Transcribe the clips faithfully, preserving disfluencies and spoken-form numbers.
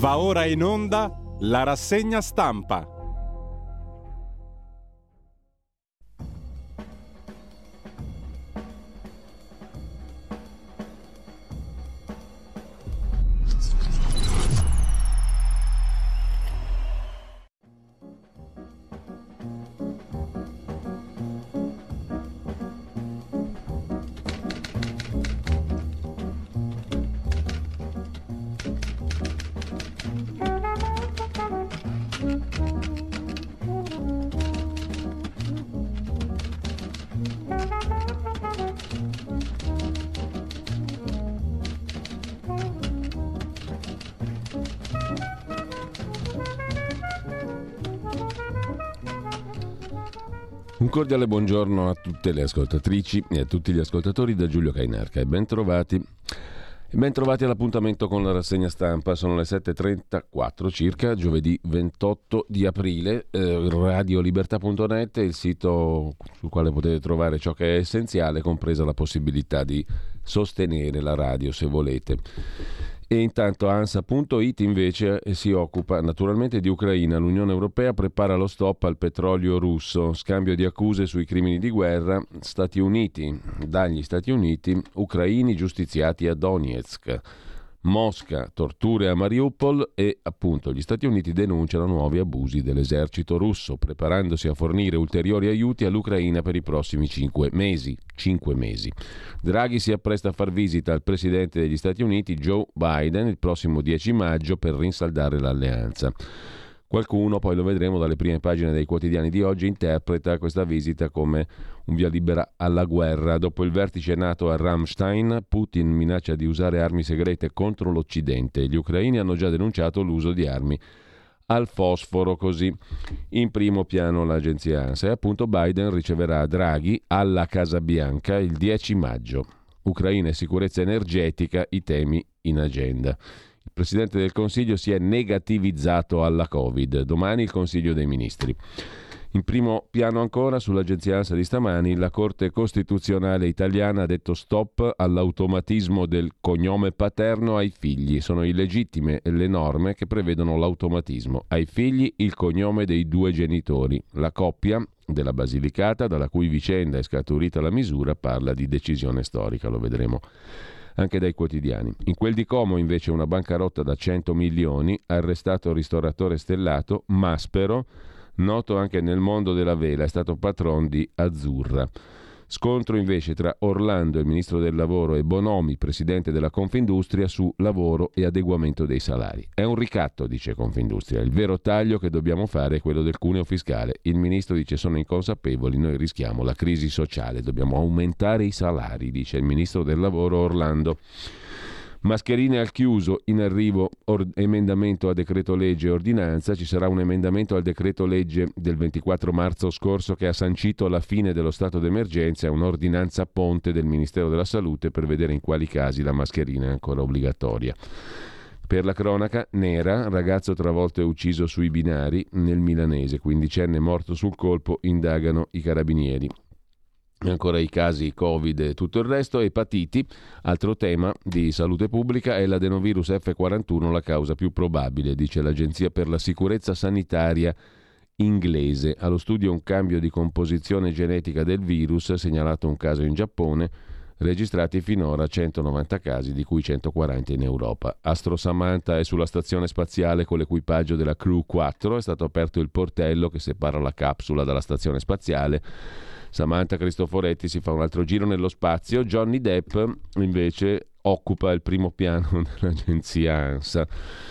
Va ora in onda la rassegna stampa. Un cordiale buongiorno a tutte le ascoltatrici e a tutti gli ascoltatori da Giulio Cainarca e ben trovati. E ben trovati all'appuntamento con la rassegna stampa. Sono le sette e trentaquattro circa, giovedì ventotto di aprile. eh, radiolibertà punto net è il sito sul quale potete trovare ciò che è essenziale, compresa la possibilità di sostenere la radio se volete. E intanto ANSA punto it invece si occupa naturalmente di Ucraina. L'Unione Europea prepara lo stop al petrolio russo, scambio di accuse sui crimini di guerra. Stati Uniti, dagli Stati Uniti, ucraini giustiziati a Donetsk. Mosca, torture a Mariupol e appunto gli Stati Uniti denunciano nuovi abusi dell'esercito russo, preparandosi a fornire ulteriori aiuti all'Ucraina per i prossimi cinque mesi. Cinque mesi. Draghi si appresta a far visita al presidente degli Stati Uniti, Joe Biden, il prossimo dieci maggio per rinsaldare l'alleanza. Qualcuno, poi lo vedremo dalle prime pagine dei quotidiani di oggi, interpreta questa visita come un via libera alla guerra. Dopo il vertice NATO a Ramstein, Putin minaccia di usare armi segrete contro l'Occidente. Gli ucraini hanno già denunciato l'uso di armi al fosforo, così in primo piano l'agenzia ANSA. E appunto Biden riceverà Draghi alla Casa Bianca il dieci maggio. Ucraina e sicurezza energetica, i temi in agenda. Il Presidente del Consiglio si è negativizzato alla Covid. Domani il Consiglio dei Ministri. In primo piano ancora, sull'agenzia ANSA di stamani, la Corte Costituzionale italiana ha detto stop all'automatismo del cognome paterno ai figli. Sono illegittime le norme che prevedono l'automatismo. Ai figli il cognome dei due genitori. La coppia della Basilicata, dalla cui vicenda è scaturita la misura, parla di decisione storica. Lo vedremo anche dai quotidiani. In quel di Como invece una bancarotta da cento milioni, arrestato il ristoratore stellato Maspero, noto anche nel mondo della vela, è stato patron di Azzurra. Scontro invece tra Orlando, il ministro del lavoro, e Bonomi, presidente della Confindustria, su lavoro e adeguamento dei salari. È un ricatto, dice Confindustria, il vero taglio che dobbiamo fare è quello del cuneo fiscale. Il ministro dice sono inconsapevoli, noi rischiamo la crisi sociale, dobbiamo aumentare i salari, dice il ministro del lavoro Orlando. Mascherine al chiuso, in arrivo or- emendamento a decreto legge e ordinanza. Ci sarà un emendamento al decreto legge del ventiquattro marzo scorso che ha sancito la fine dello stato d'emergenza e un'ordinanza ponte del Ministero della Salute per vedere in quali casi la mascherina è ancora obbligatoria. Per la cronaca, Nera, ragazzo travolto e ucciso sui binari nel milanese, quindicenne morto sul colpo, indagano i carabinieri. Ancora i casi Covid e tutto il resto. Epatiti, altro tema di salute pubblica, è l'adenovirus effe quarantuno la causa più probabile, dice l'Agenzia per la Sicurezza Sanitaria inglese. Allo studio un cambio di composizione genetica del virus, segnalato un caso in Giappone, registrati finora centonovanta casi, di cui centoquaranta in Europa. Astro Samantha è sulla stazione spaziale con l'equipaggio della Crew quattro, è stato aperto il portello che separa la capsula dalla stazione spaziale. Samantha Cristoforetti si fa un altro giro nello spazio. Johnny Depp invece occupa il primo piano dell'agenzia ANSA.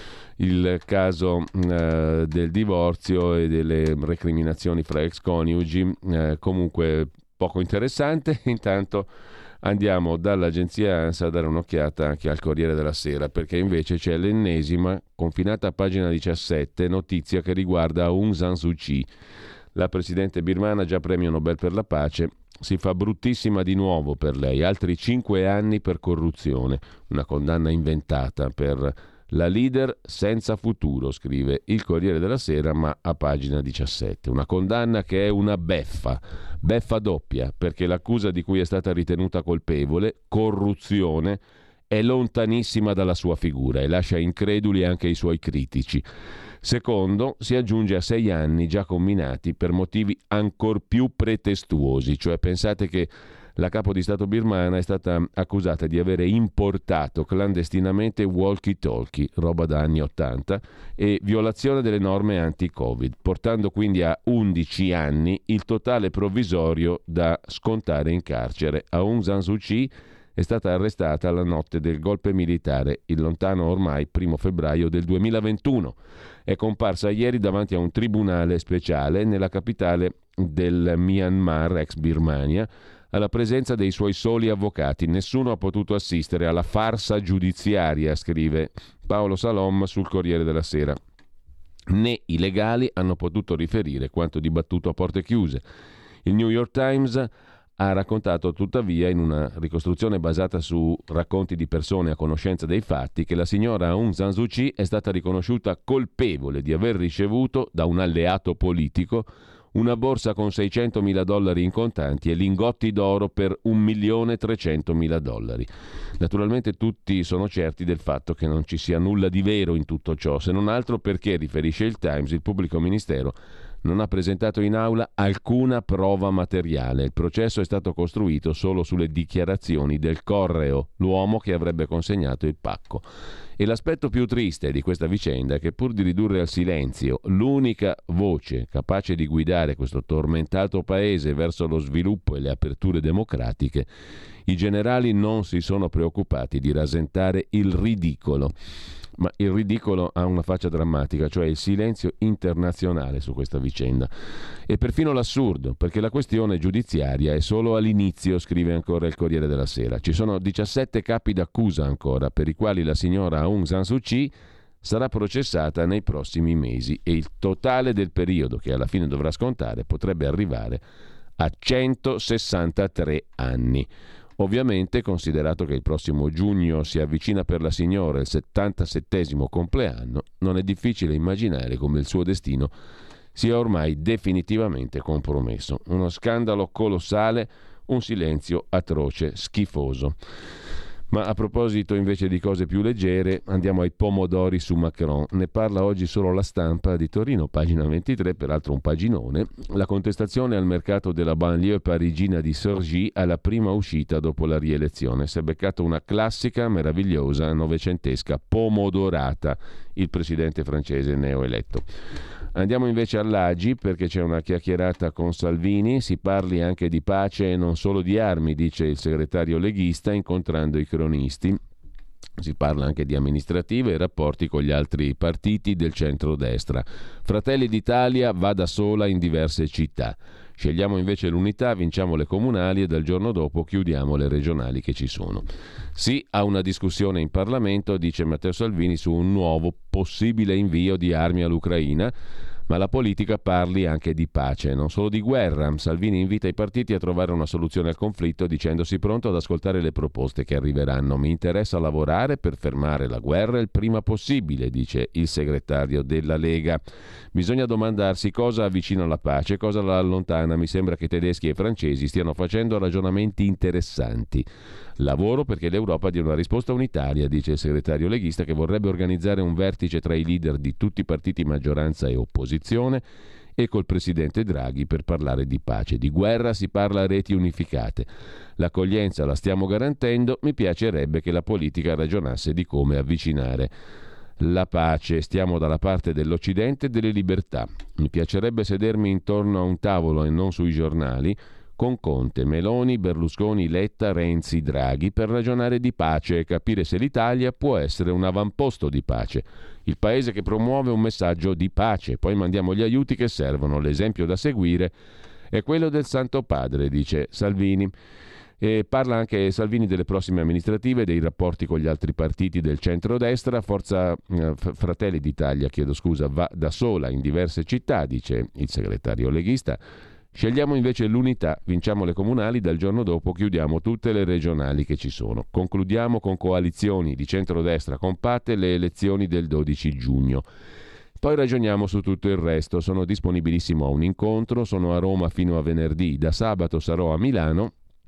Il caso eh, del divorzio e delle recriminazioni fra ex coniugi, eh, comunque poco interessante. Intanto andiamo dall'agenzia ANSA a dare un'occhiata anche al Corriere della Sera, perché invece c'è l'ennesima, confinata a pagina diciassette, notizia che riguarda Aung San Suu Kyi. La presidente birmana, già premio Nobel per la pace, si fa bruttissima di nuovo per lei. Altri cinque anni per corruzione. Una condanna inventata per la leader senza futuro, scrive il Corriere della Sera, ma a pagina diciassette. Una condanna che è una beffa, beffa doppia, perché l'accusa di cui è stata ritenuta colpevole, corruzione, è lontanissima dalla sua figura e lascia increduli anche i suoi critici. Secondo, si aggiunge a sei anni già combinati per motivi ancor più pretestuosi, cioè pensate che la capo di Stato birmana è stata accusata di avere importato clandestinamente walkie-talkie, roba da anni ottanta, e violazione delle norme anti-Covid, portando quindi a undici anni il totale provvisorio da scontare in carcere. Aung San Suu Kyi è stata arrestata la notte del golpe militare, il lontano ormai primo febbraio del duemilaventuno. È comparsa ieri davanti a un tribunale speciale nella capitale del Myanmar, ex Birmania, alla presenza dei suoi soli avvocati. Nessuno ha potuto assistere alla farsa giudiziaria, scrive Paolo Salom sul Corriere della Sera. Né i legali hanno potuto riferire quanto dibattuto a porte chiuse. Il New York Times ha raccontato tuttavia, in una ricostruzione basata su racconti di persone a conoscenza dei fatti, che la signora Aung San Suu Kyi è stata riconosciuta colpevole di aver ricevuto da un alleato politico una borsa con seicentomila dollari in contanti e lingotti d'oro per un milione trecentomila dollari. Naturalmente tutti sono certi del fatto che non ci sia nulla di vero in tutto ciò, se non altro perché, riferisce il Times, il pubblico ministero non ha presentato in aula alcuna prova materiale. Il processo è stato costruito solo sulle dichiarazioni del Correo, l'uomo che avrebbe consegnato il pacco. E l'aspetto più triste di questa vicenda è che, pur di ridurre al silenzio l'unica voce capace di guidare questo tormentato paese verso lo sviluppo e le aperture democratiche, i generali non si sono preoccupati di rasentare il ridicolo. Ma il ridicolo ha una faccia drammatica, cioè il silenzio internazionale su questa vicenda. E perfino l'assurdo, perché la questione giudiziaria è solo all'inizio, scrive ancora il Corriere della Sera. Ci sono diciassette capi d'accusa ancora, per i quali la signora Aung San Suu Kyi sarà processata nei prossimi mesi, e il totale del periodo che alla fine dovrà scontare potrebbe arrivare a centosessantatré anni. Ovviamente, considerato che il prossimo giugno si avvicina per la signora il settantasettesimo compleanno, non è difficile immaginare come il suo destino sia ormai definitivamente compromesso. Uno scandalo colossale, un silenzio atroce, schifoso. Ma a proposito invece di cose più leggere, andiamo ai pomodori su Macron. Ne parla oggi solo La Stampa di Torino, pagina ventitré, peraltro un paginone. La contestazione al mercato della banlieue parigina di Cergy alla prima uscita dopo la rielezione. Si è beccato una classica, meravigliosa, novecentesca pomodorata, il presidente francese neoeletto. Andiamo invece all'A G I, perché c'è una chiacchierata con Salvini. Si parli anche di pace e non solo di armi, dice il segretario leghista incontrando i cronisti. Si parla anche di amministrative e rapporti con gli altri partiti del centrodestra. Fratelli d'Italia va da sola in diverse città. Scegliamo invece l'unità, vinciamo le comunali e dal giorno dopo chiudiamo le regionali che ci sono. Sì a una discussione in Parlamento, dice Matteo Salvini, su un nuovo possibile invio di armi all'Ucraina, ma la politica parli anche di pace, non solo di guerra. Salvini invita i partiti a trovare una soluzione al conflitto dicendosi pronto ad ascoltare le proposte che arriveranno. Mi interessa lavorare per fermare la guerra il prima possibile, dice il segretario della Lega. Bisogna domandarsi cosa avvicina la pace, cosa la allontana. Mi sembra che tedeschi e francesi stiano facendo ragionamenti interessanti. Lavoro perché l'Europa dia una risposta unitaria, dice il segretario leghista, che vorrebbe organizzare un vertice tra i leader di tutti i partiti maggioranza e opposizione e col presidente Draghi per parlare di pace. Di guerra si parla a reti unificate. L'accoglienza la stiamo garantendo, mi piacerebbe che la politica ragionasse di come avvicinare la pace. Stiamo dalla parte dell'Occidente e delle libertà. Mi piacerebbe sedermi intorno a un tavolo e non sui giornali con Conte, Meloni, Berlusconi, Letta, Renzi, Draghi per ragionare di pace e capire se l'Italia può essere un avamposto di pace, il paese che promuove un messaggio di pace. Poi mandiamo gli aiuti che servono. L'esempio da seguire è quello del Santo Padre, dice Salvini. E parla anche Salvini delle prossime amministrative, dei rapporti con gli altri partiti del centrodestra. Forza eh, Fratelli d'Italia, chiedo scusa, va da sola in diverse città, dice il segretario leghista. Scegliamo invece l'unità, vinciamo le comunali, dal giorno dopo chiudiamo tutte le regionali che ci sono. Concludiamo con coalizioni di centrodestra compatte le elezioni del dodici giugno. Poi ragioniamo su tutto il resto. Sono disponibilissimo a un incontro, sono a Roma fino a venerdì, da sabato sarò a Milano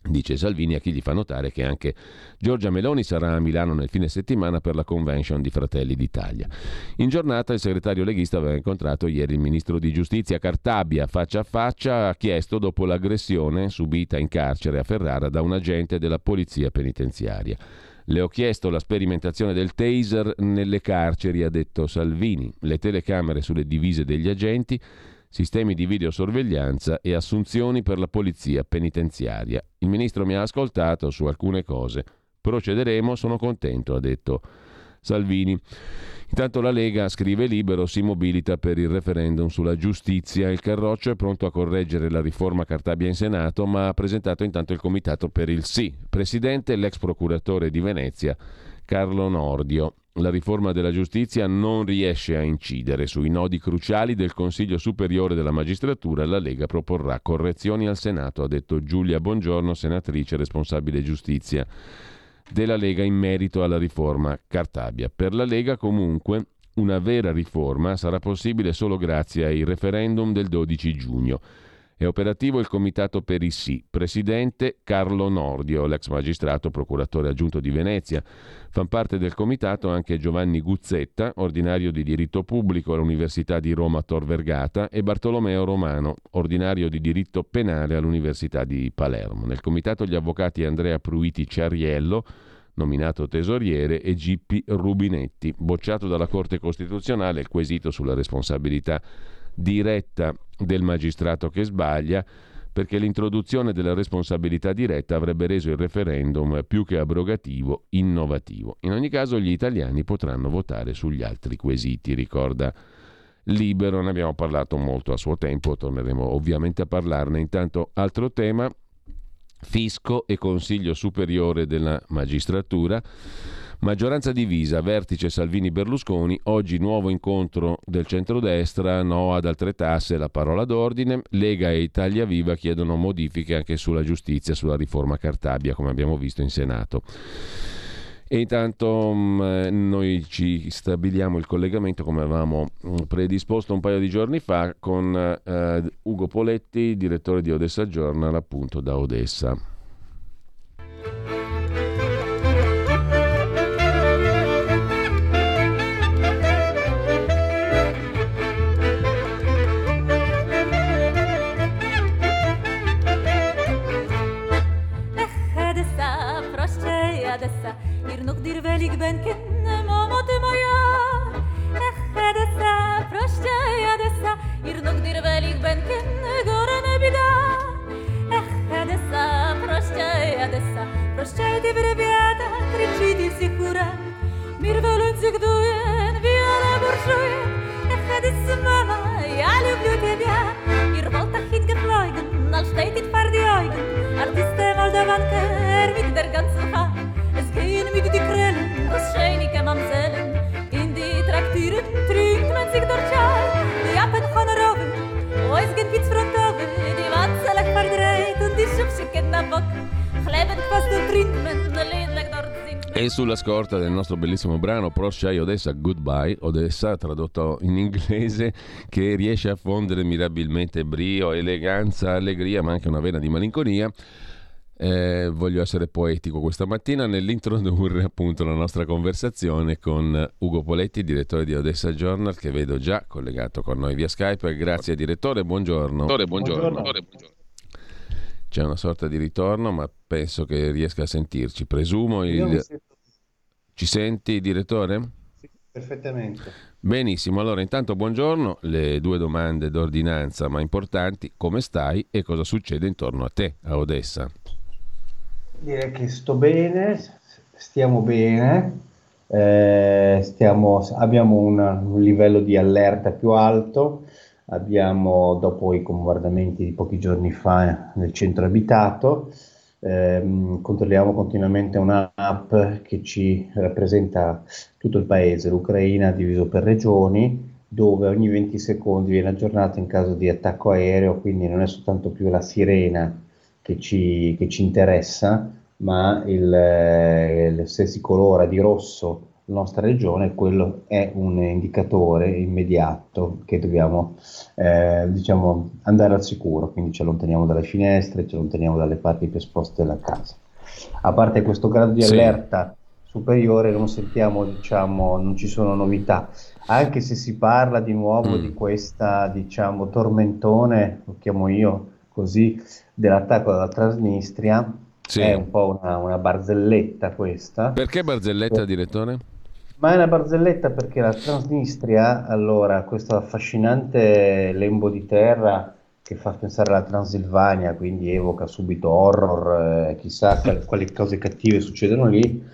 dice Salvini, a chi gli fa notare che anche Giorgia Meloni sarà a Milano nel fine settimana per la convention di Fratelli d'Italia. In giornata il segretario leghista aveva incontrato ieri il ministro di Giustizia Cartabia faccia a faccia, ha chiesto dopo l'aggressione subita in carcere a Ferrara da un agente della polizia penitenziaria. Le ho chiesto la sperimentazione del taser nelle carceri, ha detto Salvini, le telecamere sulle divise degli agenti, sistemi di videosorveglianza e assunzioni per la polizia penitenziaria. Il ministro mi ha ascoltato su alcune cose. Procederemo, sono contento, ha detto Salvini. Intanto la Lega, scrive Libero, si mobilita per il referendum sulla giustizia. Il Carroccio è pronto a correggere la riforma Cartabia in Senato, ma ha presentato intanto il comitato per il sì. Presidente l'ex procuratore di Venezia, Carlo Nordio. La riforma della giustizia non riesce a incidere sui nodi cruciali del Consiglio Superiore della Magistratura. La Lega proporrà correzioni al Senato, ha detto Giulia Bongiorno, senatrice responsabile giustizia della Lega in merito alla riforma Cartabia. Per la Lega comunque una vera riforma sarà possibile solo grazie ai referendum del dodici giugno. È operativo il comitato per i sì. Presidente Carlo Nordio, l'ex magistrato procuratore aggiunto di Venezia. Fan parte del comitato anche Giovanni Guzzetta, ordinario di diritto pubblico all'Università di Roma Tor Vergata, e Bartolomeo Romano, ordinario di diritto penale all'Università di Palermo. Nel comitato gli avvocati Andrea Pruiti Ciariello, nominato tesoriere, e Gippi Rubinetti. Bocciato dalla Corte Costituzionale il quesito sulla responsabilità diretta del magistrato che sbaglia, perché l'introduzione della responsabilità diretta avrebbe reso il referendum più che abrogativo, innovativo. In ogni caso gli italiani potranno votare sugli altri quesiti, ricorda Libero. Ne abbiamo parlato molto a suo tempo, torneremo ovviamente a parlarne. Intanto altro tema, fisco e Consiglio Superiore della Magistratura. Maggioranza divisa, vertice Salvini-Berlusconi, oggi nuovo incontro del centrodestra, no ad altre tasse, la parola d'ordine. Lega e Italia Viva chiedono modifiche anche sulla giustizia, sulla riforma Cartabia, come abbiamo visto in Senato. E intanto mh, noi ci stabiliamo il collegamento, come avevamo mh, predisposto un paio di giorni fa, con eh, Ugo Poletti, direttore di Odessa Journal, appunto da Odessa. Velik benken mamot moja Echedesa prościejadesa Irnuk dir velik benken gorene bida Echedesa prościejadesa Prościejti vrebiata Krичите sicura Mir волонцик дуен Виола буржуен Echedesa mama Я люблю тебя Ihr wollt ach hingeflogen Al steht it vor die Augen Artiste Moldavanke Er mit der ganzen Haar Es gehen mit die Krellen, das scheinige Mamsellen. In die Traktieren trinkt man sich dort Schal. Die Appen von Robben, wo es geht Pitz von Tobel. Die Watzelech verdreht und die Schubsche geht nach Bock. Kleben fast und trinkt man, der Liedleg dort singt. E sulla scorta del nostro bellissimo brano Prošaj Odessa, Goodbye Odessa, tradotto in inglese, che riesce a fondere mirabilmente brio, eleganza, allegria, ma anche una vena di malinconia. Eh, voglio essere poetico questa mattina nell'introdurre appunto la nostra conversazione con Ugo Poletti, direttore di Odessa Journal, che vedo già collegato con noi via Skype. Grazie direttore, buongiorno. Buongiorno. buongiorno. buongiorno. C'è una sorta di ritorno, ma penso che riesca a sentirci, presumo. Il... Ci senti direttore? Sì, perfettamente. Benissimo, allora intanto buongiorno, le due domande d'ordinanza ma importanti: come stai e cosa succede intorno a te a Odessa? Direi che sto bene, stiamo bene, eh, stiamo, abbiamo una, un livello di allerta più alto, abbiamo, dopo i bombardamenti di pochi giorni fa nel centro abitato, ehm, controlliamo continuamente un'app che ci rappresenta tutto il paese, l'Ucraina diviso per regioni, dove ogni venti secondi viene aggiornato in caso di attacco aereo, quindi non è soltanto più la sirena che ci, che ci interessa, ma il, il, se si colora di rosso nostra regione, quello è un indicatore immediato che dobbiamo eh, diciamo andare al sicuro, quindi ci allontaniamo dalle finestre, ci allontaniamo dalle parti più esposte della casa. A parte questo grado di Sì. allerta superiore non sentiamo, diciamo, non ci sono novità, anche se si parla di nuovo Mm. di questa, diciamo, tormentone, lo chiamo io così, dell'attacco dalla Transnistria. Sì. È un po' una, una barzelletta questa. Perché barzelletta, direttore? Ma è una barzelletta perché la Transnistria, allora, questo affascinante lembo di terra che fa pensare alla Transilvania, quindi evoca subito horror, eh, chissà quali, quali cose cattive succedono lì,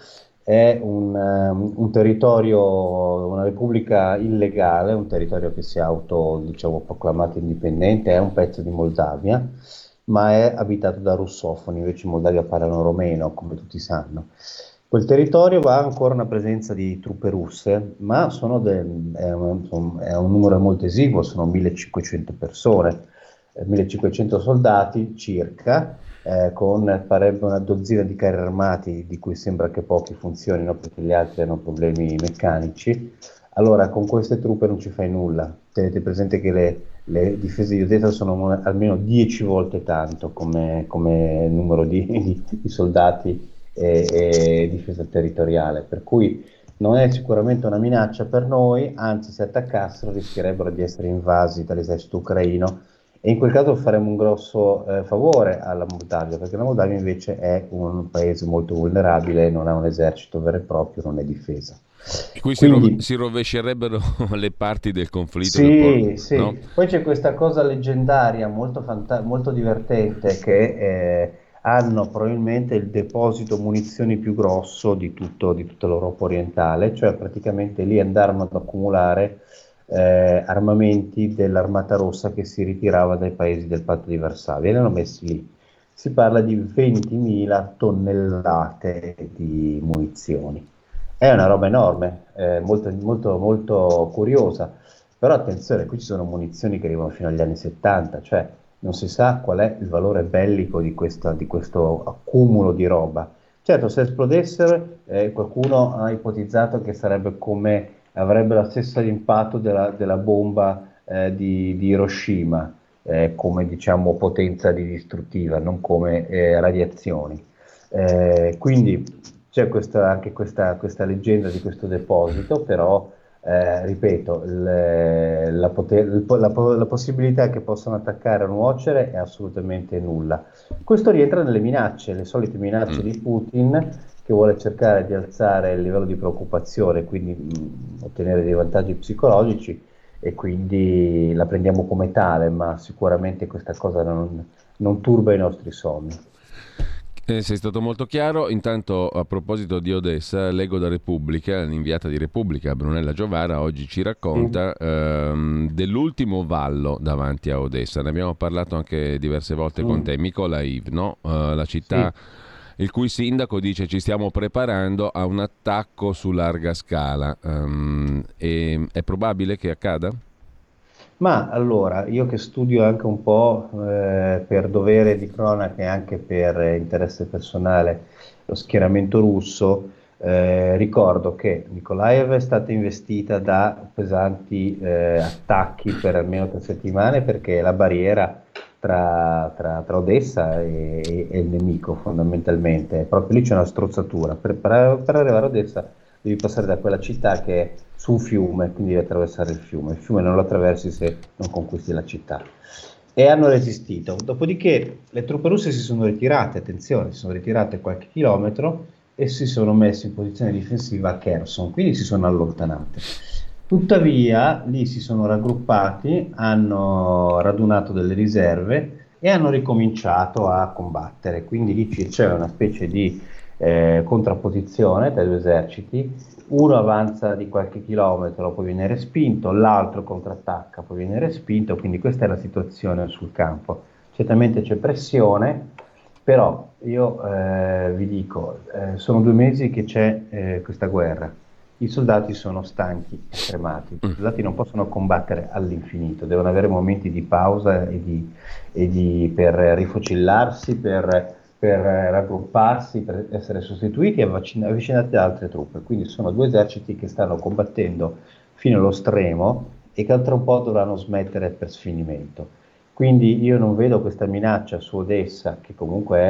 è un, um, un territorio, una repubblica illegale, un territorio che si è auto, diciamo, proclamato indipendente, è un pezzo di Moldavia, ma è abitato da russofoni, invece in Moldavia parlano romeno, come tutti sanno. Quel territorio ha ancora una presenza di truppe russe, ma sono de- è, un, è un numero molto esiguo, sono millecinquecento persone, eh, millecinquecento soldati circa, eh, con parebbe una dozzina di carri armati, di cui sembra che pochi funzionino perché gli altri hanno problemi meccanici. Allora, con queste truppe non ci fai nulla. Tenete presente che le, le difese di Odessa sono una- almeno dieci volte tanto come, come numero di, di- di soldati e, e difesa territoriale, per cui non è sicuramente una minaccia per noi, anzi se attaccassero rischierebbero di essere invasi dall'esercito ucraino e in quel caso faremo un grosso eh, favore alla Moldavia, perché la Moldavia invece è un paese molto vulnerabile, non ha un esercito vero e proprio, non è difesa. E qui si, Quindi- rov- si rovescerebbero le parti del conflitto. Sì, che por- sì. no? Poi c'è questa cosa leggendaria, molto, fanta- molto divertente, che eh, hanno probabilmente il deposito munizioni più grosso di tutto, di tutta l'Europa orientale, cioè praticamente lì andarono ad accumulare eh, armamenti dell'Armata Rossa che si ritirava dai paesi del Patto di Varsavia, e li hanno messi lì. Si parla di ventimila tonnellate di munizioni. È una roba enorme, eh, molto, molto, molto curiosa, però attenzione, qui ci sono munizioni che arrivano fino agli anni settanta, cioè non si sa qual è il valore bellico di, questa, di questo accumulo di roba. Certo, se esplodessero, eh, qualcuno ha ipotizzato che sarebbe come, avrebbe lo stesso impatto della, della bomba eh, di, di Hiroshima, eh, come diciamo potenza di distruttiva, non come eh, radiazioni. Eh, quindi c'è questa, anche questa, questa leggenda di questo deposito, però eh, ripeto, le- la, poter- la po- la possibilità che possano attaccare o nuocere è assolutamente nulla. Questo rientra nelle minacce, le solite minacce Mm. di Putin, che vuole cercare di alzare il livello di preoccupazione, quindi mh, ottenere dei vantaggi psicologici, e quindi la prendiamo come tale, ma sicuramente questa cosa non, non turba i nostri sonni. Eh, sei stato molto chiaro. Intanto, a proposito di Odessa, leggo da Repubblica, l'inviata di Repubblica Brunella Giovara oggi ci racconta ehm, dell'ultimo vallo davanti a Odessa. Ne abbiamo parlato anche diverse volte con Mm. te, Mykolaiv, no? Eh, la città il cui sindaco dice ci stiamo preparando a un attacco su larga scala. Ehm, e è probabile che accada? Ma allora, io che studio anche un po' eh, per dovere di cronaca e anche per eh, interesse personale lo schieramento russo, eh, ricordo che Mykolaiv è stata investita da pesanti eh, attacchi per almeno tre settimane, perché è la barriera tra, tra- tra Odessa e, e- e il nemico, fondamentalmente. Proprio lì c'è una strozzatura. Per, per- per arrivare a Odessa devi passare da quella città che è su un fiume, quindi devi attraversare il fiume. Il fiume non lo attraversi se non conquisti la città. E hanno resistito. Dopodiché le truppe russe si sono ritirate, attenzione, si sono ritirate qualche chilometro e si sono messe in posizione difensiva a Kherson, quindi si sono allontanate. Tuttavia lì si sono raggruppati, hanno radunato delle riserve e hanno ricominciato a combattere, quindi lì ci- c'è una specie di eh, contrapposizione tra i due eserciti. Uno avanza di qualche chilometro, poi viene respinto, l'altro contrattacca, poi viene respinto, quindi questa è la situazione sul campo. Certamente c'è pressione, però io eh, vi dico, eh, sono due mesi che c'è eh, questa guerra. I soldati sono stanchi e stremati, i soldati non possono combattere all'infinito, devono avere momenti di pausa e di, e di- per rifocillarsi, per per eh, raggrupparsi, per essere sostituiti e avvicin- avvicinati da altre truppe. Quindi sono due eserciti che stanno combattendo fino allo stremo e che tra un po' dovranno smettere per sfinimento. Quindi io non vedo questa minaccia su Odessa, che comunque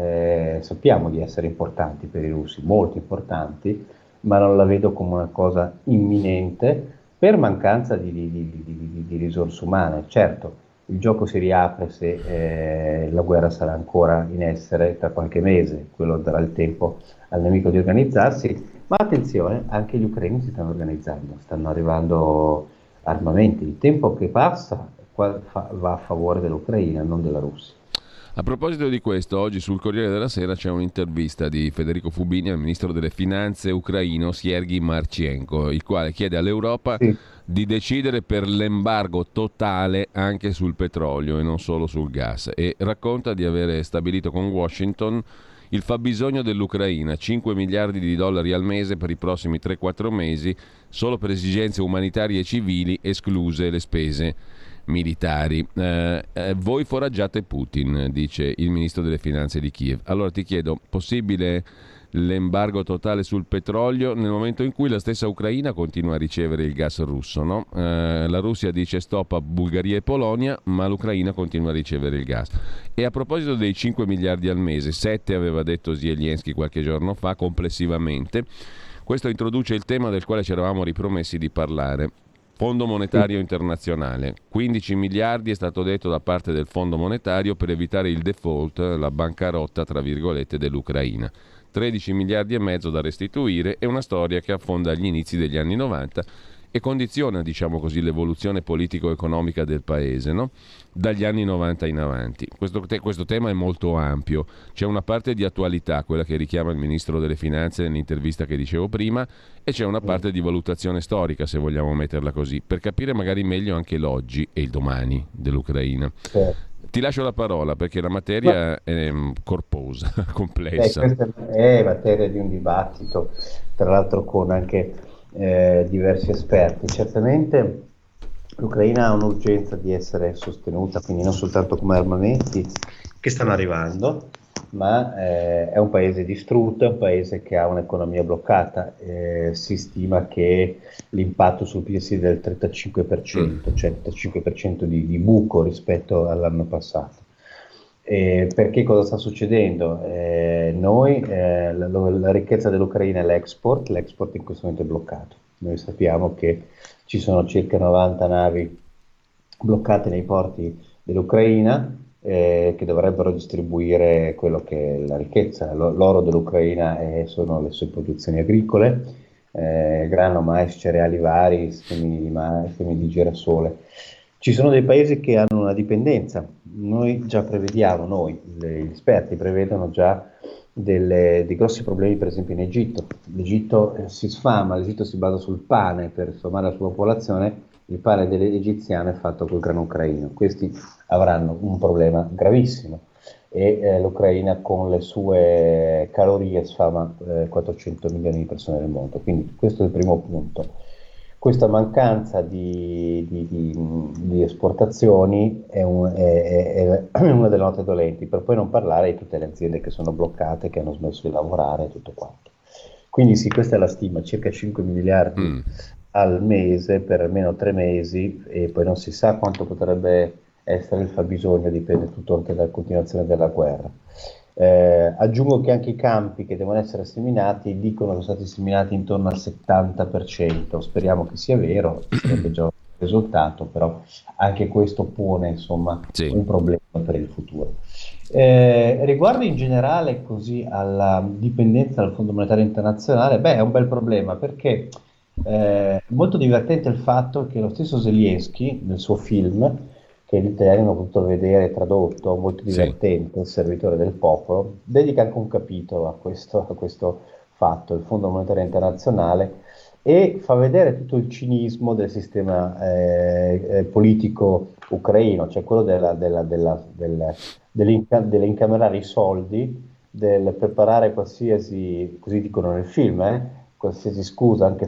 è, eh, sappiamo di essere importanti per i russi, molto importanti, ma non la vedo come una cosa imminente per mancanza di, di, di, di, di, di risorse umane. Certo, il gioco si riapre se eh, la guerra sarà ancora in essere tra qualche mese, quello darà il tempo al nemico di organizzarsi, ma attenzione, anche gli ucraini si stanno organizzando, stanno arrivando armamenti, il tempo che passa qua fa- va a favore dell'Ucraina, non della Russia. A proposito di questo, oggi sul Corriere della Sera c'è un'intervista di Federico Fubini al ministro delle finanze ucraino Sergej Marchenko, il quale chiede all'Europa Sì. di decidere per l'embargo totale anche sul petrolio e non solo sul gas, e racconta di avere stabilito con Washington il fabbisogno dell'Ucraina, cinque miliardi di dollari al mese per i prossimi tre quattro mesi, solo per esigenze umanitarie e civili, escluse le spese militari. Eh, eh, voi foraggiate Putin, dice il ministro delle finanze di Kiev. Allora ti chiedo, possibile l'embargo totale sul petrolio nel momento in cui la stessa Ucraina continua a ricevere il gas russo, no? Eh, la Russia dice stop a Bulgaria e Polonia, ma l'Ucraina continua a ricevere il gas. E a proposito dei cinque miliardi al mese, sette aveva detto Zelensky qualche giorno fa complessivamente, questo introduce il tema del quale ci eravamo ripromessi di parlare. Fondo monetario internazionale, quindici miliardi è stato detto da parte del Fondo monetario per evitare il default, la bancarotta tra virgolette dell'Ucraina, tredici miliardi e mezzo da restituire. È una storia che affonda agli inizi degli anni novanta e condiziona, diciamo così, l'evoluzione politico-economica del paese, no? Dagli anni novanta in avanti. Questo, te- questo tema è molto ampio, c'è una parte di attualità, quella che richiama il ministro delle finanze nell'intervista che dicevo prima, e c'è una parte di valutazione storica, se vogliamo metterla così, per capire magari meglio anche l'oggi e il domani dell'Ucraina. Sì. Ti lascio la parola perché la materia è corposa, complessa. Eh, questa è materia di un dibattito, tra l'altro con anche eh, diversi esperti. Certamente l'Ucraina ha un'urgenza di essere sostenuta, quindi non soltanto come armamenti che stanno arrivando, ma eh, è un paese distrutto, è un paese che ha un'economia bloccata. Eh, si stima che l'impatto sul P S I è del trentacinque per cento, mm. cioè trentacinque per cento di, di buco rispetto all'anno passato. Eh, perché cosa sta succedendo? Eh, noi, eh, la, la ricchezza dell'Ucraina è l'export, l'export in questo momento è bloccato. Noi sappiamo che ci sono circa novanta navi bloccate nei porti dell'Ucraina, eh, che dovrebbero distribuire quello che è la ricchezza. L- l'oro dell'Ucraina è, sono le sue produzioni agricole, eh, grano, mais, cereali vari, semi di, ma- semi di girasole. Ci sono dei paesi che hanno una dipendenza. Noi già prevediamo, noi, gli esperti prevedono già delle, dei grossi problemi, per esempio in Egitto. L'Egitto eh, si sfama, l'Egitto si basa sul pane per sfamare la sua popolazione. Il pane delle egiziane è fatto col grano ucraino. Questi avranno un problema gravissimo e eh, l'Ucraina con le sue calorie sfama eh, quattrocento milioni di persone nel mondo. Quindi questo è il primo punto. Questa mancanza di, di, di, di esportazioni è, un, è, è una delle note dolenti, per poi non parlare di tutte le aziende che sono bloccate, che hanno smesso di lavorare e tutto quanto. Quindi sì, questa è la stima, circa cinque miliardi mm. al mese per almeno tre mesi, e poi non si sa quanto potrebbe essere il fabbisogno, dipende tutto anche dalla continuazione della guerra. Eh, aggiungo che anche i campi che devono essere seminati dicono che sono stati seminati intorno al settanta per cento. Speriamo che sia vero, sarebbe già un risultato, però anche questo pone insomma sì. un problema per il futuro. Eh, riguardo in generale così alla dipendenza dal Fondo Monetario Internazionale, beh, è un bel problema perché eh, è molto divertente il fatto che lo stesso Zelensky nel suo film, che gli italiani hanno potuto vedere tradotto, molto divertente, sì. Il servitore del popolo, dedica anche un capitolo a questo, a questo fatto, il Fondo Monetario Internazionale, e fa vedere tutto il cinismo del sistema eh, eh, politico ucraino, cioè quello della, della, della, della, dell'inca- dell'incamerare i soldi, del preparare qualsiasi, così dicono nel film, eh, qualsiasi scusa, anche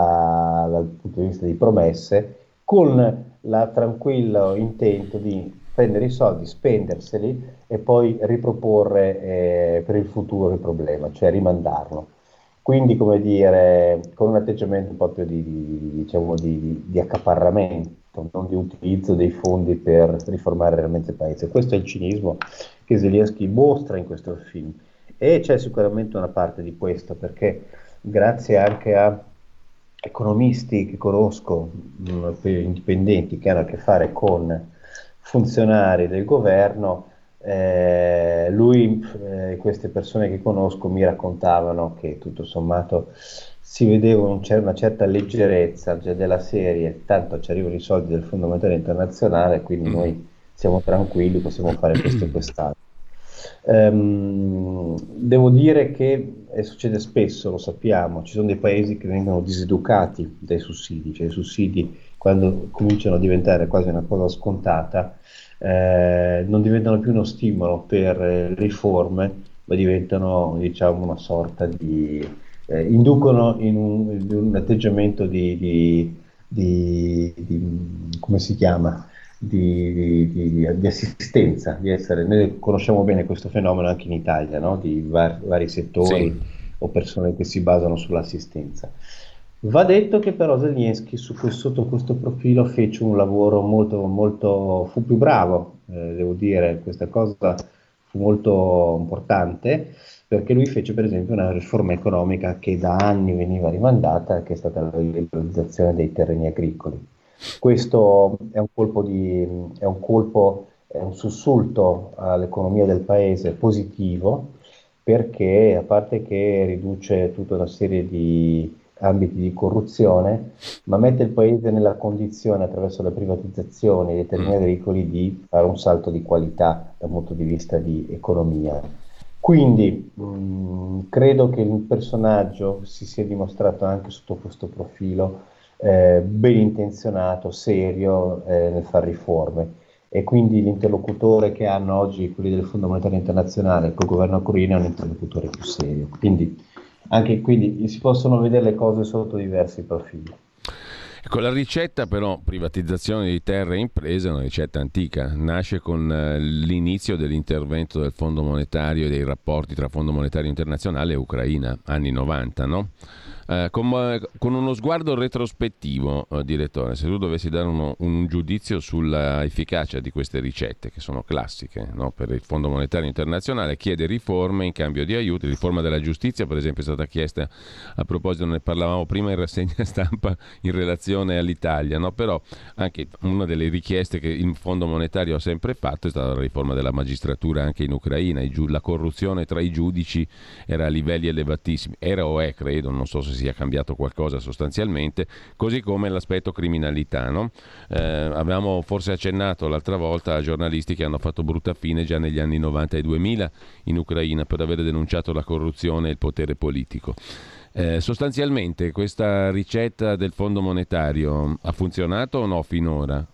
falsità dal punto di vista di promesse, con la tranquillo intento di prendere i soldi, spenderseli e poi riproporre eh, per il futuro il problema, cioè rimandarlo. Quindi, come dire, con un atteggiamento proprio di, di, diciamo, di, di, di accaparramento, non di utilizzo dei fondi per riformare realmente il paese. Questo è il cinismo che Zelensky mostra in questo film. E c'è sicuramente una parte di questo, perché grazie anche a economisti che conosco, mh, indipendenti, che hanno a che fare con funzionari del governo, eh, lui e eh, queste persone che conosco mi raccontavano che tutto sommato si vedeva un cer- una certa leggerezza, cioè della serie, tanto ci arrivano i soldi del Fondo Monetario Internazionale, quindi noi siamo tranquilli, possiamo fare questo e quest'altro. Um, devo dire che eh, succede spesso, lo sappiamo, ci sono dei paesi che vengono diseducati dai sussidi, cioè i sussidi quando cominciano a diventare quasi una cosa scontata, eh, non diventano più uno stimolo per eh, riforme, ma diventano, diciamo, una sorta di eh, inducono in un, in un atteggiamento di, di, di, di come si chiama? Di, di, di assistenza, di essere, noi conosciamo bene questo fenomeno anche in Italia, no? Di var, vari settori Sì. o persone che si basano sull'assistenza. Va detto che però Zelensky su questo, sotto questo profilo fece un lavoro molto, molto, fu più bravo, eh, devo dire, questa cosa fu molto importante, perché lui fece per esempio una riforma economica che da anni veniva rimandata, che è stata la liberalizzazione dei terreni agricoli. Questo è un colpo di, è un colpo, è un sussulto all'economia del paese positivo, perché a parte che riduce tutta una serie di ambiti di corruzione, ma mette il paese nella condizione, attraverso la privatizzazione dei terreni agricoli, di fare un salto di qualità dal punto di vista di economia. Quindi mh, credo che il personaggio si sia dimostrato anche sotto questo profilo eh, ben intenzionato, serio eh, nel fare riforme, e quindi l'interlocutore che hanno oggi quelli del Fondo Monetario Internazionale col governo ucraino è un interlocutore più serio. Quindi anche quindi si possono vedere le cose sotto diversi profili. Ecco, la ricetta però, privatizzazione di terre e imprese, è una ricetta antica, nasce con eh, l'inizio dell'intervento del Fondo Monetario e dei rapporti tra Fondo Monetario Internazionale e Ucraina, anni novanta, no? Eh, con, con uno sguardo retrospettivo, eh, direttore, se tu dovessi dare uno, un giudizio sulla efficacia di queste ricette, che sono classiche, no? Per il Fondo Monetario Internazionale, chiede riforme in cambio di aiuti. Riforma della giustizia, per esempio, è stata chiesta, a proposito, ne parlavamo prima in rassegna stampa in relazione all'Italia, no? Però anche una delle richieste che il Fondo Monetario ha sempre fatto è stata la riforma della magistratura anche in Ucraina. I giu- la corruzione tra i giudici era a livelli elevatissimi, era o è, credo, non so se sia cambiato qualcosa sostanzialmente, così come l'aspetto criminalità, no? Eh, avevamo forse accennato l'altra volta a giornalisti che hanno fatto brutta fine già negli anni novanta e duemila in Ucraina per aver denunciato la corruzione e il potere politico. Eh, sostanzialmente questa ricetta del Fondo Monetario ha funzionato o no finora?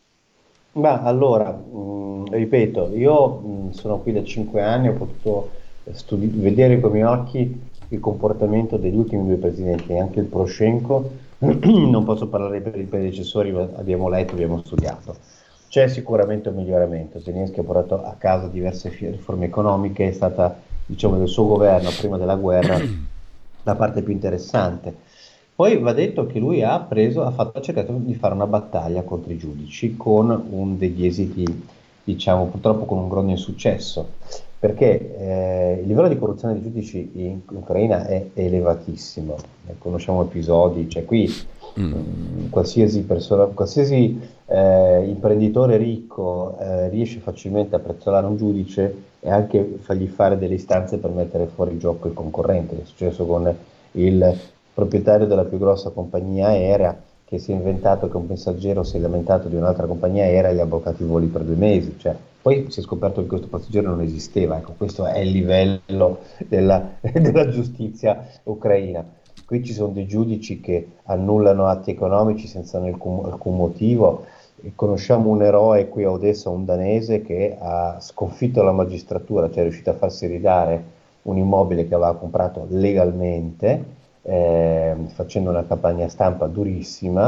Ma allora, mh, ripeto, io mh, sono qui da cinque anni, ho potuto studi- vedere con i miei occhi il comportamento degli ultimi due presidenti, anche il Poroshenko, non posso parlare per i predecessori, ma abbiamo letto, abbiamo studiato. C'è sicuramente un miglioramento. Zelensky ha portato a casa diverse fi- riforme economiche, è stata, diciamo, del suo governo prima della guerra la parte più interessante. Poi va detto che lui ha preso, ha fatto, ha cercato di fare una battaglia contro i giudici con un degli esiti, diciamo, purtroppo con un grande insuccesso, perché eh, il livello di corruzione dei giudici in Ucraina è elevatissimo. Eh, conosciamo episodi, cioè qui mh, qualsiasi persona, qualsiasi eh, imprenditore ricco eh, riesce facilmente a prezzolare un giudice e anche fargli fare delle istanze per mettere fuori gioco il concorrente. È successo con il proprietario della più grossa compagnia aerea, che si è inventato che un passeggero si è lamentato di un'altra compagnia aerea e gli ha bloccato i voli per due mesi. Cioè, poi si è scoperto che questo passeggero non esisteva. Ecco, questo è il livello della, della giustizia ucraina. Qui ci sono dei giudici che annullano atti economici senza alcun, alcun motivo. E conosciamo un eroe qui a Odessa, un danese, che ha sconfitto la magistratura, cioè è riuscito a farsi ridare un immobile che aveva comprato legalmente, eh, facendo una campagna stampa durissima,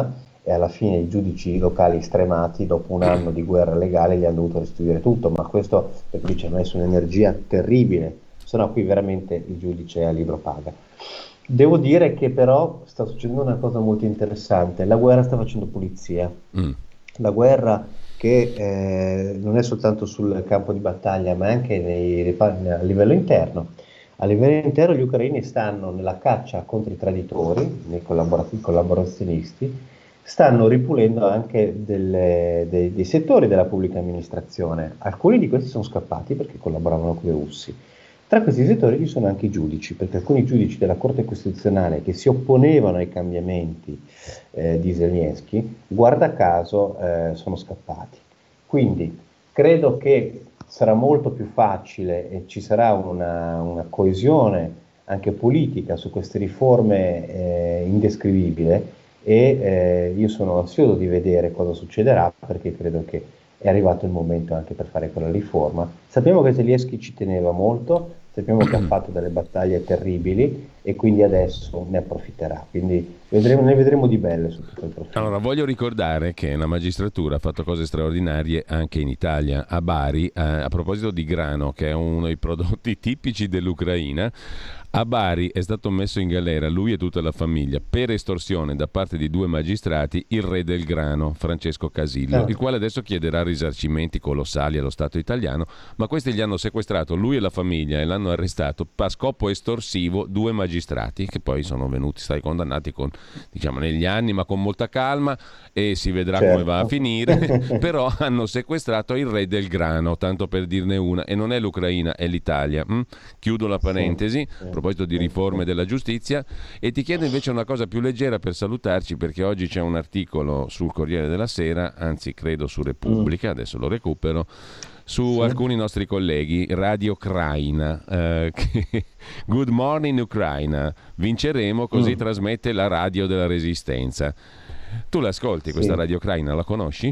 e alla fine i giudici locali stremati, dopo un anno di guerra legale, gli hanno dovuto restituire tutto, ma questo per cui ci ha messo un'energia terribile, se no qui veramente il giudice a libro paga. Devo dire che però sta succedendo una cosa molto interessante, la guerra sta facendo pulizia, mm. la guerra che eh, non è soltanto sul campo di battaglia ma anche nei, a livello interno. A livello interno gli ucraini stanno nella caccia contro i traditori, nei collaborat- collaborazionisti, stanno ripulendo anche delle, dei, dei settori della pubblica amministrazione. Alcuni di questi sono scappati perché collaboravano con i russi. Tra questi settori ci sono anche i giudici, perché alcuni giudici della Corte Costituzionale che si opponevano ai cambiamenti eh, di Zelensky, guarda caso, eh, sono scappati. Quindi credo che sarà molto più facile e ci sarà una, una coesione anche politica su queste riforme eh, indescrivibile e eh, io sono ansioso di vedere cosa succederà, perché credo che è arrivato il momento anche per fare quella riforma. Sappiamo che Zelensky ci teneva molto, sappiamo che ha fatto delle battaglie terribili e quindi adesso ne approfitterà, quindi vedremo, ne vedremo di belle su tutto il profilo. Allora voglio ricordare che la magistratura ha fatto cose straordinarie anche in Italia, a Bari, eh, a proposito di grano, che è uno dei prodotti tipici dell'Ucraina. A Bari è stato messo in galera lui e tutta la famiglia per estorsione da parte di due magistrati il re del grano, Francesco Casillo, il quale adesso chiederà risarcimenti colossali allo Stato italiano, ma questi gli hanno sequestrato lui e la famiglia e l'hanno arrestato a scopo estorsivo due magistrati che poi sono venuti stati condannati con, diciamo, negli anni, ma con molta calma, e si vedrà certo. come va a finire. Però hanno sequestrato il re del grano, tanto per dirne una, e non è l'Ucraina, è l'Italia. Mm? Chiudo la parentesi. Sì, sì. A proposito di riforme della giustizia, e ti chiedo invece una cosa più leggera per salutarci, perché oggi c'è un articolo sul Corriere della Sera, anzi credo su Repubblica, adesso lo recupero, su sì. alcuni nostri colleghi, Radio Ucraina, eh, che Good Morning Ucraina, vinceremo, così mm. trasmette la radio della resistenza. Tu l'ascolti questa sì. Radio Ucraina, la conosci?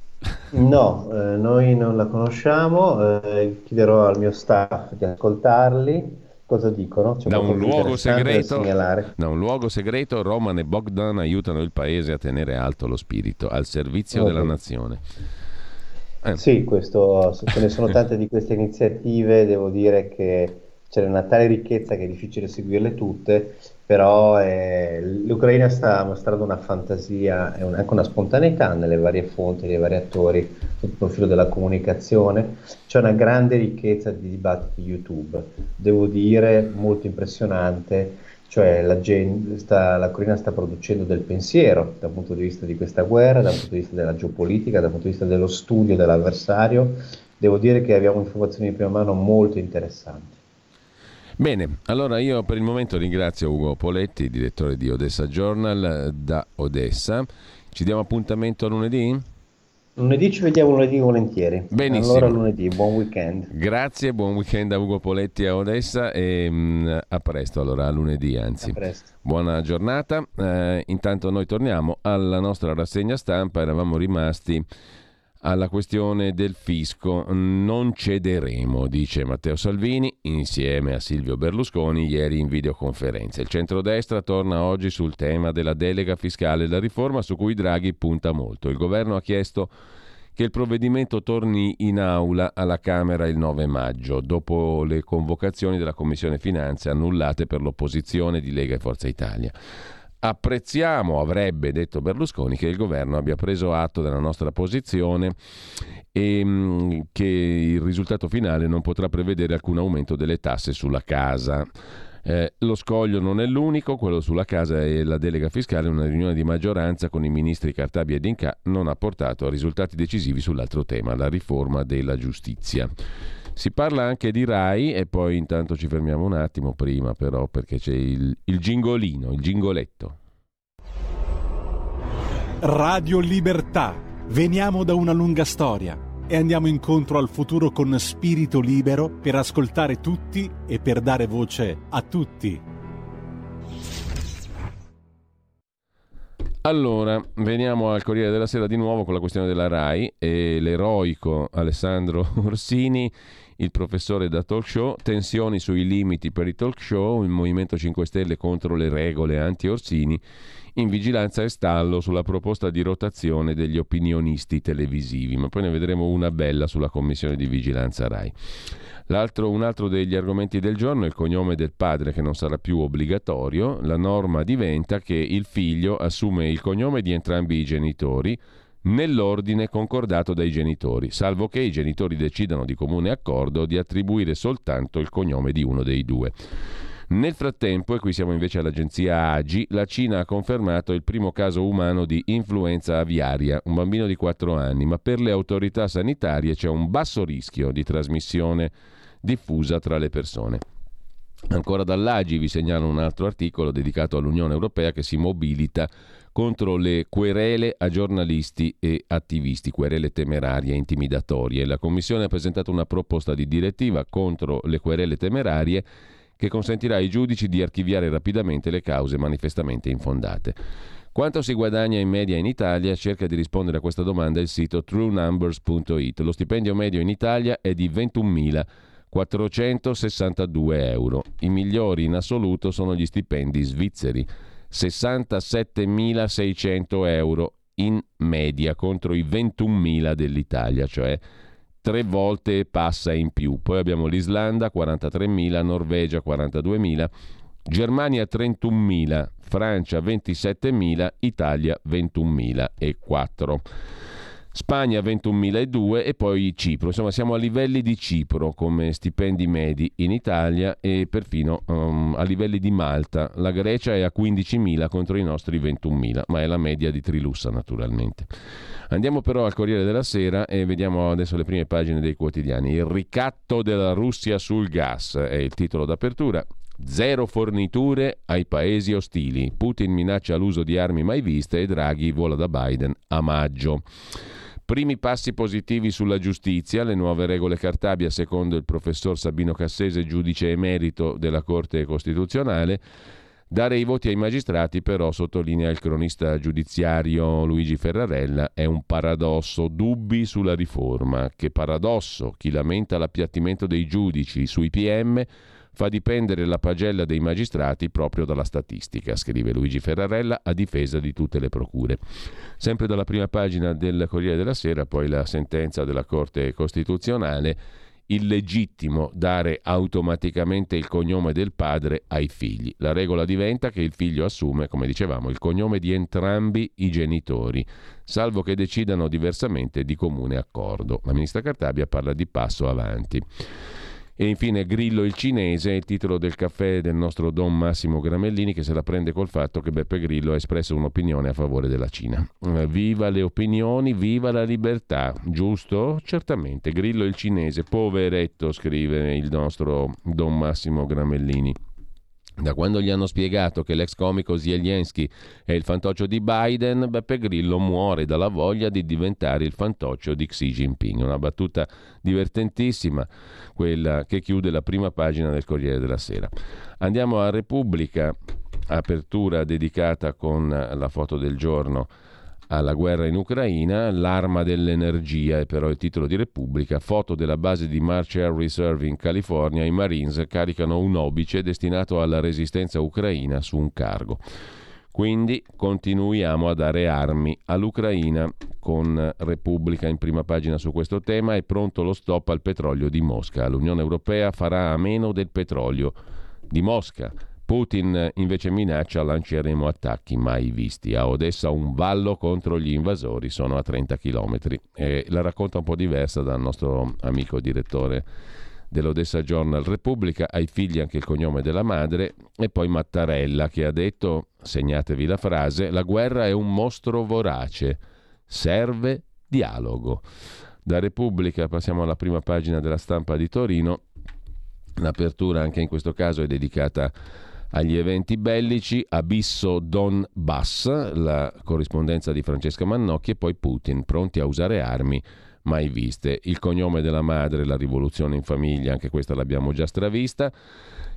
No, eh, noi non la conosciamo, eh, chiederò al mio staff di ascoltarli. Cosa dicono? C'è da, un luogo segreto, da un luogo segreto Roman e Bogdan aiutano il paese a tenere alto lo spirito, al servizio okay. della nazione. Eh. Sì, questo, ce ne sono tante di queste iniziative, devo dire che c'è una tale ricchezza che è difficile seguirle tutte, però eh, l'Ucraina sta mostrando una fantasia e un, anche una spontaneità nelle varie fonti, nei vari attori, sul profilo della comunicazione. C'è una grande ricchezza di dibattiti YouTube, devo dire molto impressionante, cioè la, gente, sta, la Ucraina sta producendo del pensiero dal punto di vista di questa guerra, dal punto di vista della geopolitica, dal punto di vista dello studio dell'avversario. Devo dire che abbiamo informazioni di prima mano molto interessanti. Bene, allora io per il momento ringrazio Ugo Poletti, direttore di Odessa Journal da Odessa. Ci diamo appuntamento a lunedì? Lunedì ci vediamo, lunedì volentieri. Benissimo. Allora lunedì, buon weekend. Grazie, buon weekend a Ugo Poletti a Odessa e mh, a presto, allora a lunedì anzi. A presto. Buona giornata. Eh, intanto noi torniamo alla nostra rassegna stampa, eravamo rimasti alla questione del fisco. Non cederemo, dice Matteo Salvini insieme a Silvio Berlusconi ieri in videoconferenza. Il centrodestra torna oggi sul tema della delega fiscale e la riforma su cui Draghi punta molto. Il governo ha chiesto che il provvedimento torni in aula alla Camera il nove maggio, dopo le convocazioni della Commissione Finanze annullate per l'opposizione di Lega e Forza Italia. Apprezziamo, avrebbe detto Berlusconi, che il governo abbia preso atto della nostra posizione e mh, che il risultato finale non potrà prevedere alcun aumento delle tasse sulla casa. Eh, lo scoglio non è l'unico, quello sulla casa e la delega fiscale. Una riunione di maggioranza con i ministri Cartabia e D'Incà non ha portato a risultati decisivi sull'altro tema, la riforma della giustizia. Si parla anche di Rai e poi intanto ci fermiamo un attimo prima però perché c'è il, il gingolino, il gingoletto. Radio Libertà. Veniamo da una lunga storia e andiamo incontro al futuro con spirito libero per ascoltare tutti e per dare voce a tutti. Allora, veniamo al Corriere della Sera di nuovo con la questione della Rai e l'eroico Alessandro Orsini il professore da talk show, tensioni sui limiti per i talk show, il Movimento cinque Stelle contro le regole anti-Orsini, in vigilanza e stallo sulla proposta di rotazione degli opinionisti televisivi, ma poi ne vedremo una bella sulla commissione di vigilanza Rai. L'altro, un altro degli argomenti del giorno è il cognome del padre che non sarà più obbligatorio. La norma diventa che il figlio assume il cognome di entrambi i genitori nell'ordine concordato dai genitori, salvo che i genitori decidano di comune accordo di attribuire soltanto il cognome di uno dei due. Nel frattempo, e qui siamo invece all'agenzia A G I, la Cina ha confermato il primo caso umano di influenza aviaria, un bambino di quattro anni, ma per le autorità sanitarie c'è un basso rischio di trasmissione diffusa tra le persone. Ancora dall'A G I vi segnalo un altro articolo dedicato all'Unione Europea che si mobilita contro le querele a giornalisti e attivisti, querele temerarie e intimidatorie. La Commissione ha presentato una proposta di direttiva contro le querele temerarie che consentirà ai giudici di archiviare rapidamente le cause manifestamente infondate. Quanto si guadagna in media in Italia? Cerca di rispondere a questa domanda il sito true numbers punto it. Lo stipendio medio in Italia è di ventunomilaquattrocentosessantadue euro. I migliori in assoluto sono gli stipendi svizzeri, sessantasettemilaseicento euro in media contro i ventunomila dell'Italia, cioè tre volte e passa in più. Poi abbiamo l'Islanda quarantatremila, Norvegia quarantaduemila, Germania trentunomila, Francia ventisettemila, Italia ventunomilaquattro, Spagna ventunomiladuecento e poi Cipro. Insomma, siamo a livelli di Cipro come stipendi medi in Italia e perfino um, a livelli di Malta. La Grecia è a quindicimila contro i nostri ventunomila, ma è la media di Trilussa naturalmente. Andiamo però al Corriere della Sera e vediamo adesso le prime pagine dei quotidiani. Il ricatto della Russia sul gas è il titolo d'apertura. Zero forniture ai paesi ostili. Putin minaccia l'uso di armi mai viste e Draghi vola da Biden a maggio. Primi passi positivi sulla giustizia, le nuove regole Cartabia secondo il professor Sabino Cassese, giudice emerito della Corte Costituzionale. Dare i voti ai magistrati, però, sottolinea il cronista giudiziario Luigi Ferrarella, è un paradosso. Dubbi sulla riforma. Che paradosso! Chi lamenta l'appiattimento dei giudici sui P M fa dipendere la pagella dei magistrati proprio dalla statistica, scrive Luigi Ferrarella a difesa di tutte le procure. Sempre dalla prima pagina del Corriere della Sera, poi la sentenza della Corte Costituzionale. Illegittimo dare automaticamente il cognome del padre ai figli. La regola diventa che il figlio assume, come dicevamo, il cognome di entrambi i genitori, salvo che decidano diversamente di comune accordo. La ministra Cartabia parla di passo avanti. E infine Grillo il cinese, il titolo del caffè del nostro Don Massimo Gramellini, che se la prende col fatto che Beppe Grillo ha espresso un'opinione a favore della Cina. Viva le opinioni, viva la libertà, giusto? Certamente. Grillo il cinese, poveretto, scrive il nostro Don Massimo Gramellini. Da quando gli hanno spiegato che l'ex comico Zelensky è il fantoccio di Biden, Beppe Grillo muore dalla voglia di diventare il fantoccio di Xi Jinping. Una battuta divertentissima, quella che chiude la prima pagina del Corriere della Sera. Andiamo a Repubblica, apertura dedicata con la foto del giorno alla guerra in Ucraina. L'arma dell'energia è però il titolo di Repubblica. Foto della base di March Air Reserve in California. I Marines caricano un obice destinato alla resistenza ucraina su un cargo. Quindi continuiamo a dare armi all'Ucraina, con Repubblica in prima pagina su questo tema. È pronto lo stop al petrolio di Mosca. L'Unione Europea farà a meno del petrolio di Mosca. Putin invece minaccia: lanceremo attacchi mai visti. A Odessa un vallo contro gli invasori, sono a trenta chilometri. E la racconta un po' diversa dal nostro amico direttore dell'Odessa Journal Repubblica. Ai figli anche il cognome della madre. E poi Mattarella, che ha detto, segnatevi la frase, la guerra è un mostro vorace, serve dialogo. Da Repubblica passiamo alla prima pagina della Stampa di Torino. L'apertura anche in questo caso è dedicata agli eventi bellici. Abisso Donbass, la corrispondenza di Francesca Mannocchi, e poi Putin, pronti a usare armi mai viste. Il cognome della madre, la rivoluzione in famiglia, anche questa l'abbiamo già stravista.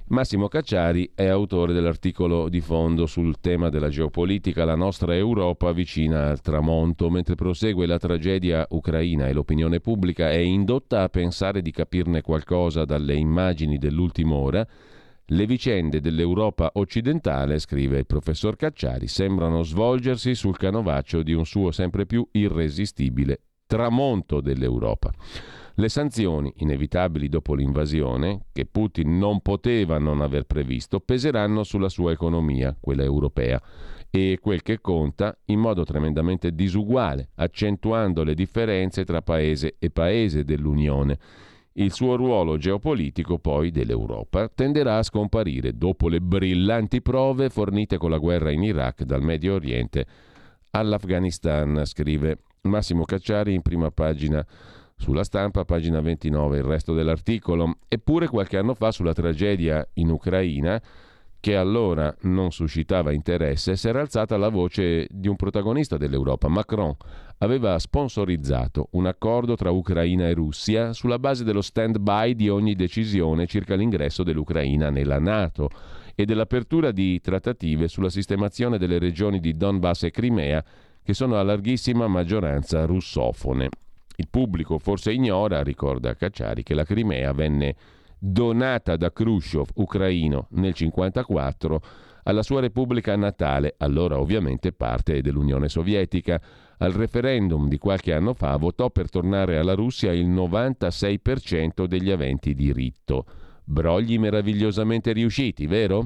Massimo Cacciari è autore dell'articolo di fondo sul tema della geopolitica La nostra Europa vicina al tramonto. Mentre prosegue la tragedia ucraina e l'opinione pubblica è indotta a pensare di capirne qualcosa dalle immagini dell'ultima ora, le vicende dell'Europa occidentale, scrive il professor Cacciari, sembrano svolgersi sul canovaccio di un suo sempre più irresistibile tramonto dell'Europa. Le sanzioni, inevitabili dopo l'invasione, che Putin non poteva non aver previsto, peseranno sulla sua economia, quella europea, e quel che conta, in modo tremendamente disuguale, accentuando le differenze tra paese e paese dell'Unione. Il suo ruolo geopolitico, poi, dell'Europa, tenderà a scomparire dopo le brillanti prove fornite con la guerra in Iraq dal Medio Oriente all'Afghanistan, scrive Massimo Cacciari in prima pagina sulla Stampa, pagina ventinove, il resto dell'articolo. Eppure qualche anno fa sulla tragedia in Ucraina, che allora non suscitava interesse, si era alzata la voce di un protagonista dell'Europa. Macron aveva sponsorizzato un accordo tra Ucraina e Russia sulla base dello stand-by di ogni decisione circa l'ingresso dell'Ucraina nella NATO e dell'apertura di trattative sulla sistemazione delle regioni di Donbass e Crimea, che sono a larghissima maggioranza russofone. Il pubblico forse ignora, ricorda Cacciari, che la Crimea venne donata da Khrushchev, ucraino, nel cinquantaquattro alla sua repubblica natale, allora ovviamente parte dell'Unione Sovietica. Al referendum di qualche anno fa votò per tornare alla Russia il novantasei per cento degli aventi diritto. Brogli meravigliosamente riusciti, vero?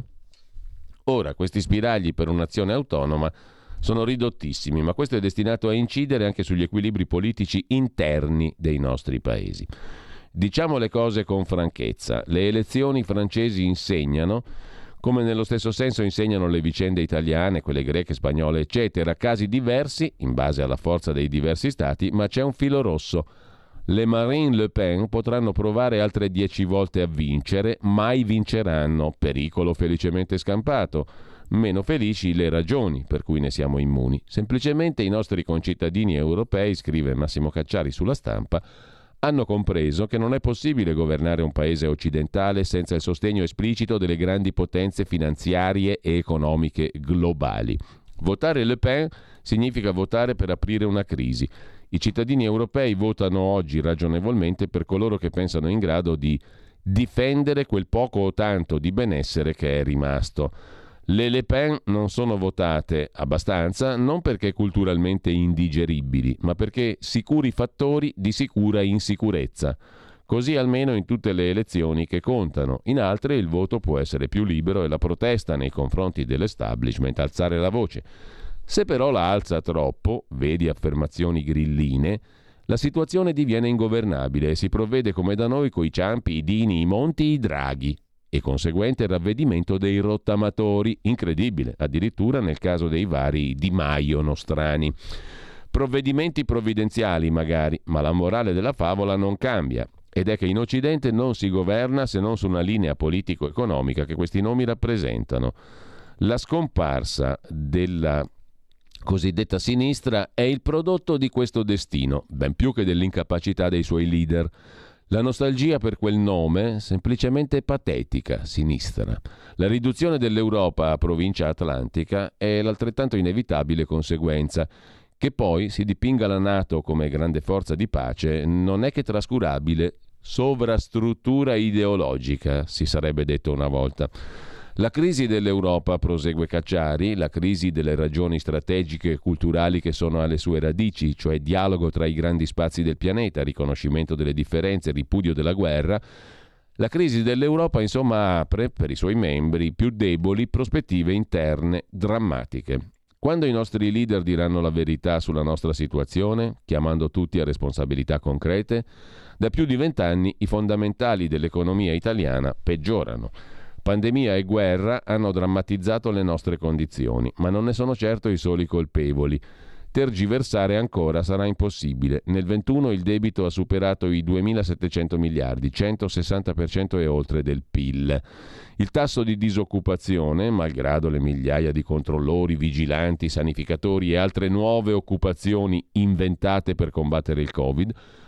Ora, questi spiragli per un'azione autonoma sono ridottissimi, ma questo è destinato a incidere anche sugli equilibri politici interni dei nostri paesi. Diciamo le cose con franchezza. Le elezioni francesi insegnano, come nello stesso senso insegnano le vicende italiane, quelle greche, spagnole, eccetera, casi diversi in base alla forza dei diversi stati, ma c'è un filo rosso. Le Marine Le Pen potranno provare altre dieci volte a vincere, mai vinceranno, pericolo felicemente scampato. Meno felici le ragioni per cui ne siamo immuni. Semplicemente i nostri concittadini europei, scrive Massimo Cacciari sulla Stampa, hanno compreso che non è possibile governare un paese occidentale senza il sostegno esplicito delle grandi potenze finanziarie e economiche globali. Votare Le Pen significa votare per aprire una crisi. I cittadini europei votano oggi ragionevolmente per coloro che pensano in grado di difendere quel poco o tanto di benessere che è rimasto. Le Le Pen non sono votate abbastanza non perché culturalmente indigeribili, ma perché sicuri fattori di sicura insicurezza. Così almeno in tutte le elezioni che contano. In altre il voto può essere più libero e la protesta nei confronti dell'establishment alzare la voce. Se però la alza troppo, vedi affermazioni grilline, la situazione diviene ingovernabile e si provvede come da noi coi Ciampi, i Dini, i Monti, i Draghi. E conseguente ravvedimento dei rottamatori, incredibile, addirittura nel caso dei vari Di Maio nostrani. Provvedimenti provvidenziali magari, ma la morale della favola non cambia, ed è che in Occidente non si governa se non su una linea politico-economica che questi nomi rappresentano. La scomparsa della cosiddetta sinistra è il prodotto di questo destino, ben più che dell'incapacità dei suoi leader. La nostalgia per quel nome, semplicemente patetica, sinistra. La riduzione dell'Europa a provincia atlantica è l'altrettanto inevitabile conseguenza. Che poi si dipinga la NATO come grande forza di pace non è che trascurabile sovrastruttura ideologica, si sarebbe detto una volta. La crisi dell'Europa, prosegue Cacciari, la crisi delle ragioni strategiche e culturali che sono alle sue radici, cioè dialogo tra i grandi spazi del pianeta, riconoscimento delle differenze, ripudio della guerra. La crisi dell'Europa, insomma, apre per i suoi membri più deboli prospettive interne drammatiche. Quando i nostri leader diranno la verità sulla nostra situazione, chiamando tutti a responsabilità concrete, da più di vent'anni i fondamentali dell'economia italiana peggiorano. Pandemia e guerra hanno drammatizzato le nostre condizioni, ma non ne sono certo i soli colpevoli. Tergiversare ancora sarà impossibile. Nel ventuno il debito ha superato i duemilasettecento miliardi, centosessanta per cento e oltre del P I L. Il tasso di disoccupazione, malgrado le migliaia di controllori, vigilanti, sanificatori e altre nuove occupazioni inventate per combattere il Covid,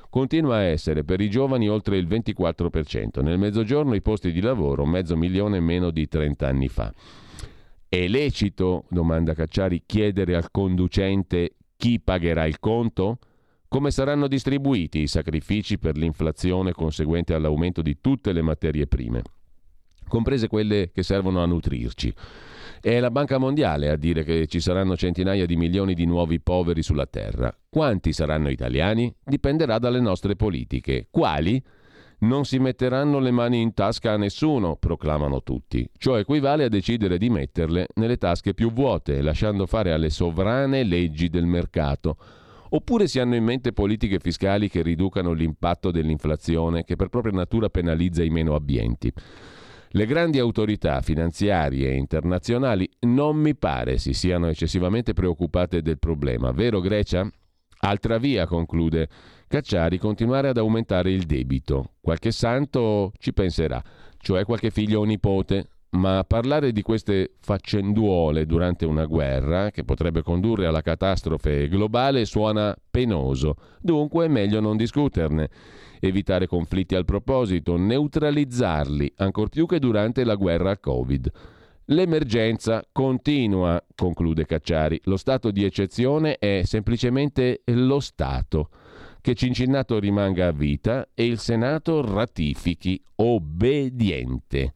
continua a essere per i giovani oltre il ventiquattro per cento. Nel mezzogiorno i posti di lavoro mezzo milione meno di trenta anni fa. È lecito, domanda Cacciari, chiedere al conducente chi pagherà il conto? Come saranno distribuiti i sacrifici per l'inflazione conseguente all'aumento di tutte le materie prime, comprese quelle che servono a nutrirci? È la Banca Mondiale a dire che ci saranno centinaia di milioni di nuovi poveri sulla Terra. Quanti saranno italiani? Dipenderà dalle nostre politiche. Quali? Non si metteranno le mani in tasca a nessuno, proclamano tutti. Ciò equivale a decidere di metterle nelle tasche più vuote, lasciando fare alle sovrane leggi del mercato. Oppure si hanno in mente politiche fiscali che riducano l'impatto dell'inflazione, che per propria natura penalizza i meno abbienti. Le grandi autorità finanziarie internazionali non mi pare si siano eccessivamente preoccupate del problema. Vero Grecia? Altra via, conclude Cacciari, continuare ad aumentare il debito. Qualche santo ci penserà, cioè qualche figlio o nipote. Ma parlare di queste faccenduole durante una guerra, che potrebbe condurre alla catastrofe globale, suona penoso. Dunque è meglio non discuterne, evitare conflitti al proposito, neutralizzarli, ancor più che durante la guerra al Covid. L'emergenza continua, conclude Cacciari. Lo stato di eccezione è semplicemente lo Stato. Che Cincinnato rimanga a vita e il Senato ratifichi obbediente.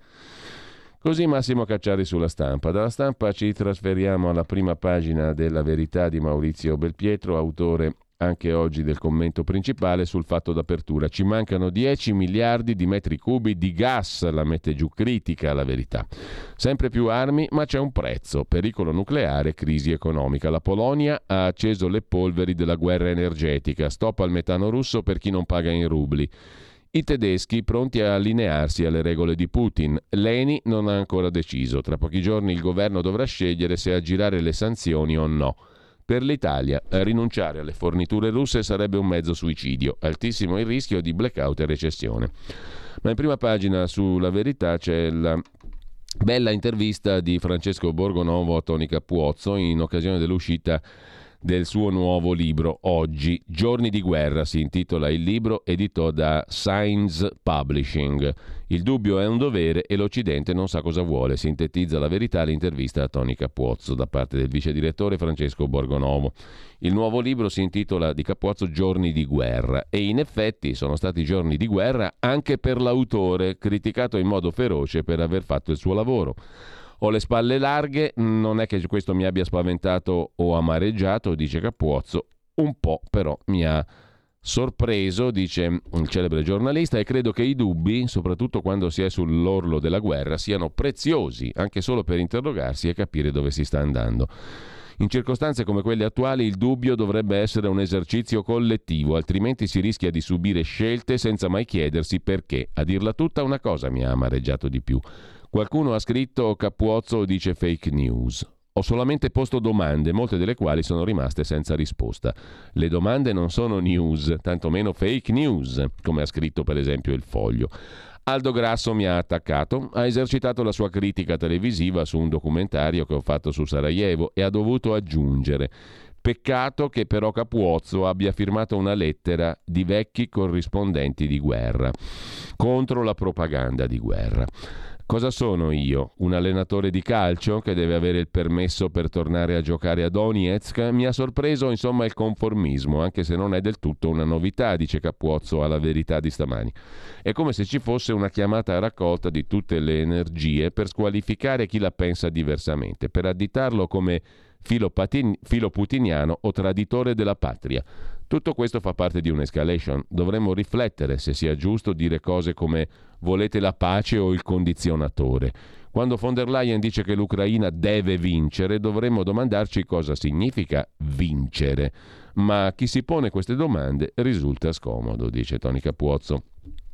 Così Massimo Cacciari sulla Stampa. Dalla Stampa ci trasferiamo alla prima pagina della Verità di Maurizio Belpietro, autore anche oggi del commento principale sul Fatto d'apertura. Ci mancano dieci miliardi di metri cubi di gas, la mette giù, critica la Verità. Sempre più armi, ma c'è un prezzo. Pericolo nucleare, crisi economica. La Polonia ha acceso le polveri della guerra energetica. Stop al metano russo per chi non paga in rubli. I tedeschi pronti a allinearsi alle regole di Putin. L'E N I non ha ancora deciso. Tra pochi giorni il governo dovrà scegliere se aggirare le sanzioni o no. Per l'Italia, rinunciare alle forniture russe sarebbe un mezzo suicidio. Altissimo il rischio di blackout e recessione. Ma in prima pagina sulla Verità c'è la bella intervista di Francesco Borgonovo a Toni Cappuozzo in occasione dell'uscita del suo nuovo libro Oggi, Giorni di guerra, si intitola il libro, edito da Signs Publishing. Il dubbio è un dovere e l'Occidente non sa cosa vuole, sintetizza la Verità l'intervista a Toni Cappuozzo da parte del vice direttore Francesco Borgonovo. Il nuovo libro si intitola di Cappuozzo Giorni di guerra e in effetti sono stati giorni di guerra anche per l'autore, criticato in modo feroce per aver fatto il suo lavoro. Ho le spalle larghe, non è che questo mi abbia spaventato o amareggiato, dice Cappuozzo, un po' però mi ha sorpreso, dice il celebre giornalista, e credo che i dubbi, soprattutto quando si è sull'orlo della guerra, siano preziosi, anche solo per interrogarsi e capire dove si sta andando. In circostanze come quelle attuali il dubbio dovrebbe essere un esercizio collettivo, altrimenti si rischia di subire scelte senza mai chiedersi perché. A dirla tutta, una cosa mi ha amareggiato di più. Qualcuno ha scritto Cappuozzo dice fake news. Ho solamente posto domande, molte delle quali sono rimaste senza risposta. Le domande non sono news, tantomeno fake news, come ha scritto per esempio Il Foglio. Aldo Grasso mi ha attaccato, ha esercitato la sua critica televisiva su un documentario che ho fatto su Sarajevo e ha dovuto aggiungere: peccato che però Cappuozzo abbia firmato una lettera di vecchi corrispondenti di guerra contro la propaganda di guerra. Cosa sono io? Un allenatore di calcio che deve avere il permesso per tornare a giocare a Donetsk? Mi ha sorpreso insomma il conformismo, anche se non è del tutto una novità, dice Cappuozzo alla Verità di stamani. È come se ci fosse una chiamata a raccolta di tutte le energie per squalificare chi la pensa diversamente, per additarlo come filo, patin- filo putiniano o traditore della patria. Tutto questo fa parte di un'escalation. Dovremmo riflettere se sia giusto dire cose come volete la pace o il condizionatore. Quando von der Leyen dice che l'Ucraina deve vincere, dovremmo domandarci cosa significa vincere. Ma chi si pone queste domande risulta scomodo, dice Toni Cappuozzo.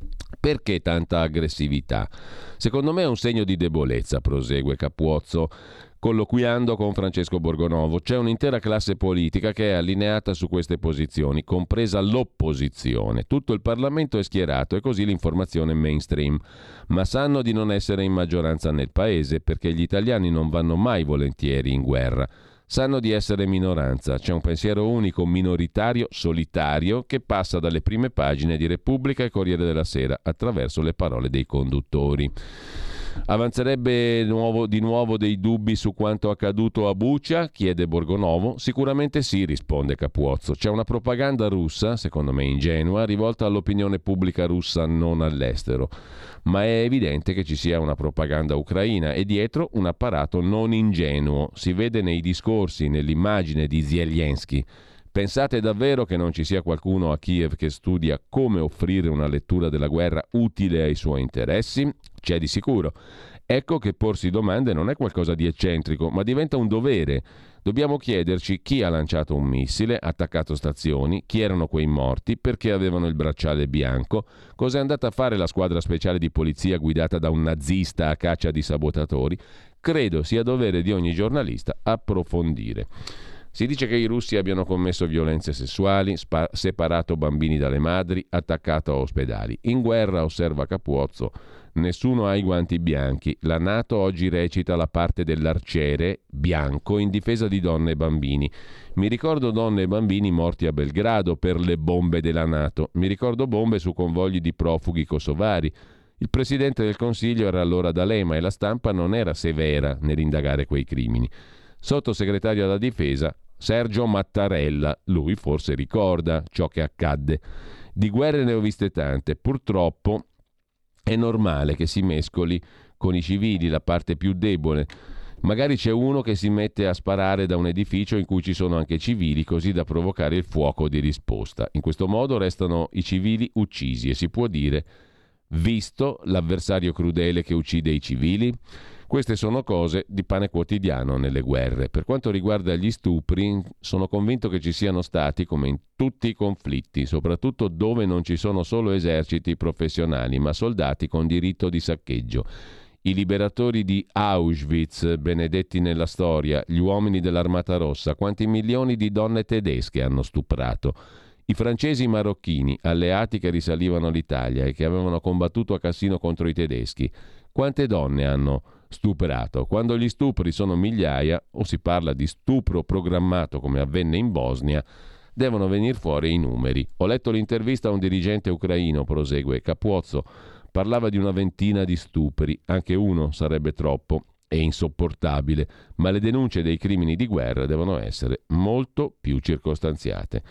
Perché tanta aggressività? Secondo me è un segno di debolezza, prosegue Cappuozzo, colloquiando con Francesco Borgonovo. C'è un'intera classe politica che è allineata su queste posizioni, compresa l'opposizione. Tutto il Parlamento è schierato e così l'informazione mainstream. Ma sanno di non essere in maggioranza nel paese perché gli italiani non vanno mai volentieri in guerra. sanno di essere minoranza. C'è un pensiero unico, minoritario, solitario, che passa dalle prime pagine di Repubblica e Corriere della Sera attraverso le parole dei conduttori. Avanzerebbe nuovo, di nuovo dei dubbi su quanto accaduto a Bucha? Chiede Borgonovo. Sicuramente sì, risponde Capuozzo. C'è una propaganda russa, secondo me ingenua, rivolta all'opinione pubblica russa, non all'estero. Ma è evidente che ci sia una propaganda ucraina e dietro un apparato non ingenuo. Si vede nei discorsi, nell'immagine di Zelensky. Pensate davvero che non ci sia qualcuno a Kiev che studia come offrire una lettura della guerra utile ai suoi interessi? C'è di sicuro. Ecco che porsi domande non è qualcosa di eccentrico, ma diventa un dovere. Dobbiamo chiederci chi ha lanciato un missile, attaccato stazioni, chi erano quei morti, perché avevano il bracciale bianco, cosa è andata a fare la squadra speciale di polizia guidata da un nazista a caccia di sabotatori. Credo sia dovere di ogni giornalista approfondire. Si dice che i russi abbiano commesso violenze sessuali, spa- separato bambini dalle madri, attaccato ospedali. In guerra, osserva Capuozzo, nessuno ha i guanti bianchi. La NATO oggi recita la parte dell'arciere bianco in difesa di donne e bambini. Mi ricordo donne e bambini morti a Belgrado per le bombe della NATO. Mi ricordo bombe su convogli di profughi kosovari. Il presidente del Consiglio era allora D'Alema e la stampa non era severa nell'indagare quei crimini. Sottosegretario alla difesa Sergio Mattarella, lui forse ricorda ciò che accadde. Di guerre ne ho viste tante, purtroppo è normale che si mescoli con i civili, la parte più debole. Magari c'è uno che si mette a sparare da un edificio in cui ci sono anche civili, così da provocare il fuoco di risposta. In questo modo restano i civili uccisi e si può dire visto l'avversario crudele che uccide i civili. Queste sono cose di pane quotidiano nelle guerre. Per quanto riguarda gli stupri, sono convinto che ci siano stati, come in tutti i conflitti, soprattutto dove non ci sono solo eserciti professionali, ma soldati con diritto di saccheggio. I liberatori di Auschwitz, benedetti nella storia, gli uomini dell'Armata Rossa, quanti milioni di donne tedesche hanno stuprato. I francesi marocchini, alleati che risalivano l'Italia e che avevano combattuto a Cassino contro i tedeschi, quante donne hanno stuprato? Quando gli stupri sono migliaia, o si parla di stupro programmato come avvenne in Bosnia, devono venire fuori i numeri. Ho letto l'intervista a un dirigente ucraino, prosegue Capuozzo, parlava di una ventina di stupri, anche uno sarebbe troppo e insopportabile, ma le denunce dei crimini di guerra devono essere molto più circostanziate.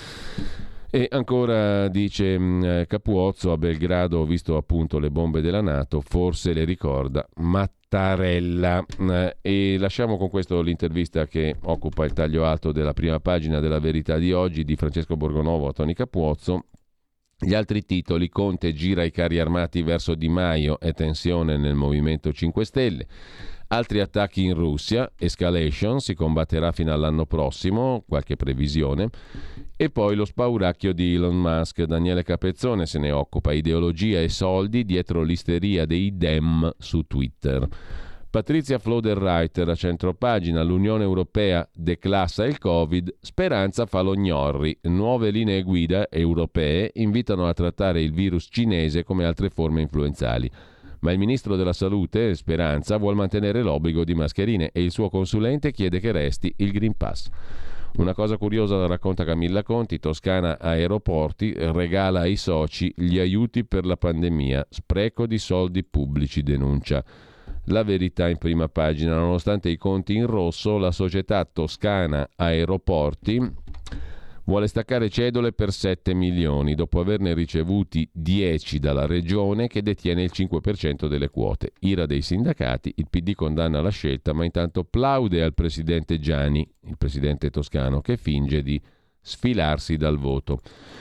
E ancora dice Capuozzo, a Belgrado ho visto appunto le bombe della NATO, forse le ricorda Mattarella. E lasciamo con questo l'intervista che occupa il taglio alto della prima pagina della Verità di oggi di Francesco Borgonovo a Toni Capuozzo. Gli altri titoli: Conte gira i carri armati verso Di Maio e tensione nel Movimento cinque Stelle. Altri attacchi in Russia, escalation, si combatterà fino all'anno prossimo, qualche previsione. E poi lo spauracchio di Elon Musk, Daniele Capezzone se ne occupa, ideologia e soldi dietro l'isteria dei Dem su Twitter. Patrizia Floderreiter a centropagina, l'Unione Europea declassa il Covid, Speranza fa lo gnorri, nuove linee guida europee invitano a trattare il virus cinese come altre forme influenzali. Ma il ministro della Salute, Speranza, vuol mantenere l'obbligo di mascherine e il suo consulente chiede che resti il Green Pass. Una cosa curiosa la racconta Camilla Conti, Toscana Aeroporti regala ai soci gli aiuti per la pandemia, spreco di soldi pubblici, denuncia La Verità in prima pagina. Nonostante i conti in rosso, la società Toscana Aeroporti vuole staccare cedole per sette milioni dopo averne ricevuti dieci dalla regione che detiene il cinque per cento delle quote. Ira dei sindacati, il P D condanna la scelta ma intanto plaude al presidente Gianni, il presidente toscano, che finge di sfilarsi dal voto.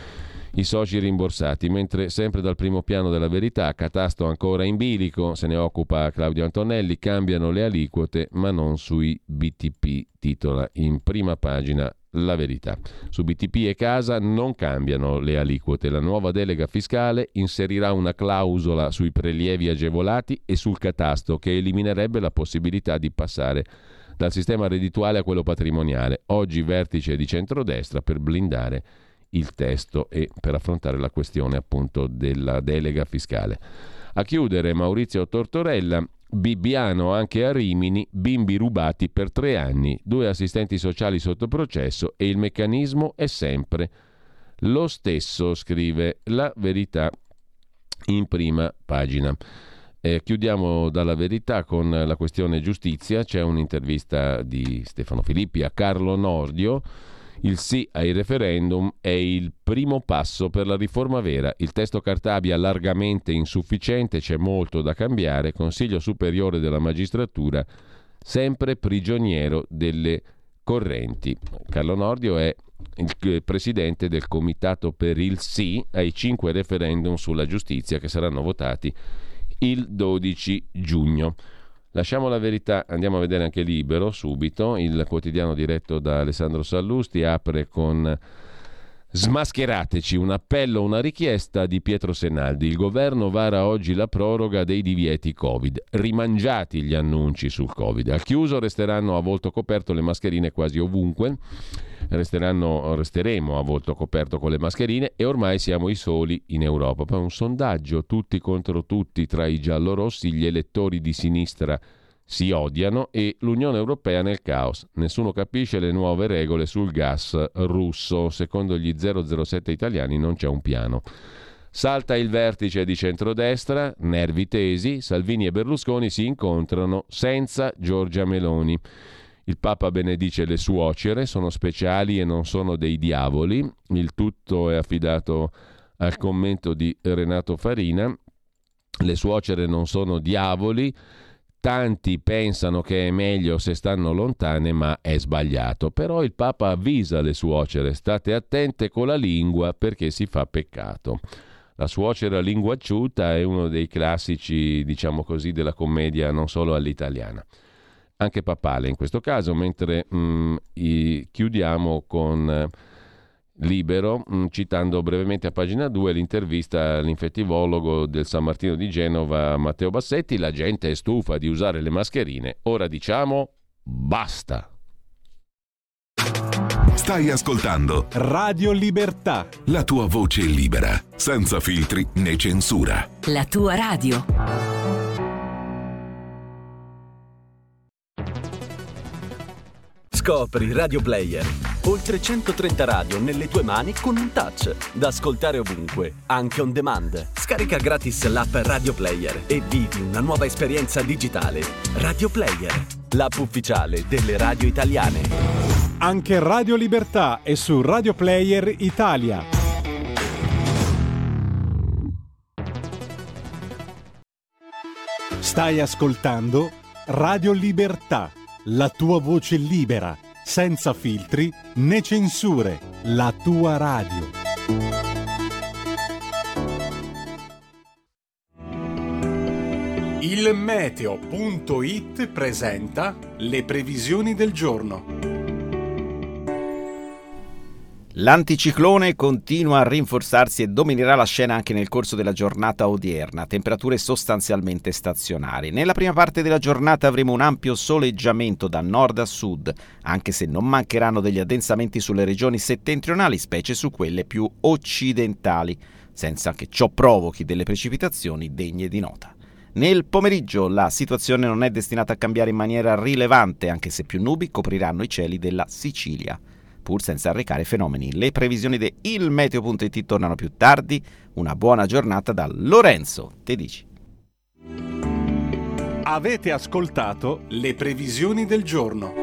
I soci rimborsati, mentre sempre dal primo piano della Verità, catasto ancora in bilico, se ne occupa Claudio Antonelli, cambiano le aliquote ma non sui B T P, titola in prima pagina La Verità. Su B T P e casa non cambiano le aliquote. La nuova delega fiscale inserirà una clausola sui prelievi agevolati e sul catasto che eliminerebbe la possibilità di passare dal sistema reddituale a quello patrimoniale. Oggi vertice di centrodestra per blindare il testo e per affrontare la questione appunto della delega fiscale. A chiudere Maurizio Tortorella, Bibbiano anche a Rimini, bimbi rubati per tre anni, due assistenti sociali sotto processo e il meccanismo è sempre lo stesso, scrive La Verità in prima pagina. Eh, chiudiamo dalla Verità con la questione giustizia. C'è un'intervista di Stefano Filippi a Carlo Nordio. Il sì ai referendum è il primo passo per la riforma vera. Il testo Cartabia largamente insufficiente, c'è molto da cambiare. Consiglio Superiore della Magistratura sempre prigioniero delle correnti. Carlo Nordio è il presidente del comitato per il sì ai cinque referendum sulla giustizia che saranno votati il dodici giugno. Lasciamo La Verità, andiamo a vedere anche Libero subito. Il quotidiano diretto da Alessandro Sallusti apre con: smascherateci, un appello, una richiesta di Pietro Senaldi. Il governo vara oggi la proroga dei divieti Covid. Rimangiati gli annunci sul Covid. Al chiuso resteranno a volto coperto le mascherine quasi ovunque. Resteranno, resteremo a volto coperto con le mascherine e ormai siamo i soli in Europa. Poi un sondaggio, tutti contro tutti tra i giallorossi, gli elettori di sinistra si odiano e l'Unione Europea nel caos. Nessuno capisce le nuove regole sul gas russo. Secondo gli zero zero sette italiani non c'è un piano. Salta il vertice di centrodestra, nervi tesi, Salvini e Berlusconi si incontrano senza Giorgia Meloni. Il Papa benedice le suocere, sono speciali e non sono dei diavoli. Il tutto è affidato al commento di Renato Farina. Le suocere non sono diavoli. Tanti pensano che è meglio se stanno lontane, ma è sbagliato. Però il Papa avvisa le suocere: state attente con la lingua perché si fa peccato. La suocera linguacciuta è uno dei classici, diciamo così, della commedia non solo all'italiana, anche papale in questo caso, mentre mh, i, chiudiamo con eh, Libero, mh, citando brevemente a pagina due l'intervista all'infettivologo del San Martino di Genova, Matteo Bassetti. La gente è stufa di usare le mascherine, ora diciamo basta. Stai ascoltando Radio Libertà, la tua voce libera, senza filtri né censura. La tua radio. Scopri Radio Player. Oltre centotrenta radio nelle tue mani con un touch. Da ascoltare ovunque, anche on demand. Scarica gratis l'app Radio Player e vivi una nuova esperienza digitale. Radio Player, l'app ufficiale delle radio italiane. anche Radio Libertà è su Radio Player Italia. Stai ascoltando Radio Libertà, la tua voce libera, senza filtri né censure, la tua radio. Il meteo punto it presenta le previsioni del giorno. L'anticiclone continua a rinforzarsi e dominerà la scena anche nel corso della giornata odierna, temperature sostanzialmente stazionarie. Nella prima parte della giornata avremo un ampio soleggiamento da nord a sud, anche se non mancheranno degli addensamenti sulle regioni settentrionali, specie su quelle più occidentali, senza che ciò provochi delle precipitazioni degne di nota. Nel pomeriggio la situazione non è destinata a cambiare in maniera rilevante, anche se più nubi copriranno i cieli della Sicilia, pur senza arrecare fenomeni. Le previsioni di il meteo punto it tornano più tardi. Una buona giornata da Lorenzo Tedici. Avete ascoltato le previsioni del giorno.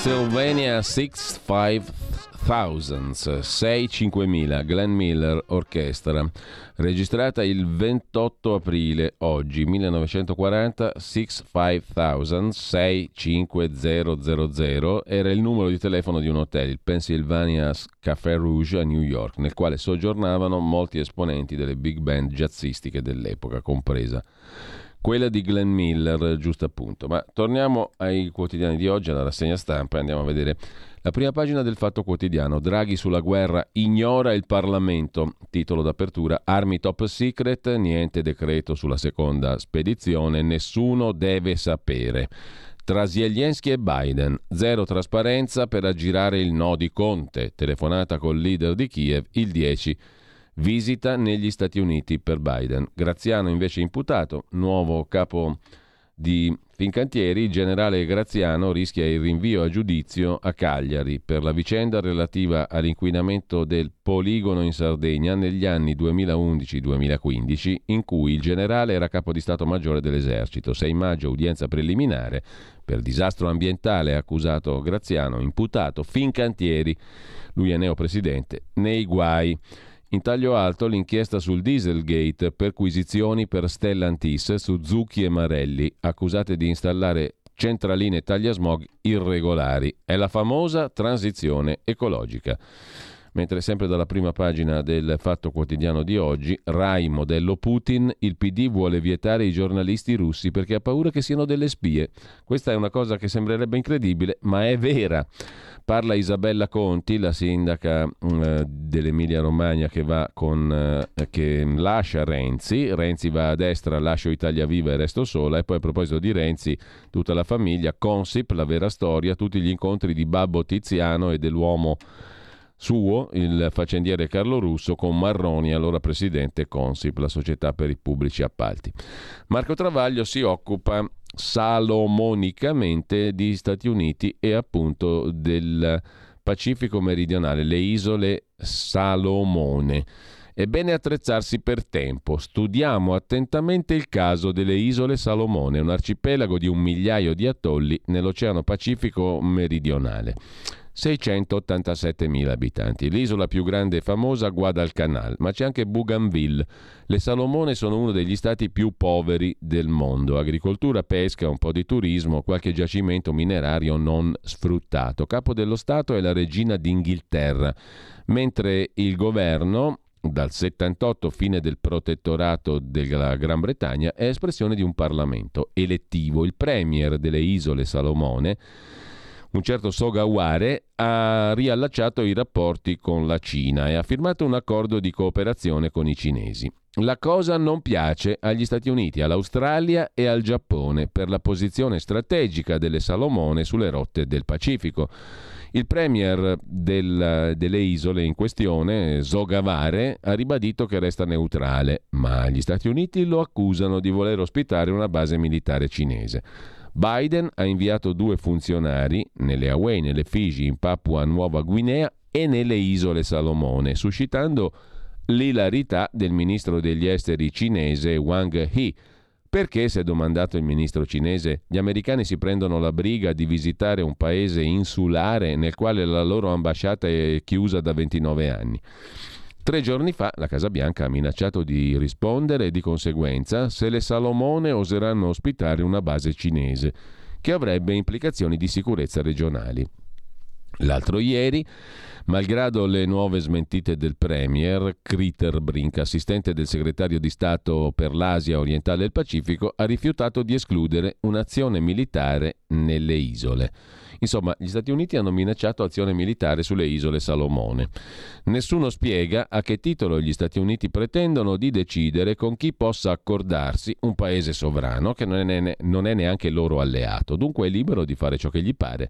Pennsylvania sessantacinque Thousands, sei cinquemila, Glenn Miller Orchestra, registrata il ventotto aprile, oggi, millenovecentoquaranta, sessantacinque Thousands, sei cinque zero zero zero, era il numero di telefono di un hotel, il Pennsylvania's Café Rouge a New York, nel quale soggiornavano molti esponenti delle big band jazzistiche dell'epoca, compresa quella di Glenn Miller, giusto appunto. Ma torniamo ai quotidiani di oggi, alla rassegna stampa, e andiamo a vedere la prima pagina del Fatto Quotidiano. Draghi sulla guerra ignora il Parlamento. Titolo d'apertura: armi top secret, niente decreto sulla seconda spedizione, nessuno deve sapere. Tra Zelensky e Biden, zero trasparenza per aggirare il no di Conte. Telefonata col leader di Kiev il dieci. Visita negli Stati Uniti per Biden. Graziano invece imputato, nuovo capo di Fincantieri, il generale Graziano rischia il rinvio a giudizio a Cagliari per la vicenda relativa all'inquinamento del poligono in Sardegna negli anni duemilaundici duemilaquindici, in cui il generale era capo di Stato Maggiore dell'Esercito. sei maggio, udienza preliminare per disastro ambientale, accusato Graziano, imputato Fincantieri, lui è neopresidente, nei guai. In taglio alto l'inchiesta sul Dieselgate, perquisizioni per Stellantis su Zucchi e Marelli, accusate di installare centraline tagliasmog irregolari. È la famosa transizione ecologica. Mentre sempre dalla prima pagina del Fatto Quotidiano di oggi, Rai modello Putin, il P D vuole vietare i giornalisti russi perché ha paura che siano delle spie. Questa è una cosa che sembrerebbe incredibile, ma è vera. Parla Isabella Conti, la sindaca uh, dell'Emilia Romagna che va con uh, che lascia Renzi. Renzi va a destra, lascio Italia Viva e resto sola. E poi, a proposito di Renzi, tutta la famiglia, Consip, la vera storia, tutti gli incontri di Babbo Tiziano e dell'uomo suo, il faccendiere Carlo Russo, con Marroni, allora presidente Consip, la società per i pubblici appalti. Marco Travaglio si occupa salomonicamente di Stati Uniti e appunto del Pacifico meridionale, le isole Salomone. È bene attrezzarsi per tempo. Studiamo attentamente il caso delle isole Salomone, un arcipelago di un migliaio di atolli nell'Oceano Pacifico meridionale. seicentottantasettemila abitanti. L'isola più grande e famosa, Guadalcanal, ma c'è anche Bougainville. Le Salomone sono uno degli stati più poveri del mondo. Agricoltura, pesca, un po' di turismo, qualche giacimento minerario non sfruttato. Capo dello Stato è la regina d'Inghilterra, mentre il governo, dal settantotto, fine del protettorato della Gran Bretagna, è espressione di un Parlamento elettivo. Il premier delle isole Salomone, un certo Sogaware, ha riallacciato i rapporti con la Cina e ha firmato un accordo di cooperazione con i cinesi. La cosa non piace agli Stati Uniti, all'Australia e al Giappone per la posizione strategica delle Salomone sulle rotte del Pacifico. Il premier del, delle isole in questione, Sogaware, ha ribadito che resta neutrale, ma gli Stati Uniti lo accusano di voler ospitare una base militare cinese. Biden ha inviato due funzionari nelle Hawaii, nelle Figi, in Papua Nuova Guinea e nelle isole Salomone, suscitando l'ilarità del ministro degli esteri cinese Wang Yi. Perché, si è domandato il ministro cinese, gli americani si prendono la briga di visitare un paese insulare nel quale la loro ambasciata è chiusa da ventinove anni? Tre giorni fa la Casa Bianca ha minacciato di rispondere e di conseguenza se le Salomone oseranno ospitare una base cinese, che avrebbe implicazioni di sicurezza regionali. L'altro ieri, malgrado le nuove smentite del premier, Kriterbrink, assistente del segretario di Stato per l'Asia orientale e il Pacifico, ha rifiutato di escludere un'azione militare nelle isole. Insomma, gli Stati Uniti hanno minacciato azione militare sulle isole Salomone. Nessuno spiega a che titolo gli Stati Uniti pretendono di decidere con chi possa accordarsi un paese sovrano che non è, ne- non è neanche loro alleato, dunque è libero di fare ciò che gli pare,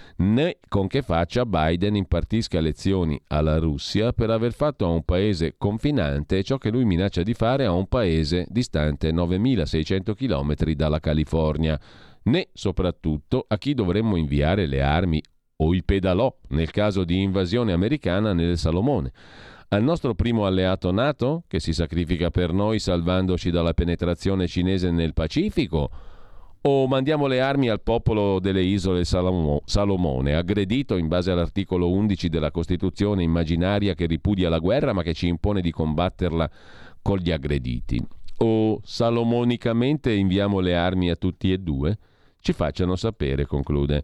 né con che faccia Biden impartisca lezioni alla Russia per aver fatto a un paese confinante ciò che lui minaccia di fare a un paese distante novemilaseicento chilometri dalla California, né soprattutto a chi dovremmo inviare le armi o il pedalò nel caso di invasione americana nelle Salomone. Al nostro primo alleato NATO, che si sacrifica per noi salvandoci dalla penetrazione cinese nel Pacifico, O mandiamo le armi al popolo delle isole Salomo- Salomone, aggredito in base all'articolo undici della Costituzione immaginaria che ripudia la guerra ma che ci impone di combatterla con gli aggrediti. O salomonicamente inviamo le armi a tutti e due? Ci facciano sapere, conclude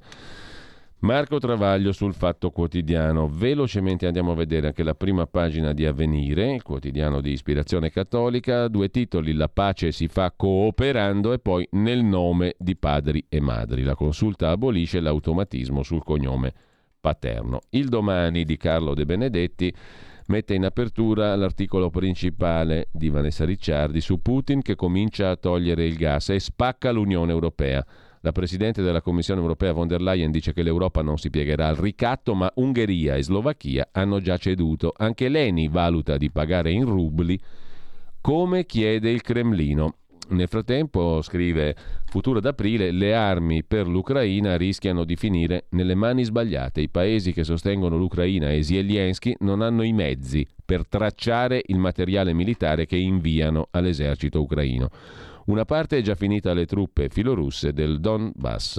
Marco Travaglio sul Fatto Quotidiano. Velocemente andiamo a vedere anche la prima pagina di Avvenire, il quotidiano di ispirazione cattolica. Due titoli: la pace si fa cooperando, e poi nel nome di padri e madri. La consulta abolisce l'automatismo sul cognome paterno. Il Domani di Carlo De Benedetti mette in apertura l'articolo principale di Vanessa Ricciardi su Putin che comincia a togliere il gas e spacca l'Unione Europea. La Presidente della Commissione Europea von der Leyen dice che l'Europa non si piegherà al ricatto, ma Ungheria e Slovacchia hanno già ceduto. Anche l'E N I valuta di pagare in rubli, come chiede il Cremlino. Nel frattempo, scrive Futuro d'Aprile, le armi per l'Ucraina rischiano di finire nelle mani sbagliate. I paesi che sostengono l'Ucraina e Zelensky non hanno i mezzi per tracciare il materiale militare che inviano all'esercito ucraino. Una parte è già finita alle truppe filorusse del Donbass.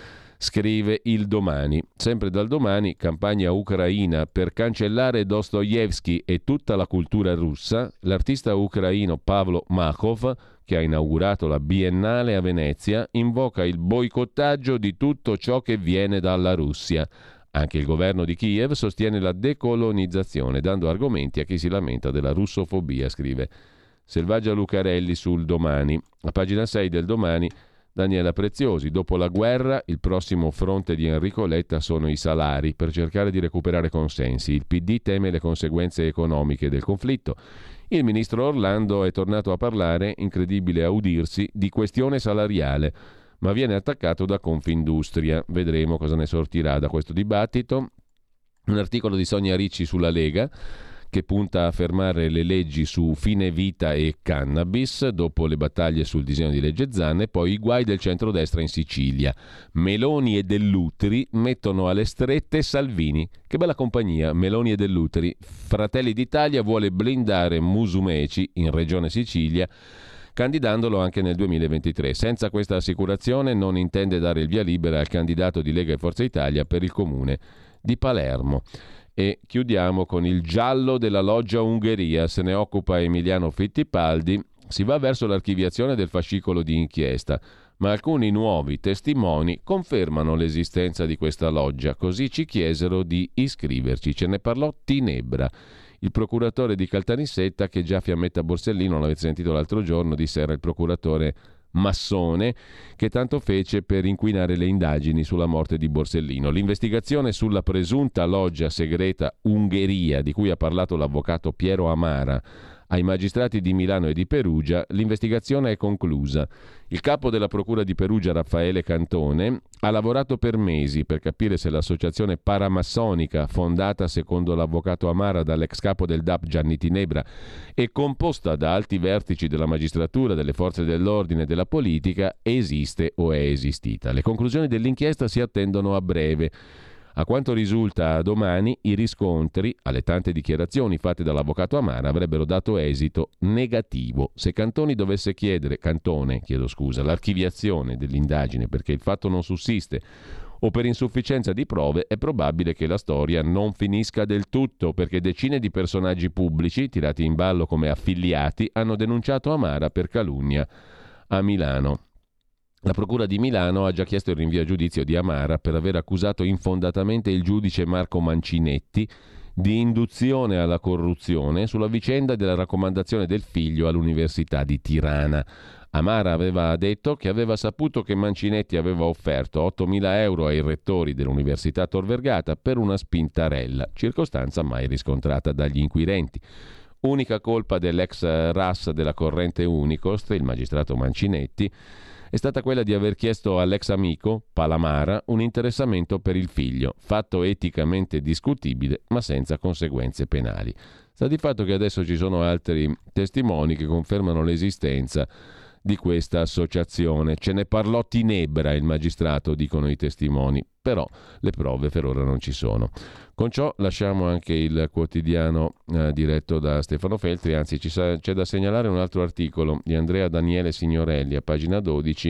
Scrive il Domani. Sempre dal Domani, campagna ucraina per cancellare Dostoevsky e tutta la cultura russa. L'artista ucraino Pavlo Machov, che ha inaugurato la Biennale a Venezia, invoca il boicottaggio di tutto ciò che viene dalla Russia. Anche il governo di Kiev sostiene la decolonizzazione, dando argomenti a chi si lamenta della russofobia, scrive Selvaggia Lucarelli sul Domani. A pagina sei del Domani, Daniela Preziosi. Dopo la guerra, il prossimo fronte di Enrico Letta sono i salari, per cercare di recuperare consensi. Il P D teme le conseguenze economiche del conflitto. Il ministro Orlando è tornato a parlare, incredibile a udirsi, di questione salariale, ma viene attaccato da Confindustria. Vedremo cosa ne sortirà da questo dibattito. Un articolo di Sonia Ricci sulla Lega, che punta a fermare le leggi su fine vita e cannabis dopo le battaglie sul disegno di legge Zan, e poi i guai del centrodestra in Sicilia. Meloni e Dell'Utri mettono alle strette Salvini. Che bella compagnia, Meloni e Dell'Utri. Fratelli d'Italia vuole blindare Musumeci in Regione Sicilia, candidandolo anche nel duemilaventitré. Senza questa assicurazione non intende dare il via libera al candidato di Lega e Forza Italia per il comune di Palermo. E chiudiamo con il giallo della loggia Ungheria. Se ne occupa Emiliano Fittipaldi. Si va verso l'archiviazione del fascicolo di inchiesta, ma alcuni nuovi testimoni confermano l'esistenza di questa loggia, così ci chiesero di iscriverci. Ce ne parlò Tinebra, il procuratore di Caltanissetta, che già Fiammetta Borsellino, l'avete sentito l'altro giorno, disse era il procuratore massone che tanto fece per inquinare le indagini sulla morte di Borsellino. L'investigazione sulla presunta loggia segreta Ungheria, di cui ha parlato l'avvocato Piero Amara ai magistrati di Milano e di Perugia, l'investigazione è conclusa. Il capo della procura di Perugia, Raffaele Cantone, ha lavorato per mesi per capire se l'associazione paramassonica, fondata secondo l'avvocato Amara dall'ex capo del D A P Gianni Tinebra e composta da alti vertici della magistratura, delle forze dell'ordine e della politica, esiste o è esistita. Le conclusioni dell'inchiesta si attendono a breve. A quanto risulta domani, i riscontri alle tante dichiarazioni fatte dall'avvocato Amara avrebbero dato esito negativo. Se Cantoni dovesse chiedere, Cantone, chiedo scusa, l'archiviazione dell'indagine perché il fatto non sussiste o per insufficienza di prove, è probabile che la storia non finisca del tutto, perché decine di personaggi pubblici, tirati in ballo come affiliati, hanno denunciato Amara per calunnia a Milano. La Procura di Milano ha già chiesto il rinvio a giudizio di Amara per aver accusato infondatamente il giudice Marco Mancinetti di induzione alla corruzione sulla vicenda della raccomandazione del figlio all'Università di Tirana. Amara aveva detto che aveva saputo che Mancinetti aveva offerto ottomila euro ai rettori dell'Università Tor Vergata per una spintarella, circostanza mai riscontrata dagli inquirenti. Unica colpa dell'ex R A S della corrente Unicost, il magistrato Mancinetti, è stata quella di aver chiesto all'ex amico, Palamara, un interessamento per il figlio, fatto eticamente discutibile ma senza conseguenze penali. Sta di fatto che adesso ci sono altri testimoni che confermano l'esistenza di questa associazione. Ce ne parlò Tinebra, il magistrato, dicono i testimoni, però le prove per ora non ci sono. Con ciò lasciamo anche il quotidiano eh, diretto da Stefano Feltri, anzi ci sa- c'è da segnalare un altro articolo di Andrea Daniele Signorelli a pagina dodici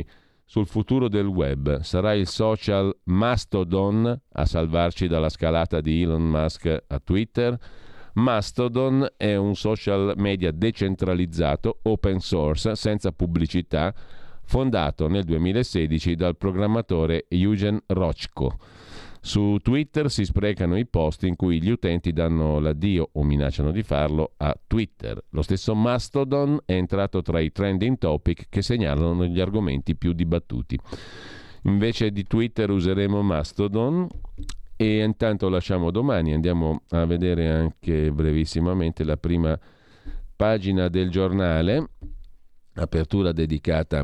sul futuro del web. Sarà il social Mastodon a salvarci dalla scalata di Elon Musk a Twitter? Mastodon è un social media decentralizzato, open source, senza pubblicità, fondato nel duemilasedici dal programmatore Eugen Rochko. Su Twitter si sprecano i post in cui gli utenti danno l'addio o minacciano di farlo a Twitter. Lo stesso Mastodon è entrato tra i trending topic che segnalano gli argomenti più dibattuti. Invece di Twitter useremo Mastodon e intanto lasciamo domani, andiamo a vedere anche brevissimamente la prima pagina del giornale, apertura dedicata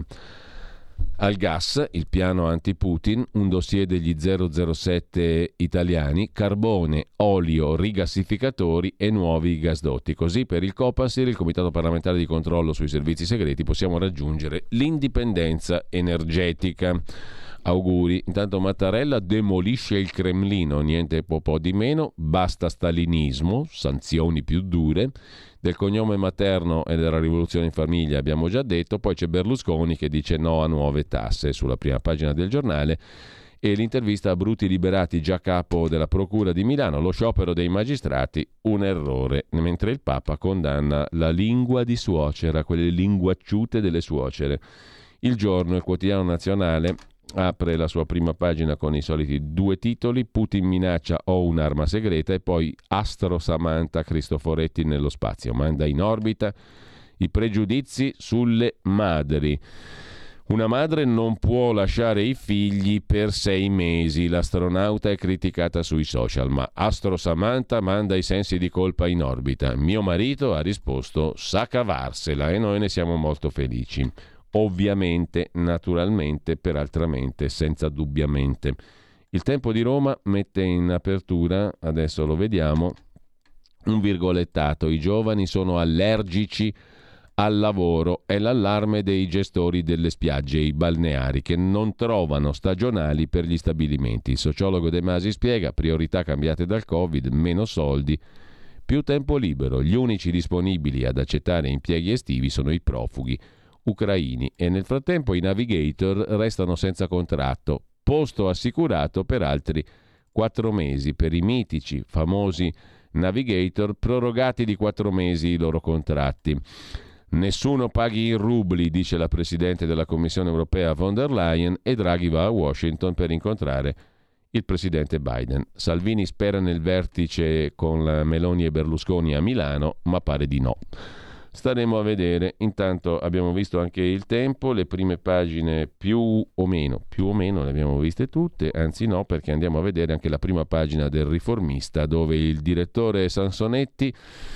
al gas, il piano anti-Putin, un dossier degli zero zero sette italiani, carbone, olio, rigassificatori e nuovi gasdotti. Così per il Copasir, il Comitato parlamentare di controllo sui servizi segreti, possiamo raggiungere l'indipendenza energetica. Auguri. Intanto Mattarella demolisce il Cremlino, niente po' po' di meno, basta stalinismo, sanzioni più dure. Del cognome materno e della rivoluzione in famiglia abbiamo già detto, poi c'è Berlusconi che dice no a nuove tasse sulla prima pagina del giornale e l'intervista a Bruti Liberati, già capo della Procura di Milano, lo sciopero dei magistrati, un errore, mentre il Papa condanna la lingua di suocera, quelle linguacciute delle suocere. Il Giorno, il quotidiano nazionale, apre la sua prima pagina con i soliti due titoli: Putin minaccia ho un'arma segreta e poi Astro Samantha Cristoforetti nello spazio, manda in orbita i pregiudizi sulle madri. Una madre non può lasciare i figli per sei mesi, l'astronauta è criticata sui social, ma Astro Samantha manda i sensi di colpa in orbita. Mio marito ha risposto sa cavarsela e noi ne siamo molto felici. Ovviamente, naturalmente, peraltramente, senza dubbiamente. Il Tempo di Roma mette in apertura, adesso lo vediamo, un virgolettato: i giovani sono allergici al lavoro, è l'allarme dei gestori delle spiagge, i balneari, che non trovano stagionali per gli stabilimenti. Il sociologo De Masi spiega: priorità cambiate dal Covid, meno soldi, più tempo libero. Gli unici disponibili ad accettare impieghi estivi sono i profughi ucraini e nel frattempo i navigator restano senza contratto, posto assicurato per altri quattro mesi. Per i mitici, famosi navigator, prorogati di quattro mesi i loro contratti. Nessuno paghi in rubli, dice la Presidente della Commissione Europea von der Leyen, e Draghi va a Washington per incontrare il Presidente Biden. Salvini spera nel vertice con Meloni e Berlusconi a Milano, ma pare di no. Staremo a vedere. Intanto abbiamo visto anche il Tempo, le prime pagine più o meno, più o meno le abbiamo viste tutte, anzi no, perché andiamo a vedere anche la prima pagina del Riformista, dove il direttore Sansonetti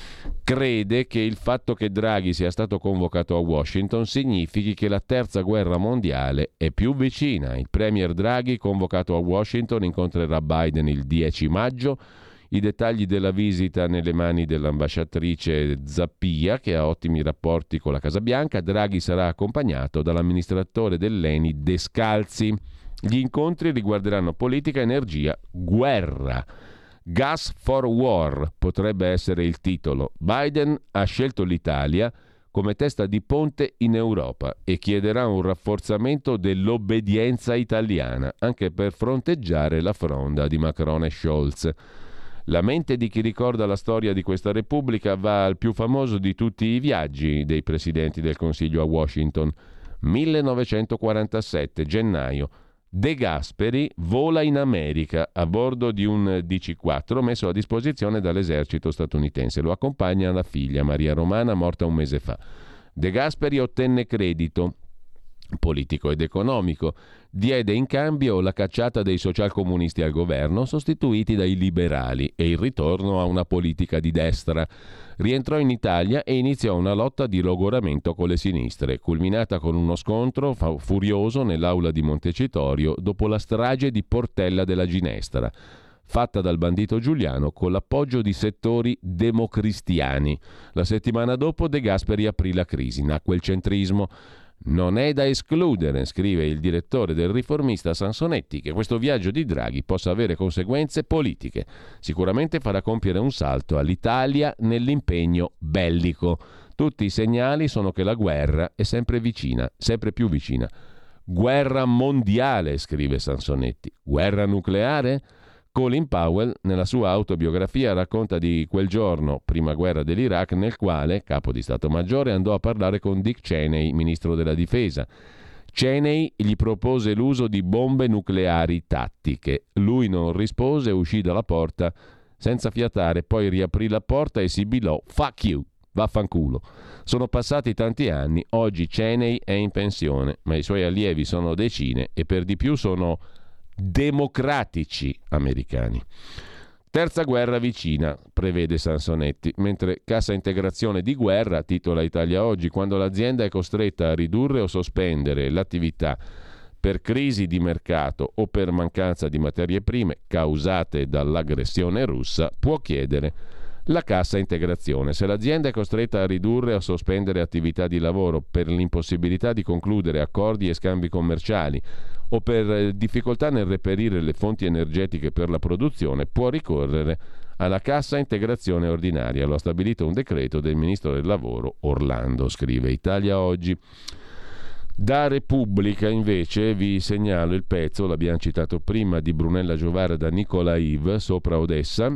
crede che il fatto che Draghi sia stato convocato a Washington significhi che la terza guerra mondiale è più vicina. Il premier Draghi, convocato a Washington, incontrerà Biden il dieci maggio. I dettagli della visita nelle mani dell'ambasciatrice Zappia, che ha ottimi rapporti con la Casa Bianca. Draghi sarà accompagnato dall'amministratore dell'E N I Descalzi. Gli incontri riguarderanno politica, energia, guerra. Gas for War potrebbe essere il titolo. Biden ha scelto l'Italia come testa di ponte in Europa e chiederà un rafforzamento dell'obbedienza italiana, anche per fronteggiare la fronda di Macron e Scholz. La mente di chi ricorda la storia di questa Repubblica va al più famoso di tutti i viaggi dei presidenti del Consiglio a Washington. millenovecentoquarantasette, gennaio. De Gasperi vola in America a bordo di un D C quattro messo a disposizione dall'esercito statunitense. Lo accompagna la figlia Maria Romana, morta un mese fa. De Gasperi ottenne credito politico ed economico, diede in cambio la cacciata dei socialcomunisti al governo, sostituiti dai liberali, e il ritorno a una politica di destra. Rientrò in Italia e iniziò una lotta di logoramento con le sinistre, culminata con uno scontro fa- furioso nell'aula di Montecitorio dopo la strage di Portella della Ginestra, fatta dal bandito Giuliano con l'appoggio di settori democristiani. La settimana dopo De Gasperi aprì la crisi, nacque il centrismo. Non è da escludere, scrive il direttore del Riformista Sansonetti, che questo viaggio di Draghi possa avere conseguenze politiche. Sicuramente farà compiere un salto all'Italia nell'impegno bellico. Tutti i segnali sono che la guerra è sempre vicina, sempre più vicina. Guerra mondiale, scrive Sansonetti. Guerra nucleare? Colin Powell, nella sua autobiografia, racconta di quel giorno, prima guerra dell'Iraq, nel quale, capo di Stato Maggiore, andò a parlare con Dick Cheney, ministro della difesa. Cheney gli propose l'uso di bombe nucleari tattiche. Lui non rispose e uscì dalla porta senza fiatare, poi riaprì la porta e sibilò "Fuck you, vaffanculo". Sono passati tanti anni, oggi Cheney è in pensione, ma i suoi allievi sono decine e per di più sono democratici americani. Terza guerra vicina, prevede Sansonetti, mentre cassa integrazione di guerra, titola Italia Oggi, quando l'azienda è costretta a ridurre o sospendere l'attività per crisi di mercato o per mancanza di materie prime causate dall'aggressione russa, può chiedere la cassa integrazione. Se l'azienda è costretta a ridurre o a sospendere attività di lavoro per l'impossibilità di concludere accordi e scambi commerciali o per difficoltà nel reperire le fonti energetiche per la produzione, può ricorrere alla cassa integrazione ordinaria. Lo ha stabilito un decreto del ministro del lavoro Orlando, scrive Italia Oggi. Da Repubblica invece vi segnalo il pezzo, l'abbiamo citato prima, di Brunella Giovara da Nikolaiv sopra Odessa.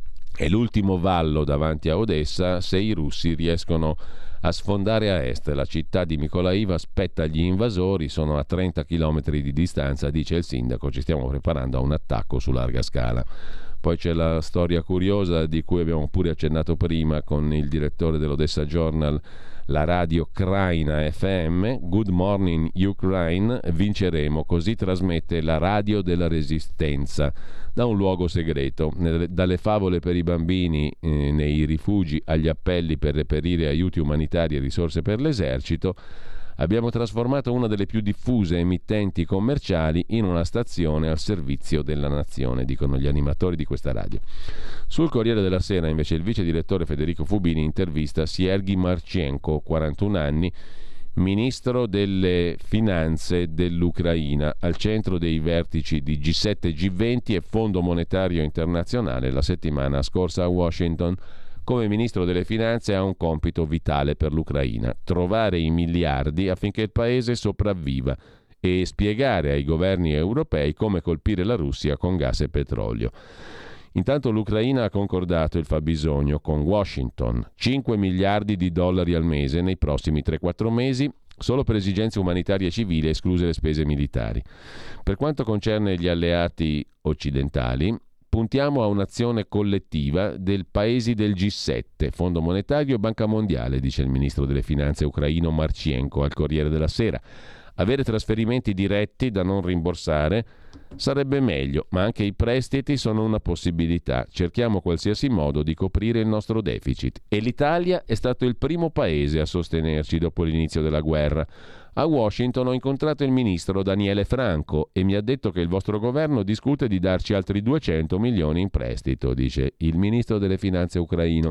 È l'ultimo vallo davanti a Odessa se i russi riescono a sfondare a est. La città di Mykolaiv aspetta gli invasori, sono a trenta chilometri di distanza, dice il sindaco, ci stiamo preparando a un attacco su larga scala. Poi c'è la storia curiosa di cui abbiamo pure accennato prima con il direttore dell'Odessa Journal, la radio Kraina F M, Good Morning Ukraine, vinceremo, così trasmette la radio della resistenza da un luogo segreto. Dalle favole per i bambini eh, nei rifugi agli appelli per reperire aiuti umanitari e risorse per l'esercito, abbiamo trasformato una delle più diffuse emittenti commerciali in una stazione al servizio della nazione, dicono gli animatori di questa radio. Sul Corriere della Sera, invece, il vice direttore Federico Fubini intervista Sergej Marchenko, quarantuno anni, ministro delle finanze dell'Ucraina, al centro dei vertici di G sette G venti e Fondo Monetario Internazionale la settimana scorsa a Washington. Come ministro delle finanze ha un compito vitale per l'Ucraina: trovare i miliardi affinché il paese sopravviva e spiegare ai governi europei come colpire la Russia con gas e petrolio. Intanto l'Ucraina ha concordato il fabbisogno con Washington, cinque miliardi di dollari al mese nei prossimi tre quattro mesi, solo per esigenze umanitarie e civili, escluse le spese militari. Per quanto concerne gli alleati occidentali, puntiamo a un'azione collettiva del paesi del G sette, Fondo Monetario e Banca Mondiale, dice il ministro delle finanze ucraino Marchenko al Corriere della Sera. Avere trasferimenti diretti da non rimborsare sarebbe meglio, ma anche i prestiti sono una possibilità. Cerchiamo qualsiasi modo di coprire il nostro deficit. E l'Italia è stato il primo paese a sostenerci dopo l'inizio della guerra. A Washington ho incontrato il ministro Daniele Franco e mi ha detto che il vostro governo discute di darci altri duecento milioni in prestito, dice il ministro delle finanze ucraino.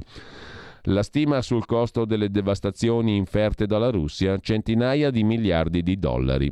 La stima sul costo delle devastazioni inferte dalla Russia: centinaia di miliardi di dollari.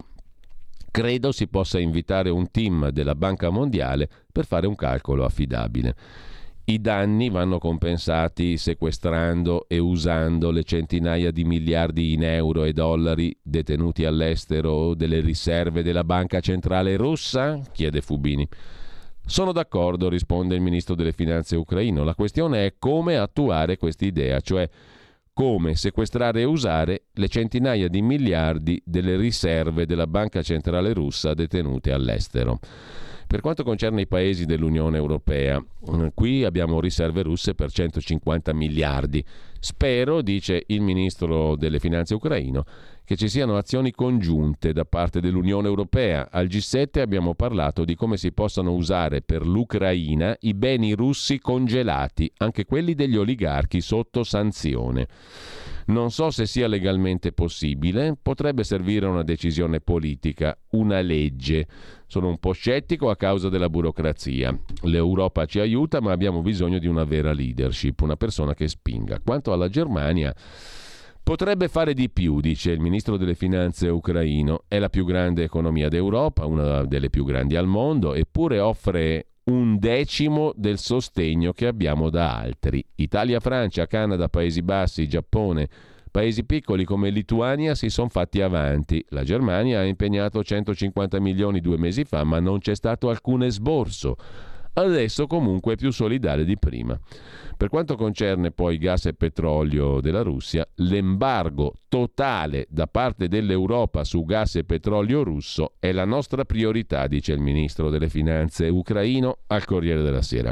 Credo si possa invitare un team della Banca Mondiale per fare un calcolo affidabile. I danni vanno compensati sequestrando e usando le centinaia di miliardi in euro e dollari detenuti all'estero delle riserve della Banca Centrale Russa? Chiede Fubini. Sono d'accordo, risponde il ministro delle finanze ucraino. La questione è come attuare quest'idea, cioè come sequestrare e usare le centinaia di miliardi delle riserve della Banca Centrale Russa detenute all'estero. Per quanto concerne i paesi dell'Unione Europea, qui abbiamo riserve russe per centocinquanta miliardi. Spero, dice il ministro delle finanze ucraino, che ci siano azioni congiunte da parte dell'Unione Europea. Al G sette abbiamo parlato di come si possano usare per l'Ucraina i beni russi congelati, anche quelli degli oligarchi sotto sanzione. Non so se sia legalmente possibile, potrebbe servire una decisione politica, una legge. Sono un po' scettico a causa della burocrazia. L'Europa ci aiuta, ma abbiamo bisogno di una vera leadership, una persona che spinga. Quanto alla Germania, potrebbe fare di più, dice il ministro delle finanze ucraino. È la più grande economia d'Europa, una delle più grandi al mondo, eppure offre un decimo del sostegno che abbiamo da altri. Italia, Francia, Canada, Paesi Bassi, Giappone, Paesi piccoli come Lituania si sono fatti avanti. La Germania ha impegnato centocinquanta milioni due mesi fa, ma non c'è stato alcun esborso. Adesso comunque è più solidale di prima. Per quanto concerne poi gas e petrolio della Russia, l'embargo totale da parte dell'Europa su gas e petrolio russo è la nostra priorità, dice il ministro delle finanze ucraino al Corriere della Sera.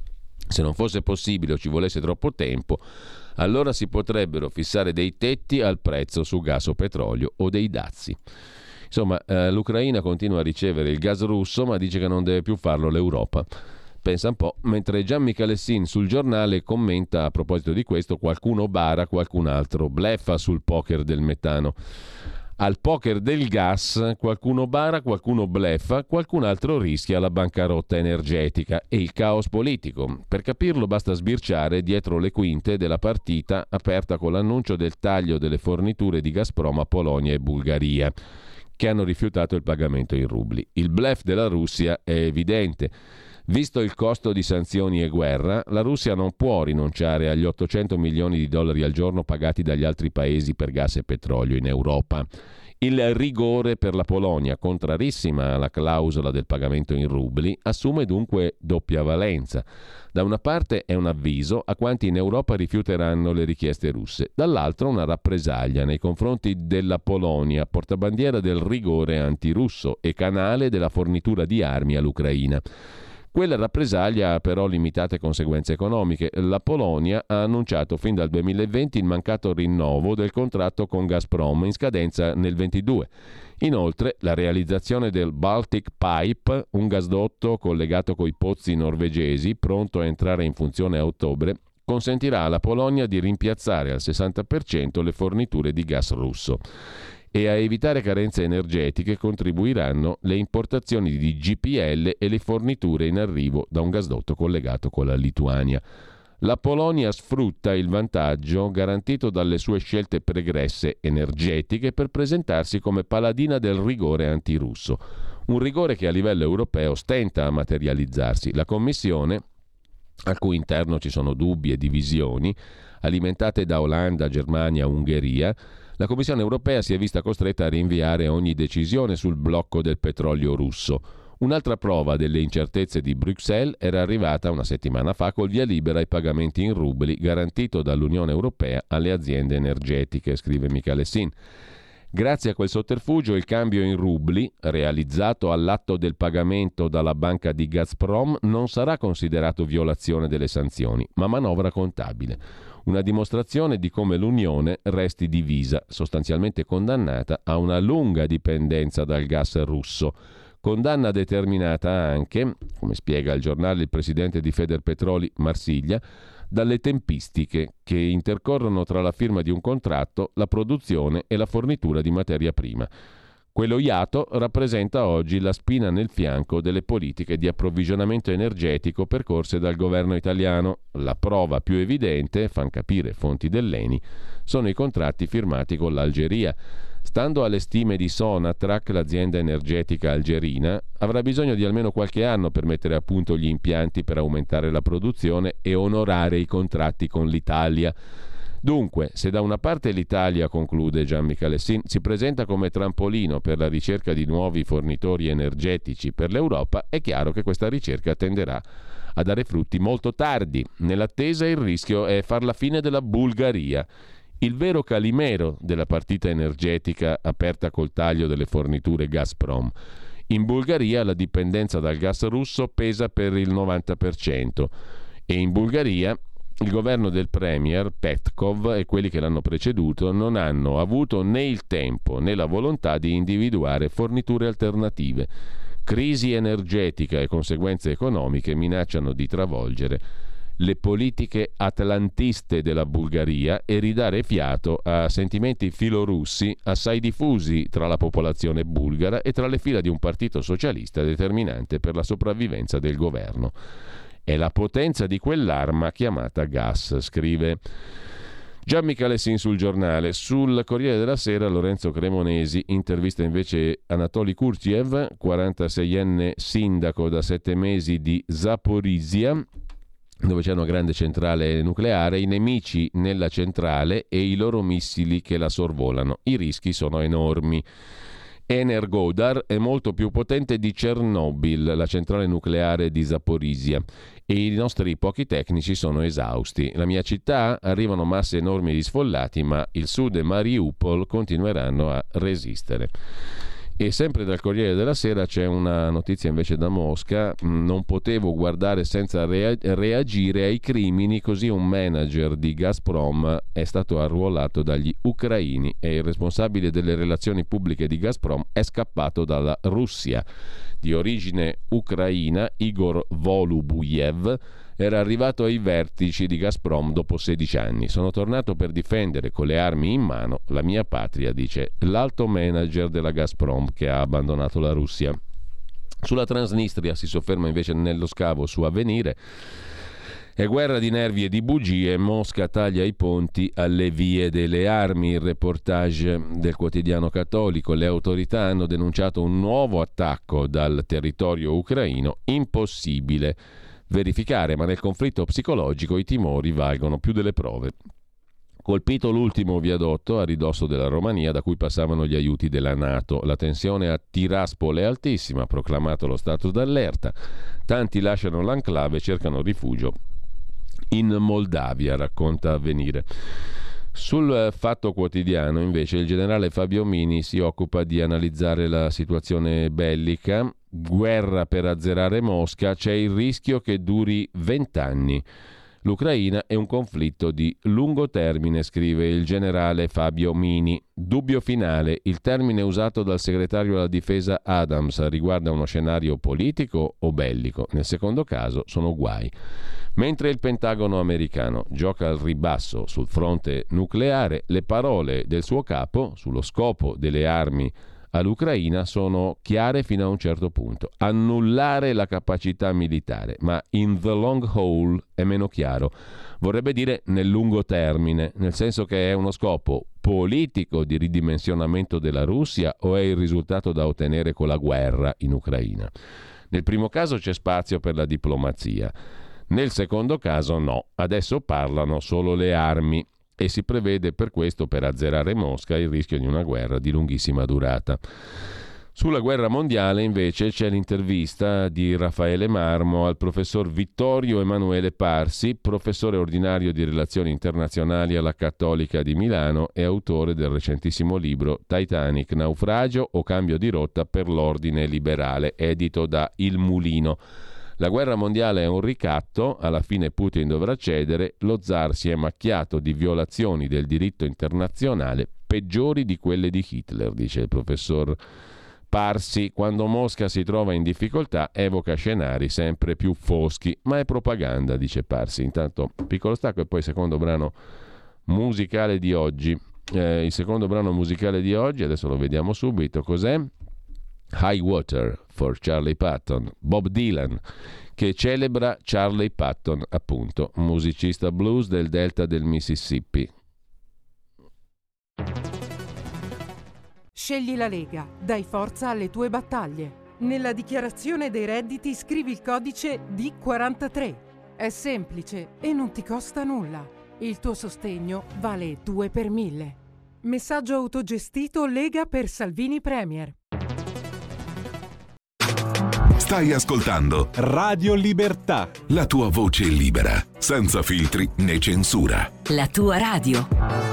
Se non fosse possibile o ci volesse troppo tempo, allora si potrebbero fissare dei tetti al prezzo su gas o petrolio o dei dazi. Insomma, eh, l'Ucraina continua a ricevere il gas russo, ma dice che non deve più farlo l'Europa. Pensa un po', mentre Gian Michalessin sul giornale commenta a proposito di questo: qualcuno bara, qualcun altro bleffa sul poker del metano. Al poker del gas qualcuno bara, qualcuno bleffa, qualcun altro rischia la bancarotta energetica e il caos politico. Per capirlo basta sbirciare dietro le quinte della partita aperta con l'annuncio del taglio delle forniture di Gazprom a Polonia e Bulgaria, che hanno rifiutato il pagamento in rubli. Il bluff della Russia è evidente. Visto il costo di sanzioni e guerra, la Russia non può rinunciare agli ottocento milioni di dollari al giorno pagati dagli altri paesi per gas e petrolio in Europa. Il rigore per la Polonia, contrarissima alla clausola del pagamento in rubli, assume dunque doppia valenza. Da una parte è un avviso a quanti in Europa rifiuteranno le richieste russe, dall'altra una rappresaglia nei confronti della Polonia, portabandiera del rigore antirusso e canale della fornitura di armi all'Ucraina. Quella rappresaglia ha però limitate conseguenze economiche. La Polonia ha annunciato fin dal duemilaventi il mancato rinnovo del contratto con Gazprom in scadenza nel ventidue. Inoltre, la realizzazione del Baltic Pipe, un gasdotto collegato coi pozzi norvegesi, pronto a entrare in funzione a ottobre, consentirà alla Polonia di rimpiazzare al sessanta per cento le forniture di gas russo. E a evitare carenze energetiche contribuiranno le importazioni di G P L e le forniture in arrivo da un gasdotto collegato con la Lituania. La Polonia sfrutta il vantaggio garantito dalle sue scelte pregresse energetiche per presentarsi come paladina del rigore antirusso, un rigore che a livello europeo stenta a materializzarsi. La Commissione, al cui interno ci sono dubbi e divisioni, alimentate da Olanda, Germania, Ungheria, la Commissione europea si è vista costretta a rinviare ogni decisione sul blocco del petrolio russo. Un'altra prova delle incertezze di Bruxelles era arrivata una settimana fa col via libera ai pagamenti in rubli garantito dall'Unione Europea alle aziende energetiche, scrive Michalessin. Grazie a quel sotterfugio il cambio in rubli, realizzato all'atto del pagamento dalla banca di Gazprom, non sarà considerato violazione delle sanzioni, ma manovra contabile. Una dimostrazione di come l'Unione resti divisa, sostanzialmente condannata a una lunga dipendenza dal gas russo. Condanna determinata anche, come spiega il giornale il presidente di Federpetroli Marsiglia, dalle tempistiche che intercorrono tra la firma di un contratto, la produzione e la fornitura di materia prima. Quello iato rappresenta oggi la spina nel fianco delle politiche di approvvigionamento energetico percorse dal governo italiano. La prova più evidente, fan capire fonti dell'E N I, sono i contratti firmati con l'Algeria. Stando alle stime di Sonatrach, l'azienda energetica algerina avrà bisogno di almeno qualche anno per mettere a punto gli impianti per aumentare la produzione e onorare i contratti con l'Italia. Dunque, se da una parte l'Italia, conclude Gian Michalessin, si presenta come trampolino per la ricerca di nuovi fornitori energetici per l'Europa, è chiaro che questa ricerca tenderà a dare frutti molto tardi. Nell'attesa il rischio è far la fine della Bulgaria, il vero calimero della partita energetica aperta col taglio delle forniture Gazprom. In Bulgaria la dipendenza dal gas russo pesa per il novanta per cento e in Bulgaria il governo del premier Petkov e quelli che l'hanno preceduto non hanno avuto né il tempo né la volontà di individuare forniture alternative. Crisi energetica e conseguenze economiche minacciano di travolgere le politiche atlantiste della Bulgaria e ridare fiato a sentimenti filorussi assai diffusi tra la popolazione bulgara e tra le fila di un partito socialista determinante per la sopravvivenza del governo. È la potenza di quell'arma chiamata gas, scrive Gian Michalessin sul giornale. Sul Corriere della Sera Lorenzo Cremonesi intervista invece Anatoli Kurtiev, quarantaseienne sindaco da sette mesi di Zaporizhia, dove c'è una grande centrale nucleare, i nemici nella centrale e i loro missili che la sorvolano. I rischi sono enormi. Energodar è molto più potente di Chernobyl, la centrale nucleare di Zaporizhia, e i nostri pochi tecnici sono esausti. La mia città arrivano masse enormi di sfollati, ma il sud e Mariupol continueranno a resistere. E sempre dal Corriere della Sera c'è una notizia invece da Mosca: non potevo guardare senza rea- reagire ai crimini, così un manager di Gazprom è stato arruolato dagli ucraini e il responsabile delle relazioni pubbliche di Gazprom è scappato dalla Russia. Di origine ucraina, Igor Volubuyev era arrivato ai vertici di Gazprom dopo sedici anni. Sono tornato per difendere con le armi in mano la mia patria, dice l'alto manager della Gazprom che ha abbandonato la Russia. Sulla Transnistria si sofferma invece nello scavo su Avvenire. È guerra di nervi e di bugie, Mosca taglia i ponti alle vie delle armi. Il reportage del quotidiano cattolico: le autorità hanno denunciato un nuovo attacco dal territorio ucraino, impossibile verificare, ma nel conflitto psicologico i timori valgono più delle prove. Colpito l'ultimo viadotto a ridosso della Romania da cui passavano gli aiuti della NATO. La tensione a Tiraspol è altissima, proclamato lo stato d'allerta. Tanti lasciano l'enclave e cercano rifugio in Moldavia, racconta Avvenire. Sul Fatto Quotidiano invece il generale Fabio Mini si occupa di analizzare la situazione bellica. Guerra per azzerare Mosca, c'è il rischio che duri vent'anni. L'Ucraina è un conflitto di lungo termine, scrive il generale Fabio Mini. Dubbio finale: il termine usato dal segretario alla difesa Adams riguarda uno scenario politico o bellico? Nel secondo caso sono guai. Mentre il Pentagono americano gioca al ribasso sul fronte nucleare, le parole del suo capo sullo scopo delle armi all'Ucraina sono chiare fino a un certo punto: annullare la capacità militare, ma in the long haul è meno chiaro. Vorrebbe dire nel lungo termine, nel senso che è uno scopo politico di ridimensionamento della Russia o è il risultato da ottenere con la guerra in Ucraina? Nel primo caso c'è spazio per la diplomazia, nel secondo caso no. Adesso parlano solo le armi e si prevede per questo, per azzerare Mosca, il rischio di una guerra di lunghissima durata. Sulla guerra mondiale invece c'è l'intervista di Raffaele Marmo al professor Vittorio Emanuele Parsi, professore ordinario di relazioni internazionali alla Cattolica di Milano e autore del recentissimo libro Titanic, naufragio o cambio di rotta per l'ordine liberale, edito da Il Mulino. La guerra mondiale è un ricatto, alla fine Putin dovrà cedere, lo zar si è macchiato di violazioni del diritto internazionale peggiori di quelle di Hitler, dice il professor Parsi. Quando Mosca si trova in difficoltà evoca scenari sempre più foschi, ma è propaganda, dice Parsi. Intanto piccolo stacco e poi secondo brano musicale di oggi. Eh, il secondo brano musicale di oggi, adesso lo vediamo subito, cos'è? High Water for Charlie Patton, Bob Dylan, che celebra Charlie Patton, appunto, musicista blues del delta del Mississippi. Scegli la Lega, dai forza alle tue battaglie. Nella dichiarazione dei redditi scrivi il codice D quarantatré. È semplice e non ti costa nulla. Il tuo sostegno vale due per mille. Messaggio autogestito Lega per Salvini Premier. Stai ascoltando Radio Libertà, la tua voce libera, senza filtri né censura. La tua radio.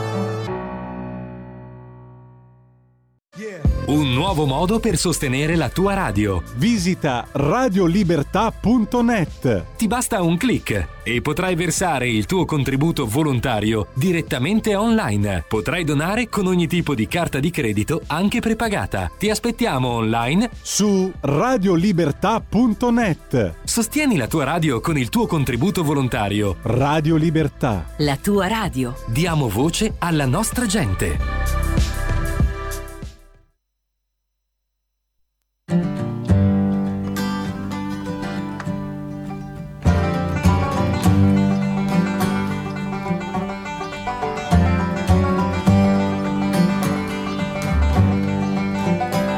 Un nuovo modo per sostenere la tua radio. visita radiolibertà punto net. Ti basta un click e potrai versare il tuo contributo volontario direttamente online. Potrai donare con ogni tipo di carta di credito, anche prepagata. Ti aspettiamo online su radiolibertà punto net. Sostieni la tua radio con il tuo contributo volontario. Radio Libertà. La tua radio. Diamo voce alla nostra gente.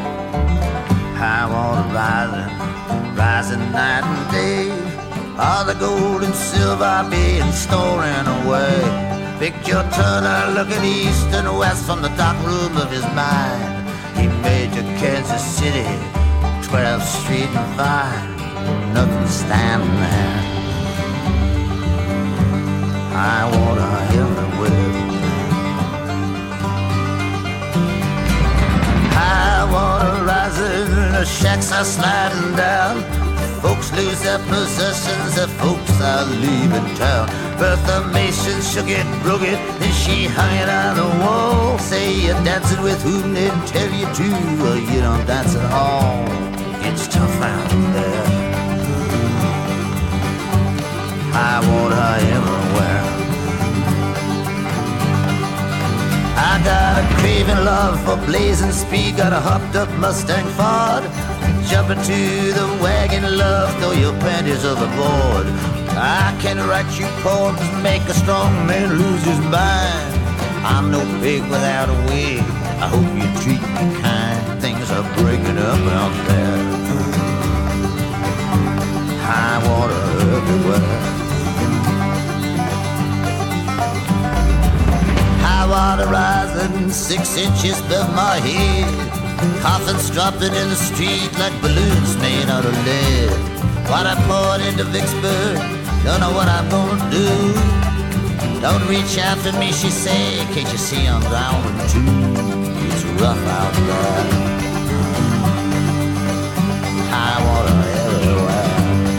All the gold and silver being stolen away. Picture Turner looking east and west from the dark room of his mind. He made to Kansas City, twelfth Street and Vine, nothing standing there. High water everywhere. High water rising, the shacks are sliding down. Folks lose their possessions, the folks are leaving town. Bertha Mason shook it, broke it, and she hung it on the wall. Say you're dancing with whom they tell you to, or you don't dance at all. It's tough out there. High water everywhere. I got a craving love for blazing speed, got a hopped up Mustang Ford. Jump into the wagon, love, throw your panties overboard. I can write you poems, make a strong man lose his mind. I'm no pig without a wig, I hope you treat me kind. Things are breaking up out there. High water everywhere. High water rising six inches above my head. Coffins dropping in the street like balloons made out of lead. What I poured into Vicksburg, don't know what I'm gonna do. Don't reach out to me, she said, can't you see I'm drowning too? It's rough out there. High water everywhere.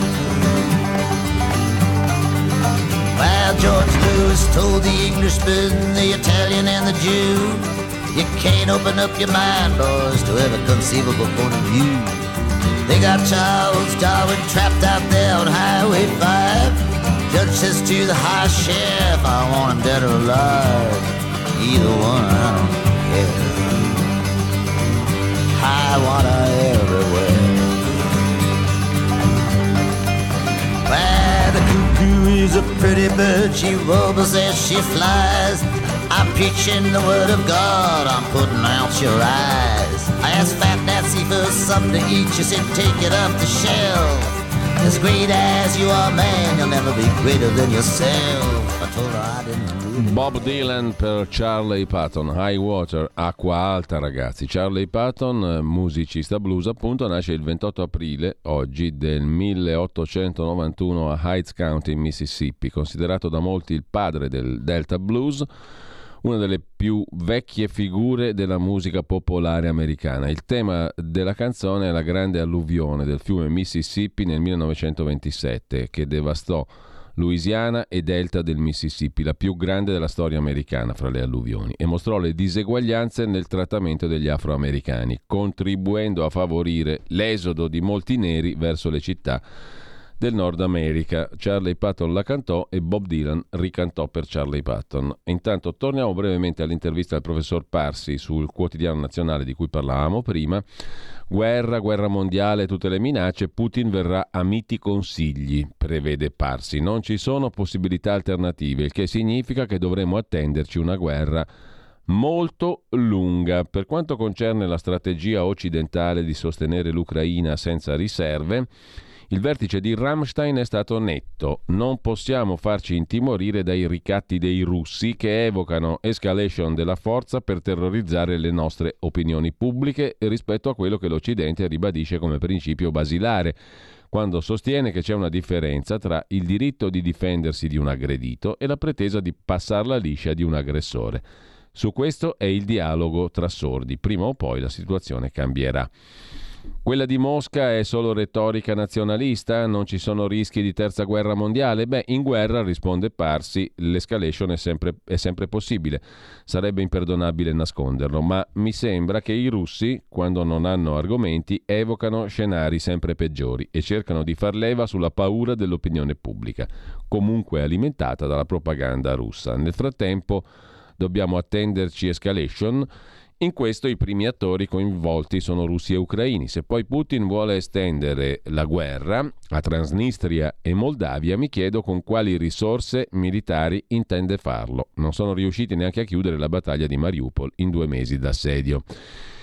Well, George Lewis told the Englishman, the Italian and the Jew, you can't open up your mind, boys, to every conceivable point of view. They got Charles Darwin trapped out there on Highway five. Judge says to the high sheriff, I want him dead or alive. Either one, I don't care. High water everywhere. Well, the cuckoo is a pretty bird, she warbles as she flies. I'm preaching the word of God, I'm putting out your eyes. I asked Fat Nancy for something to eat, she said take it off the shelf. As great as you are, man, you'll never be greater than yourself. I told her I didn't. Bob Dylan per Charlie Patton, High Water, acqua alta ragazzi. Charlie Patton, musicista blues appunto, nasce il ventotto aprile, oggi, del milleottocentonovantuno a Heights County, Mississippi, considerato da molti il padre del Delta Blues, una delle più vecchie figure della musica popolare americana. Il tema della canzone è la grande alluvione del fiume Mississippi nel millenovecentoventisette, che devastò Louisiana e delta del Mississippi, la più grande della storia americana fra le alluvioni, e mostrò le diseguaglianze nel trattamento degli afroamericani, contribuendo a favorire l'esodo di molti neri verso le città del Nord America. Charlie Patton la cantò e Bob Dylan ricantò per Charlie Patton. Intanto torniamo brevemente all'intervista al professor Parsi sul quotidiano nazionale di cui parlavamo prima. Guerra, guerra mondiale, tutte le minacce, Putin verrà a miti consigli, prevede Parsi. Non ci sono possibilità alternative, il che significa che dovremo attenderci una guerra molto lunga. Per quanto concerne la strategia occidentale di sostenere l'Ucraina senza riserve, il vertice di Ramstein è stato netto: non possiamo farci intimorire dai ricatti dei russi che evocano escalation della forza per terrorizzare le nostre opinioni pubbliche rispetto a quello che l'Occidente ribadisce come principio basilare, quando sostiene che c'è una differenza tra il diritto di difendersi di un aggredito e la pretesa di passarla liscia di un aggressore. Su questo è il dialogo tra sordi, prima o poi la situazione cambierà. Quella di Mosca è solo retorica nazionalista? Non ci sono rischi di terza guerra mondiale? Beh, in guerra, risponde Parsi, l'escalation è sempre, è sempre possibile. Sarebbe imperdonabile nasconderlo, ma mi sembra che i russi, quando non hanno argomenti, evocano scenari sempre peggiori e cercano di far leva sulla paura dell'opinione pubblica, comunque alimentata dalla propaganda russa. Nel frattempo dobbiamo attenderci escalation. In questo i primi attori coinvolti sono russi e ucraini. Se poi Putin vuole estendere la guerra a Transnistria e Moldavia, mi chiedo con quali risorse militari intende farlo. Non sono riusciti neanche a chiudere la battaglia di Mariupol in due mesi d'assedio.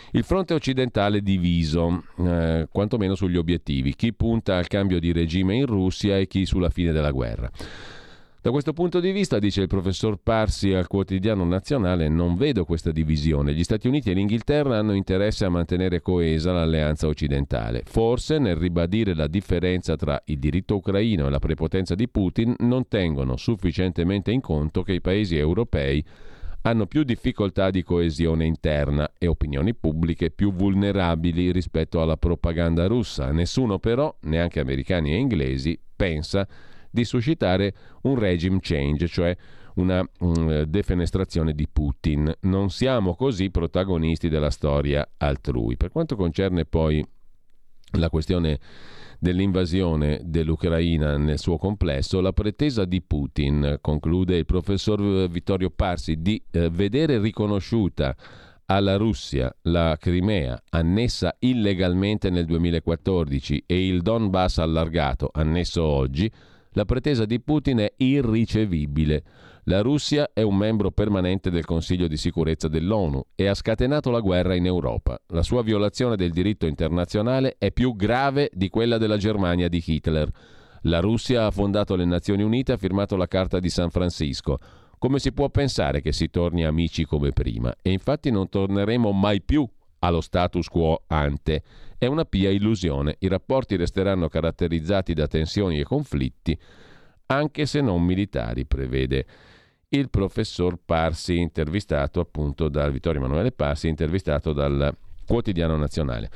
Il fronte occidentale diviso, eh, quantomeno sugli obiettivi, chi punta al cambio di regime in Russia e chi sulla fine della guerra. Da questo punto di vista, dice il professor Parsi al Quotidiano Nazionale, non vedo questa divisione. Gli Stati Uniti e l'Inghilterra hanno interesse a mantenere coesa l'alleanza occidentale. Forse nel ribadire la differenza tra il diritto ucraino e la prepotenza di Putin non tengono sufficientemente in conto che i paesi europei hanno più difficoltà di coesione interna e opinioni pubbliche più vulnerabili rispetto alla propaganda russa. Nessuno però, neanche americani e inglesi, pensa di suscitare un regime change, cioè una um, defenestrazione di Putin. Non siamo così protagonisti della storia altrui. Per quanto concerne poi la questione dell'invasione dell'Ucraina nel suo complesso, la pretesa di Putin, conclude il professor Vittorio Parsi, di eh, vedere riconosciuta alla Russia la Crimea annessa illegalmente nel duemilaquattordici e il Donbass allargato annesso oggi, la pretesa di Putin è irricevibile. La Russia è un membro permanente del Consiglio di sicurezza dell'ONU e ha scatenato la guerra in Europa. La sua violazione del diritto internazionale è più grave di quella della Germania di Hitler. La Russia ha fondato le Nazioni Unite e ha firmato la Carta di San Francisco. Come si può pensare che si torni amici come prima? E infatti non torneremo mai più allo status quo ante. È una pia illusione. I rapporti resteranno caratterizzati da tensioni e conflitti, anche se non militari, prevede il professor Parsi, intervistato appunto dal Vittorio Emanuele Parsi, intervistato dal Quotidiano Nazionale.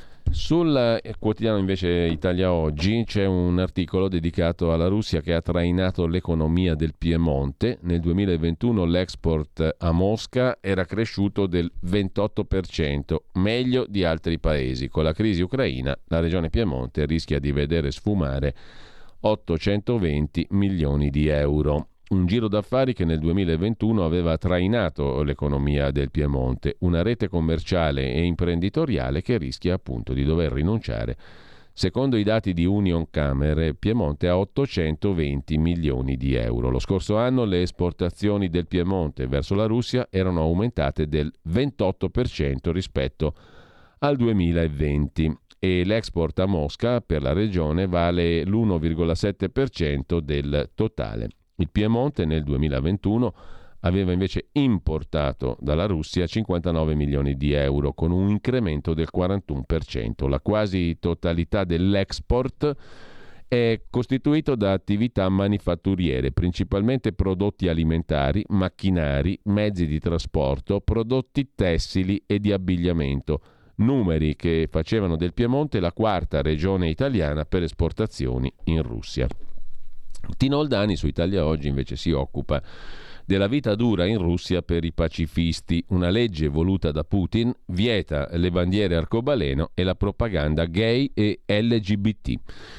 Sul quotidiano invece Italia Oggi c'è un articolo dedicato alla Russia che ha trainato l'economia del Piemonte. Nel duemilaventuno l'export a Mosca era cresciuto del ventotto per cento, meglio di altri paesi. Con la crisi ucraina la regione Piemonte rischia di vedere sfumare ottocentoventi milioni di euro. Un giro d'affari che nel duemilaventuno aveva trainato l'economia del Piemonte, una rete commerciale e imprenditoriale che rischia appunto di dover rinunciare. Secondo i dati di Union Camere, Piemonte ha ottocentoventi milioni di euro. Lo scorso anno le esportazioni del Piemonte verso la Russia erano aumentate del ventotto per cento rispetto al duemilaventi e l'export a Mosca per la regione vale l'uno virgola sette per cento del totale. Il Piemonte nel duemilaventuno aveva invece importato dalla Russia cinquantanove milioni di euro con un incremento del quarantuno per cento. La quasi totalità dell'export è costituito da attività manifatturiere, principalmente prodotti alimentari, macchinari, mezzi di trasporto, prodotti tessili e di abbigliamento. Numeri che facevano del Piemonte la quarta regione italiana per esportazioni in Russia. Tino Oldani su Italia Oggi invece si occupa della vita dura in Russia per i pacifisti. Una legge voluta da Putin vieta le bandiere arcobaleno e la propaganda gay e L G B T.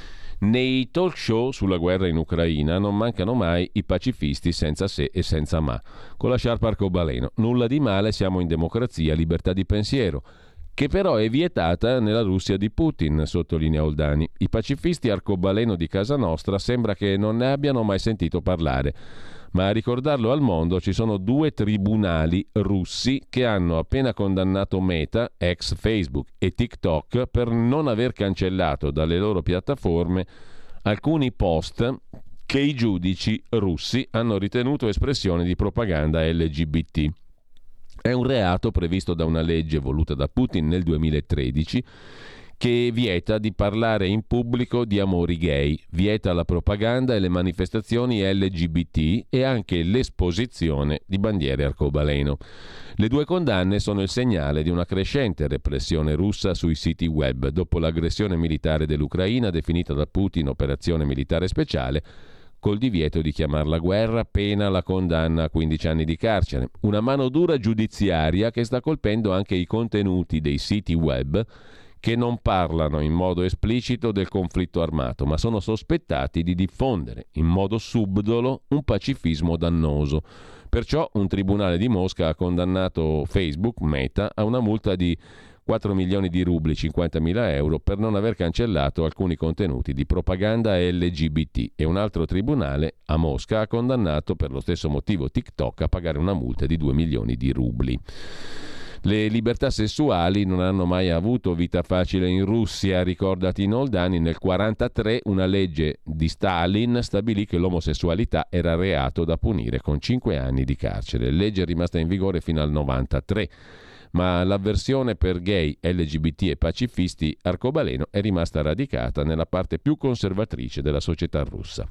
Nei talk show sulla guerra in Ucraina non mancano mai i pacifisti senza se e senza ma, con la sciarpa arcobaleno. Nulla di male, siamo in democrazia, libertà di pensiero, che però è vietata nella Russia di Putin, sottolinea Oldani. I pacifisti arcobaleno di casa nostra sembra che non ne abbiano mai sentito parlare, ma a ricordarlo al mondo ci sono due tribunali russi che hanno appena condannato Meta, ex Facebook, e TikTok per non aver cancellato dalle loro piattaforme alcuni post che i giudici russi hanno ritenuto espressione di propaganda L G B T. È un reato previsto da una legge voluta da Putin nel duemilatredici che vieta di parlare in pubblico di amori gay, vieta la propaganda e le manifestazioni L G B T e anche l'esposizione di bandiere arcobaleno. Le due condanne sono il segnale di una crescente repressione russa sui siti web dopo l'aggressione militare dell'Ucraina, definita da Putin operazione militare speciale, col divieto di chiamarla guerra, pena la condanna a quindici anni di carcere. Una mano dura giudiziaria che sta colpendo anche i contenuti dei siti web che non parlano in modo esplicito del conflitto armato, ma sono sospettati di diffondere in modo subdolo un pacifismo dannoso. Perciò un tribunale di Mosca ha condannato Facebook, Meta, a una multa di quattro milioni di rubli, cinquantamila euro, per non aver cancellato alcuni contenuti di propaganda L G B T, e un altro tribunale a Mosca ha condannato per lo stesso motivo TikTok a pagare una multa di due milioni di rubli. Le libertà sessuali non hanno mai avuto vita facile in Russia, ricorda Tino Oldani. Nel quarantatré una legge di Stalin stabilì che l'omosessualità era reato da punire con cinque anni di carcere. La legge è rimasta in vigore fino al novantatré, ma l'avversione per gay, L G B T e pacifisti arcobaleno è rimasta radicata nella parte più conservatrice della società russa.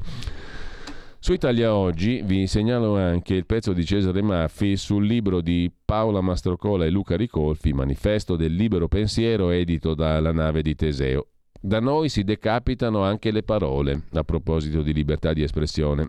Su Italia Oggi vi segnalo anche il pezzo di Cesare Maffi sul libro di Paola Mastrocola e Luca Ricolfi, Manifesto del libero pensiero, edito da La Nave di Teseo. Da noi si decapitano anche le parole, a proposito di libertà di espressione.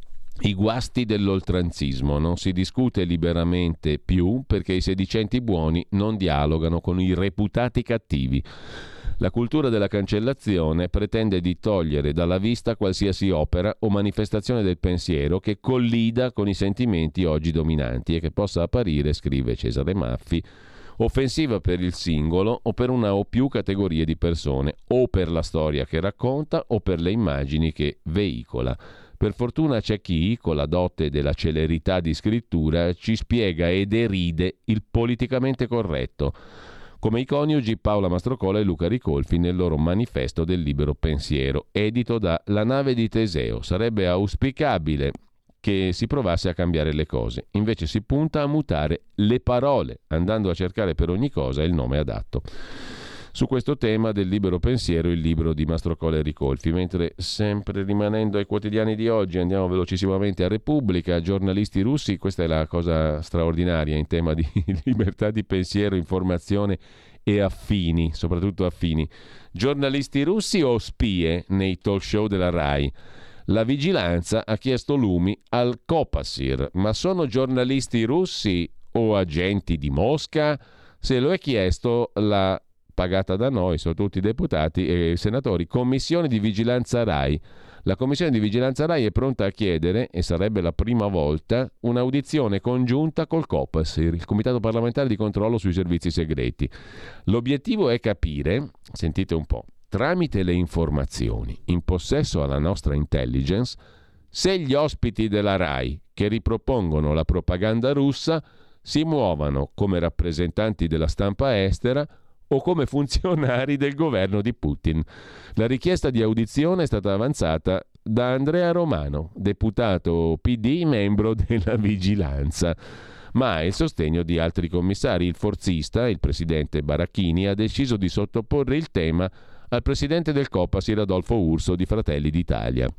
I guasti dell'oltranzismo, non si discute liberamente più perché i sedicenti buoni non dialogano con i reputati cattivi. La cultura della cancellazione pretende di togliere dalla vista qualsiasi opera o manifestazione del pensiero che collida con i sentimenti oggi dominanti e che possa apparire, scrive Cesare Maffi, offensiva per il singolo o per una o più categorie di persone, o per la storia che racconta o per le immagini che veicola. Per fortuna c'è chi, con la dote della celerità di scrittura, ci spiega e deride il politicamente corretto, come i coniugi Paola Mastrocola e Luca Ricolfi nel loro Manifesto del libero pensiero, edito da La Nave di Teseo. Sarebbe auspicabile che si provasse a cambiare le cose, invece si punta a mutare le parole, andando a cercare per ogni cosa il nome adatto. Su questo tema del libero pensiero il libro di Mastrocola e Ricolfi, mentre sempre rimanendo ai quotidiani di oggi andiamo velocissimamente a Repubblica. Giornalisti russi, questa è la cosa straordinaria in tema di libertà di pensiero, informazione e affini, soprattutto affini. Giornalisti russi o spie nei talk show della RAI? La vigilanza ha chiesto lumi al Copasir, ma sono giornalisti russi o agenti di Mosca? Se lo è chiesto la pagata da noi, sono tutti deputati e senatori, Commissione di Vigilanza RAI. La Commissione di Vigilanza RAI è pronta a chiedere, e sarebbe la prima volta, un'audizione congiunta col Copasir, il Comitato parlamentare di controllo sui servizi segreti. L'obiettivo è capire, sentite un po', tramite le informazioni in possesso alla nostra intelligence, se gli ospiti della RAI che ripropongono la propaganda russa si muovano come rappresentanti della stampa estera o come funzionari del governo di Putin. La richiesta di audizione è stata avanzata da Andrea Romano, deputato P D, membro della Vigilanza, ma ha il sostegno di altri commissari. Il forzista, il presidente Barachini, ha deciso di sottoporre il tema al presidente del Copasir Adolfo Urso di Fratelli d'Italia.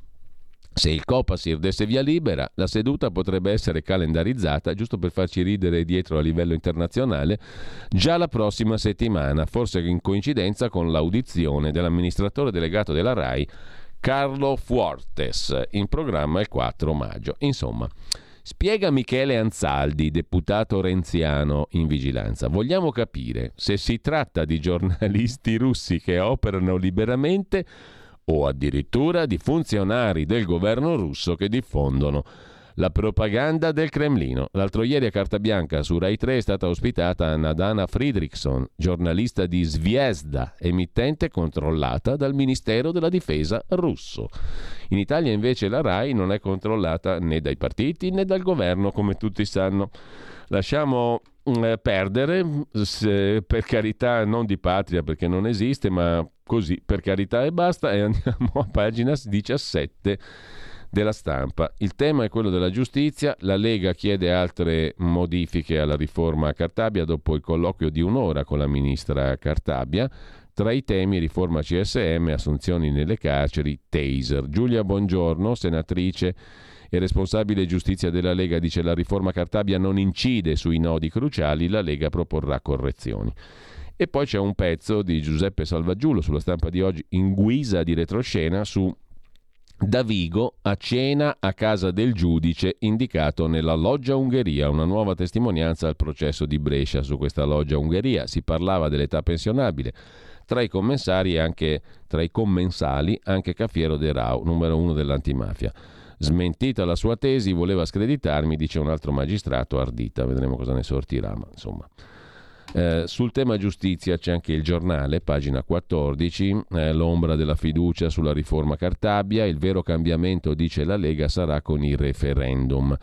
Se il Copasir desse via libera, la seduta potrebbe essere calendarizzata, giusto per farci ridere dietro a livello internazionale, già la prossima settimana, forse in coincidenza con l'audizione dell'amministratore delegato della RAI, Carlo Fuortes, in programma il quattro maggio. Insomma, spiega Michele Anzaldi, deputato renziano in vigilanza. Vogliamo capire se si tratta di giornalisti russi che operano liberamente o addirittura di funzionari del governo russo che diffondono la propaganda del Cremlino. L'altro ieri a Carta Bianca su Rai tre è stata ospitata Nadana Fridriksson, giornalista di Zvezda, emittente controllata dal Ministero della Difesa russo. In Italia invece la Rai non è controllata né dai partiti né dal governo, come tutti sanno. Lasciamo eh, perdere, se, per carità, non di patria perché non esiste, ma così per carità e basta, e andiamo a pagina diciassette della Stampa. Il tema è quello della giustizia. La Lega chiede altre modifiche alla riforma Cartabia dopo il colloquio di un'ora con la ministra Cartabia. Tra i temi riforma C S M, assunzioni nelle carceri, taser. Giulia Bongiorno, senatrice e responsabile giustizia della Lega, dice la riforma Cartabia non incide sui nodi cruciali, la Lega proporrà correzioni. E poi c'è un pezzo di Giuseppe Salvaggiulo sulla Stampa di oggi in guisa di retroscena su Davigo a cena a casa del giudice indicato nella Loggia Ungheria, una nuova testimonianza al processo di Brescia. Su questa Loggia Ungheria si parlava dell'età pensionabile. Tra i commissari e anche tra i commensali anche Cafiero De Rao, numero uno dell'antimafia. Smentita la sua tesi, voleva screditarmi, dice un altro magistrato ardita. Vedremo cosa ne sortirà, ma insomma. Eh, sul tema giustizia c'è anche il Giornale, pagina quattordici, eh, l'ombra della fiducia sulla riforma Cartabia, il vero cambiamento, dice la Lega, sarà con il referendum.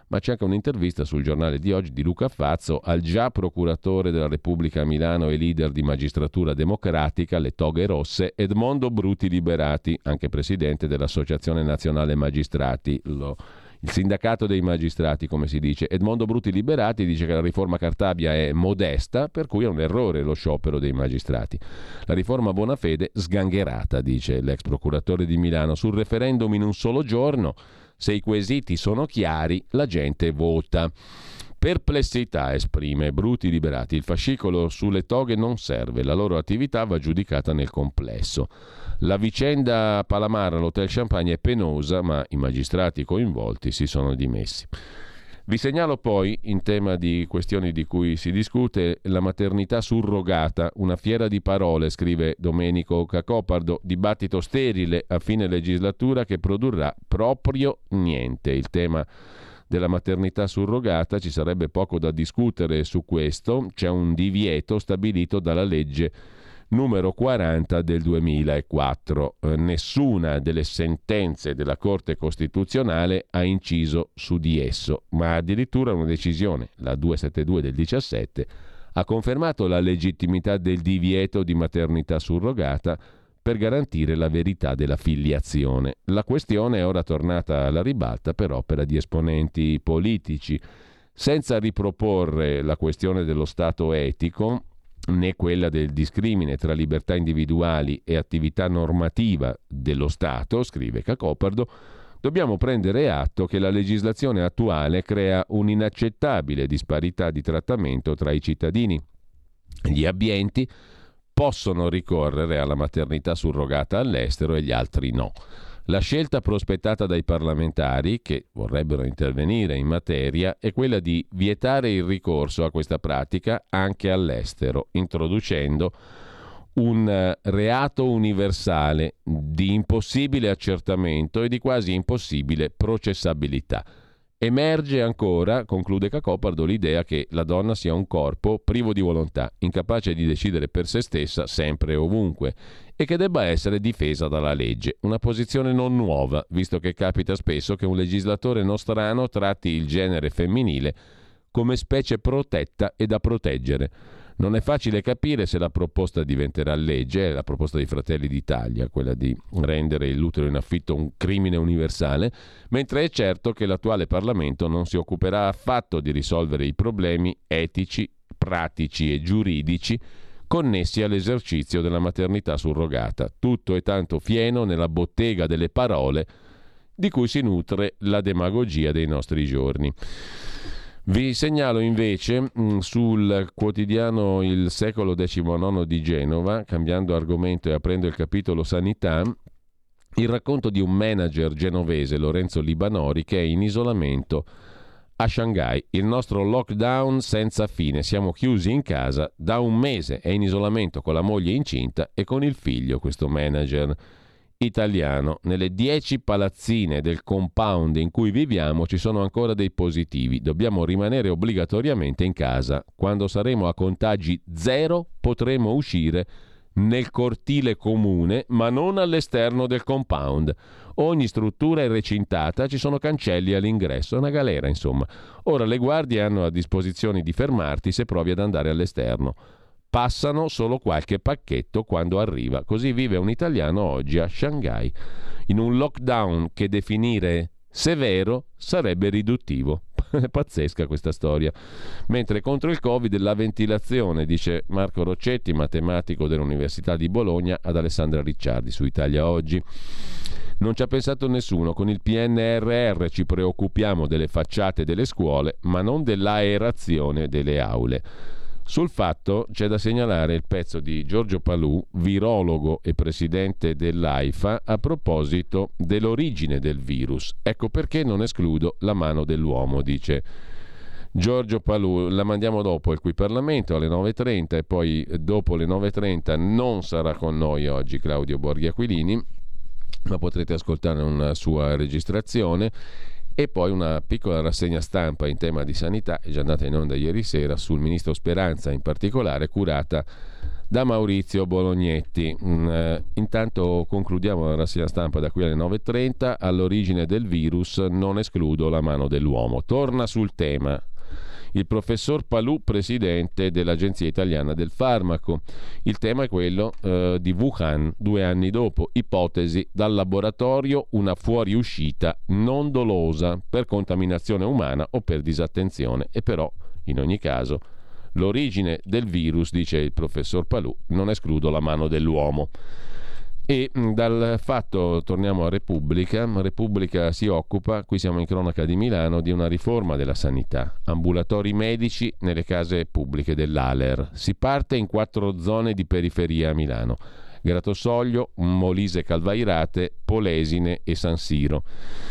Ma c'è anche un'intervista sul giornale di oggi di Luca Fazzo al già procuratore della Repubblica a Milano e leader di Magistratura Democratica, le toghe rosse, Edmondo Bruti Liberati, anche presidente dell'Associazione Nazionale Magistrati, lo, il sindacato dei magistrati, come si dice. Edmondo Bruti Liberati dice che la riforma Cartabia è modesta, per cui è un errore lo sciopero dei magistrati. La riforma Bonafede sgangherata, dice l'ex procuratore di Milano, sul referendum in un solo giorno. Se i quesiti sono chiari, la gente vota. Perplessità esprime Bruti Liberati. Il fascicolo sulle toghe non serve, la loro attività va giudicata nel complesso. La vicenda Palamara all'Hotel Champagne è penosa, ma i magistrati coinvolti si sono dimessi. Vi segnalo poi, in tema di questioni di cui si discute, la maternità surrogata, una fiera di parole, scrive Domenico Cacopardo, dibattito sterile a fine legislatura che produrrà proprio niente. Il tema della maternità surrogata, ci sarebbe poco da discutere su questo, c'è un divieto stabilito dalla legge numero quaranta del duemilaquattro. Eh, nessuna delle sentenze della Corte Costituzionale ha inciso su di esso, ma addirittura una decisione, la duecentosettantadue del diciassette, ha confermato la legittimità del divieto di maternità surrogata per garantire la verità della filiazione. La questione è ora tornata alla ribalta per opera di esponenti politici, senza riproporre la questione dello stato etico né quella del discrimine tra libertà individuali e attività normativa dello Stato, scrive Cacopardo. Dobbiamo prendere atto che la legislazione attuale crea un'inaccettabile disparità di trattamento tra i cittadini. Gli abbienti possono ricorrere alla maternità surrogata all'estero e gli altri no. La scelta prospettata dai parlamentari, che vorrebbero intervenire in materia, è quella di vietare il ricorso a questa pratica anche all'estero, introducendo un reato universale di impossibile accertamento e di quasi impossibile processabilità. Emerge ancora, conclude Cacopardo, l'idea che la donna sia un corpo privo di volontà, incapace di decidere per se stessa sempre e ovunque, e che debba essere difesa dalla legge. Una posizione non nuova, visto che capita spesso che un legislatore nostrano tratti il genere femminile come specie protetta e da proteggere. Non è facile capire se la proposta diventerà legge, è la proposta dei Fratelli d'Italia, quella di rendere l'utero in affitto un crimine universale, mentre è certo che l'attuale Parlamento non si occuperà affatto di risolvere i problemi etici, pratici e giuridici connessi all'esercizio della maternità surrogata. Tutto è tanto fieno nella bottega delle parole di cui si nutre la demagogia dei nostri giorni. Vi segnalo invece mh, sul quotidiano Il Secolo diciannove di Genova, cambiando argomento e aprendo il capitolo sanità, il racconto di un manager genovese, Lorenzo Libanori, che è in isolamento a Shanghai. Il nostro lockdown senza fine, siamo chiusi in casa da un mese, è in isolamento con la moglie incinta e con il figlio, questo manager italiano. Nelle dieci palazzine del compound in cui viviamo ci sono ancora dei positivi. Dobbiamo rimanere obbligatoriamente in casa. Quando saremo a contagi zero potremo uscire nel cortile comune, ma non all'esterno del compound. Ogni struttura è recintata, ci sono cancelli all'ingresso, è una galera insomma. Ora le guardie hanno a disposizione di fermarti se provi ad andare all'esterno. Passano solo qualche pacchetto quando arriva. Così vive un italiano oggi a Shanghai, in un lockdown che definire severo sarebbe riduttivo. È pazzesca questa storia. Mentre contro il Covid la ventilazione, dice Marco Roccetti, matematico dell'Università di Bologna, ad Alessandra Ricciardi su Italia Oggi. Non ci ha pensato nessuno. Con il P N R R ci preoccupiamo delle facciate delle scuole, ma non dell'aerazione delle aule. Sul Fatto c'è da segnalare il pezzo di Giorgio Palù, virologo e presidente dell'AIFA, a proposito dell'origine del virus. Ecco perché non escludo la mano dell'uomo, dice Giorgio Palù. La mandiamo dopo il Qui Parlamento alle nove e trenta e poi dopo le nove e trenta non sarà con noi oggi Claudio Borghi Aquilini, ma potrete ascoltare una sua registrazione. E poi una piccola rassegna stampa in tema di sanità, è già andata in onda ieri sera, sul ministro Speranza in particolare, curata da Maurizio Bolognetti. Mm, eh, intanto concludiamo la rassegna stampa da qui alle nove e trenta. All'origine del virus non escludo la mano dell'uomo. Torna sul tema il professor Palù, presidente dell'Agenzia Italiana del Farmaco. Il tema è quello eh, di Wuhan, due anni dopo. Ipotesi: dal laboratorio una fuoriuscita non dolosa per contaminazione umana o per disattenzione. E però, in ogni caso, l'origine del virus, dice il professor Palù, non escludo la mano dell'uomo. E dal fatto torniamo a Repubblica. Repubblica si occupa, qui siamo in cronaca di Milano, di una riforma della sanità. Ambulatori medici nelle case pubbliche dell'A L E R. Si parte in quattro zone di periferia a Milano: Grattosoglio, Molise Calvairate, Polesine e San Siro.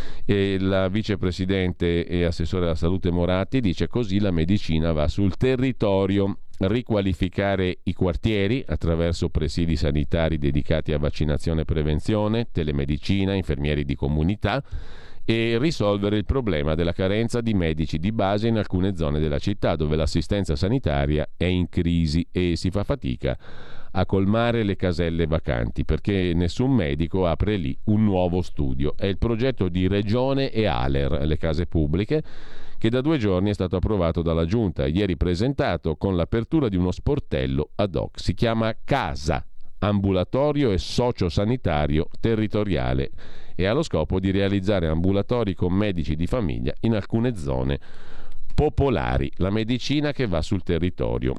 E la vicepresidente e assessore alla salute Moratti dice: così la medicina va sul territorio. Riqualificare i quartieri attraverso presidi sanitari dedicati a vaccinazione e prevenzione, telemedicina, infermieri di comunità, e risolvere il problema della carenza di medici di base in alcune zone della città dove l'assistenza sanitaria è in crisi e si fa fatica a colmare le caselle vacanti perché nessun medico apre lì un nuovo studio. È il progetto di Regione e A L E R, le case pubbliche, che da due giorni è stato approvato dalla Giunta, ieri presentato con l'apertura di uno sportello ad hoc. Si chiama CASA, ambulatorio e sociosanitario territoriale, e ha lo scopo di realizzare ambulatori con medici di famiglia in alcune zone popolari, la medicina che va sul territorio.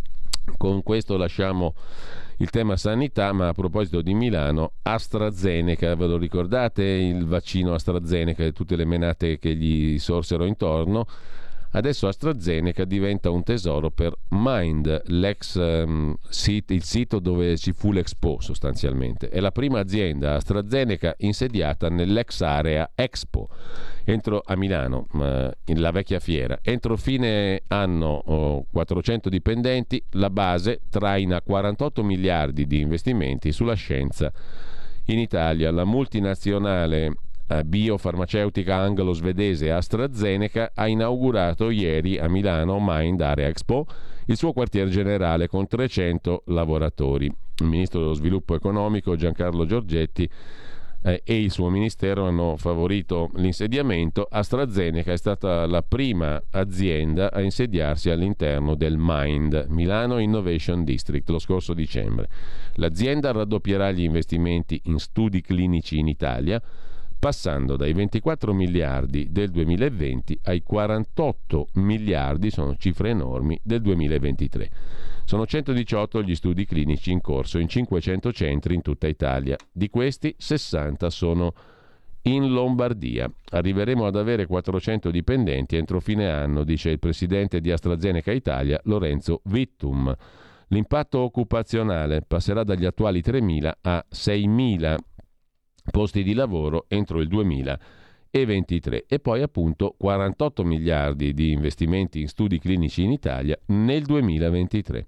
Con questo lasciamo il tema sanità, ma a proposito di Milano, AstraZeneca, ve lo ricordate il vaccino AstraZeneca e tutte le menate che gli sorsero intorno? Adesso AstraZeneca diventa un tesoro per Mind, l'ex um, sit, il sito dove ci fu l'Expo sostanzialmente. È la prima azienda AstraZeneca insediata nell'ex area Expo, entro a Milano, uh, in la vecchia fiera. Entro fine anno oh, quattrocento dipendenti, la base traina quarantotto miliardi di investimenti sulla scienza in Italia. La multinazionale biofarmaceutica anglo-svedese AstraZeneca ha inaugurato ieri a Milano Mind Area Expo il suo quartier generale con trecento lavoratori. Il ministro dello sviluppo economico Giancarlo Giorgetti eh, e il suo ministero hanno favorito l'insediamento. AstraZeneca è stata la prima azienda a insediarsi all'interno del Mind Milano Innovation District lo scorso dicembre. L'azienda raddoppierà gli investimenti in studi clinici in Italia, passando dai ventiquattro miliardi del duemilaventi ai quarantotto miliardi, sono cifre enormi, del duemilaventitré. Sono centodiciotto gli studi clinici in corso in cinquecento centri in tutta Italia. Di questi sessanta sono in Lombardia. Arriveremo ad avere quattrocento dipendenti entro fine anno, dice il presidente di AstraZeneca Italia, Lorenzo Vittum. L'impatto occupazionale passerà dagli attuali tremila a seimila posti di lavoro entro il duemilaventitré, e poi appunto quarantotto miliardi di investimenti in studi clinici in Italia nel duemilaventitré.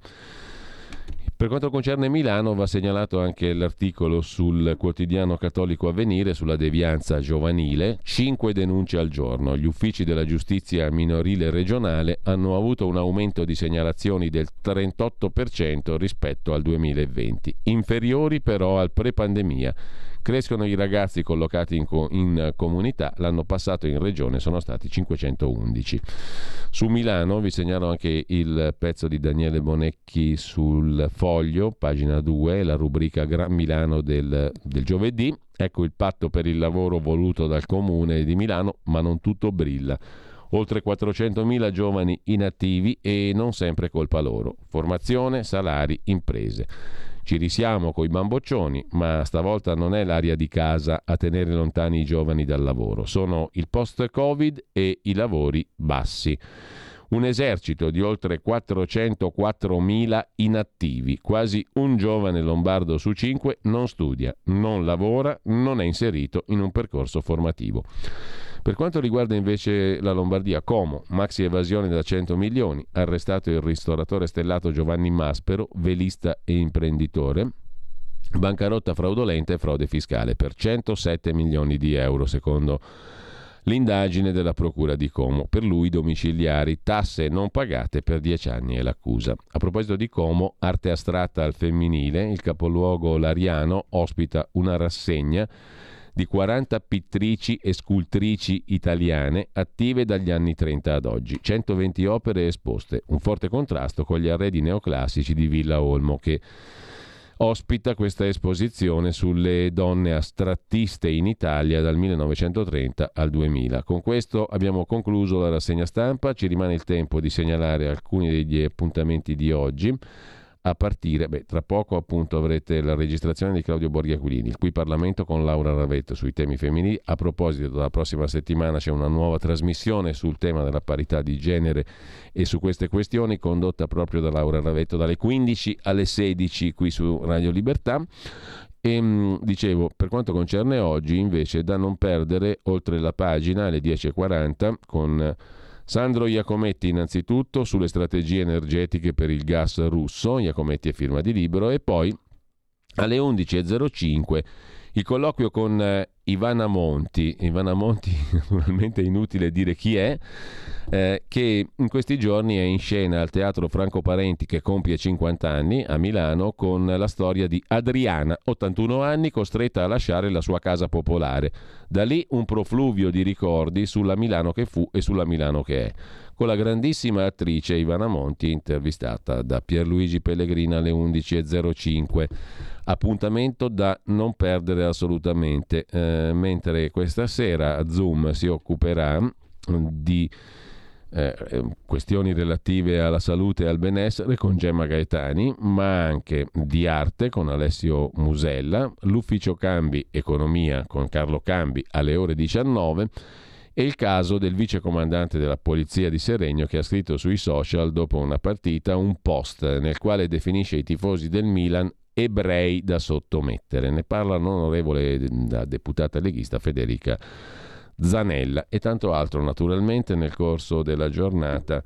Per quanto concerne Milano, va segnalato anche l'articolo sul quotidiano cattolico Avvenire sulla devianza giovanile. Cinque denunce al giorno. Gli uffici della giustizia minorile regionale hanno avuto un aumento di segnalazioni del trentotto per cento rispetto al duemilaventi, inferiori però al pre-pandemia. Crescono i ragazzi collocati in, co- in comunità, l'anno passato in regione sono stati cinquecentoundici. Su Milano vi segnalo anche il pezzo di Daniele Bonecchi sul Foglio, pagina due, la rubrica Gran Milano del, del giovedì. Ecco il patto per il lavoro voluto dal Comune di Milano, ma non tutto brilla. Oltre quattrocentomila giovani inattivi e non sempre colpa loro. Formazione, salari, imprese. Ci risiamo coi bamboccioni, ma stavolta non è l'aria di casa a tenere lontani i giovani dal lavoro. Sono il post-Covid e i lavori bassi. Un esercito di oltre quattrocentoquattromila inattivi. Quasi un giovane lombardo su cinque non studia, non lavora, non è inserito in un percorso formativo. Per quanto riguarda invece la Lombardia, Como, maxi evasione da cento milioni, arrestato il ristoratore stellato Giovanni Maspero, velista e imprenditore, bancarotta fraudolenta e frode fiscale per centosette milioni di euro, secondo l'indagine della Procura di Como. Per lui domiciliari, tasse non pagate per dieci anni è l'accusa. A proposito di Como, arte astratta al femminile, il capoluogo lariano ospita una rassegna di quaranta pittrici e scultrici italiane attive dagli anni trenta ad oggi, centoventi opere esposte, un forte contrasto con gli arredi neoclassici di Villa Olmo che ospita questa esposizione sulle donne astrattiste in Italia dal millenovecentotrenta al duemila. Con questo abbiamo concluso la rassegna stampa, ci rimane il tempo di segnalare alcuni degli appuntamenti di oggi. A partire, beh, tra poco appunto avrete la registrazione di Claudio Borghi Aquilini, il cui Parlamento con Laura Ravetto sui temi femminili. A proposito, dalla prossima settimana c'è una nuova trasmissione sul tema della parità di genere e su queste questioni, condotta proprio da Laura Ravetto dalle quindici alle sedici qui su Radio Libertà. E dicevo, per quanto concerne oggi, invece, da non perdere, oltre la pagina alle dieci e quaranta con Sandro Iacometti innanzitutto sulle strategie energetiche per il gas russo, Iacometti è firma di Libero, e poi alle undici e zero cinque il colloquio con eh, Ivana Monti, Ivana Monti naturalmente è inutile dire chi è, eh, che in questi giorni è in scena al Teatro Franco Parenti, che compie cinquanta anni a Milano, con la storia di Adriana, ottantuno anni, costretta a lasciare la sua casa popolare. Da lì un profluvio di ricordi sulla Milano che fu e sulla Milano che è, con la grandissima attrice Ivana Monti, intervistata da Pierluigi Pellegrina alle undici e zero cinque. Appuntamento da non perdere assolutamente, eh, mentre questa sera Zoom si occuperà di eh, questioni relative alla salute e al benessere con Gemma Gaetani, ma anche di arte con Alessio Musella, l'ufficio Cambi Economia con Carlo Cambi alle ore diciannove, e il caso del vicecomandante della polizia di Seregno, che ha scritto sui social dopo una partita un post nel quale definisce i tifosi del Milan ebrei da sottomettere. Ne parla l'onorevole da deputata leghista Federica Zanella, e tanto altro naturalmente nel corso della giornata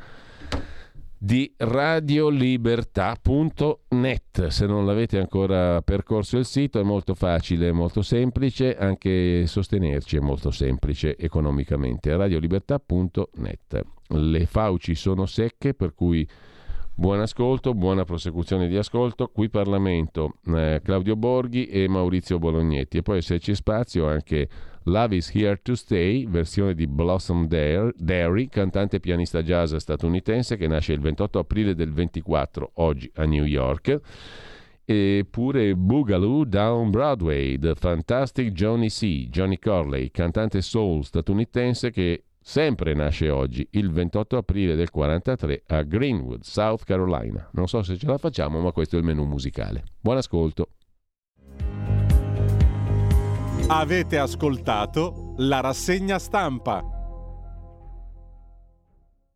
di radiolibertà punto net. Se non l'avete ancora percorso il sito, è molto facile, molto semplice, anche sostenerci è molto semplice economicamente. radiolibertà punto net. Le fauci sono secche, per cui buon ascolto, buona prosecuzione di ascolto. Qui Parlamento, eh, Claudio Borghi e Maurizio Bolognetti, e poi, se c'è spazio, anche Love is Here to Stay, versione di Blossom Derry, cantante e pianista jazz statunitense che nasce il ventotto aprile del ventiquattro, oggi a New York. E pure Boogaloo Down Broadway, The Fantastic Johnny C. Johnny Corley, cantante soul statunitense che sempre nasce oggi, il ventotto aprile del quarantatré, a Greenwood, South Carolina. Non so se ce la facciamo, ma questo è il menù musicale. Buon ascolto. Avete ascoltato la rassegna stampa.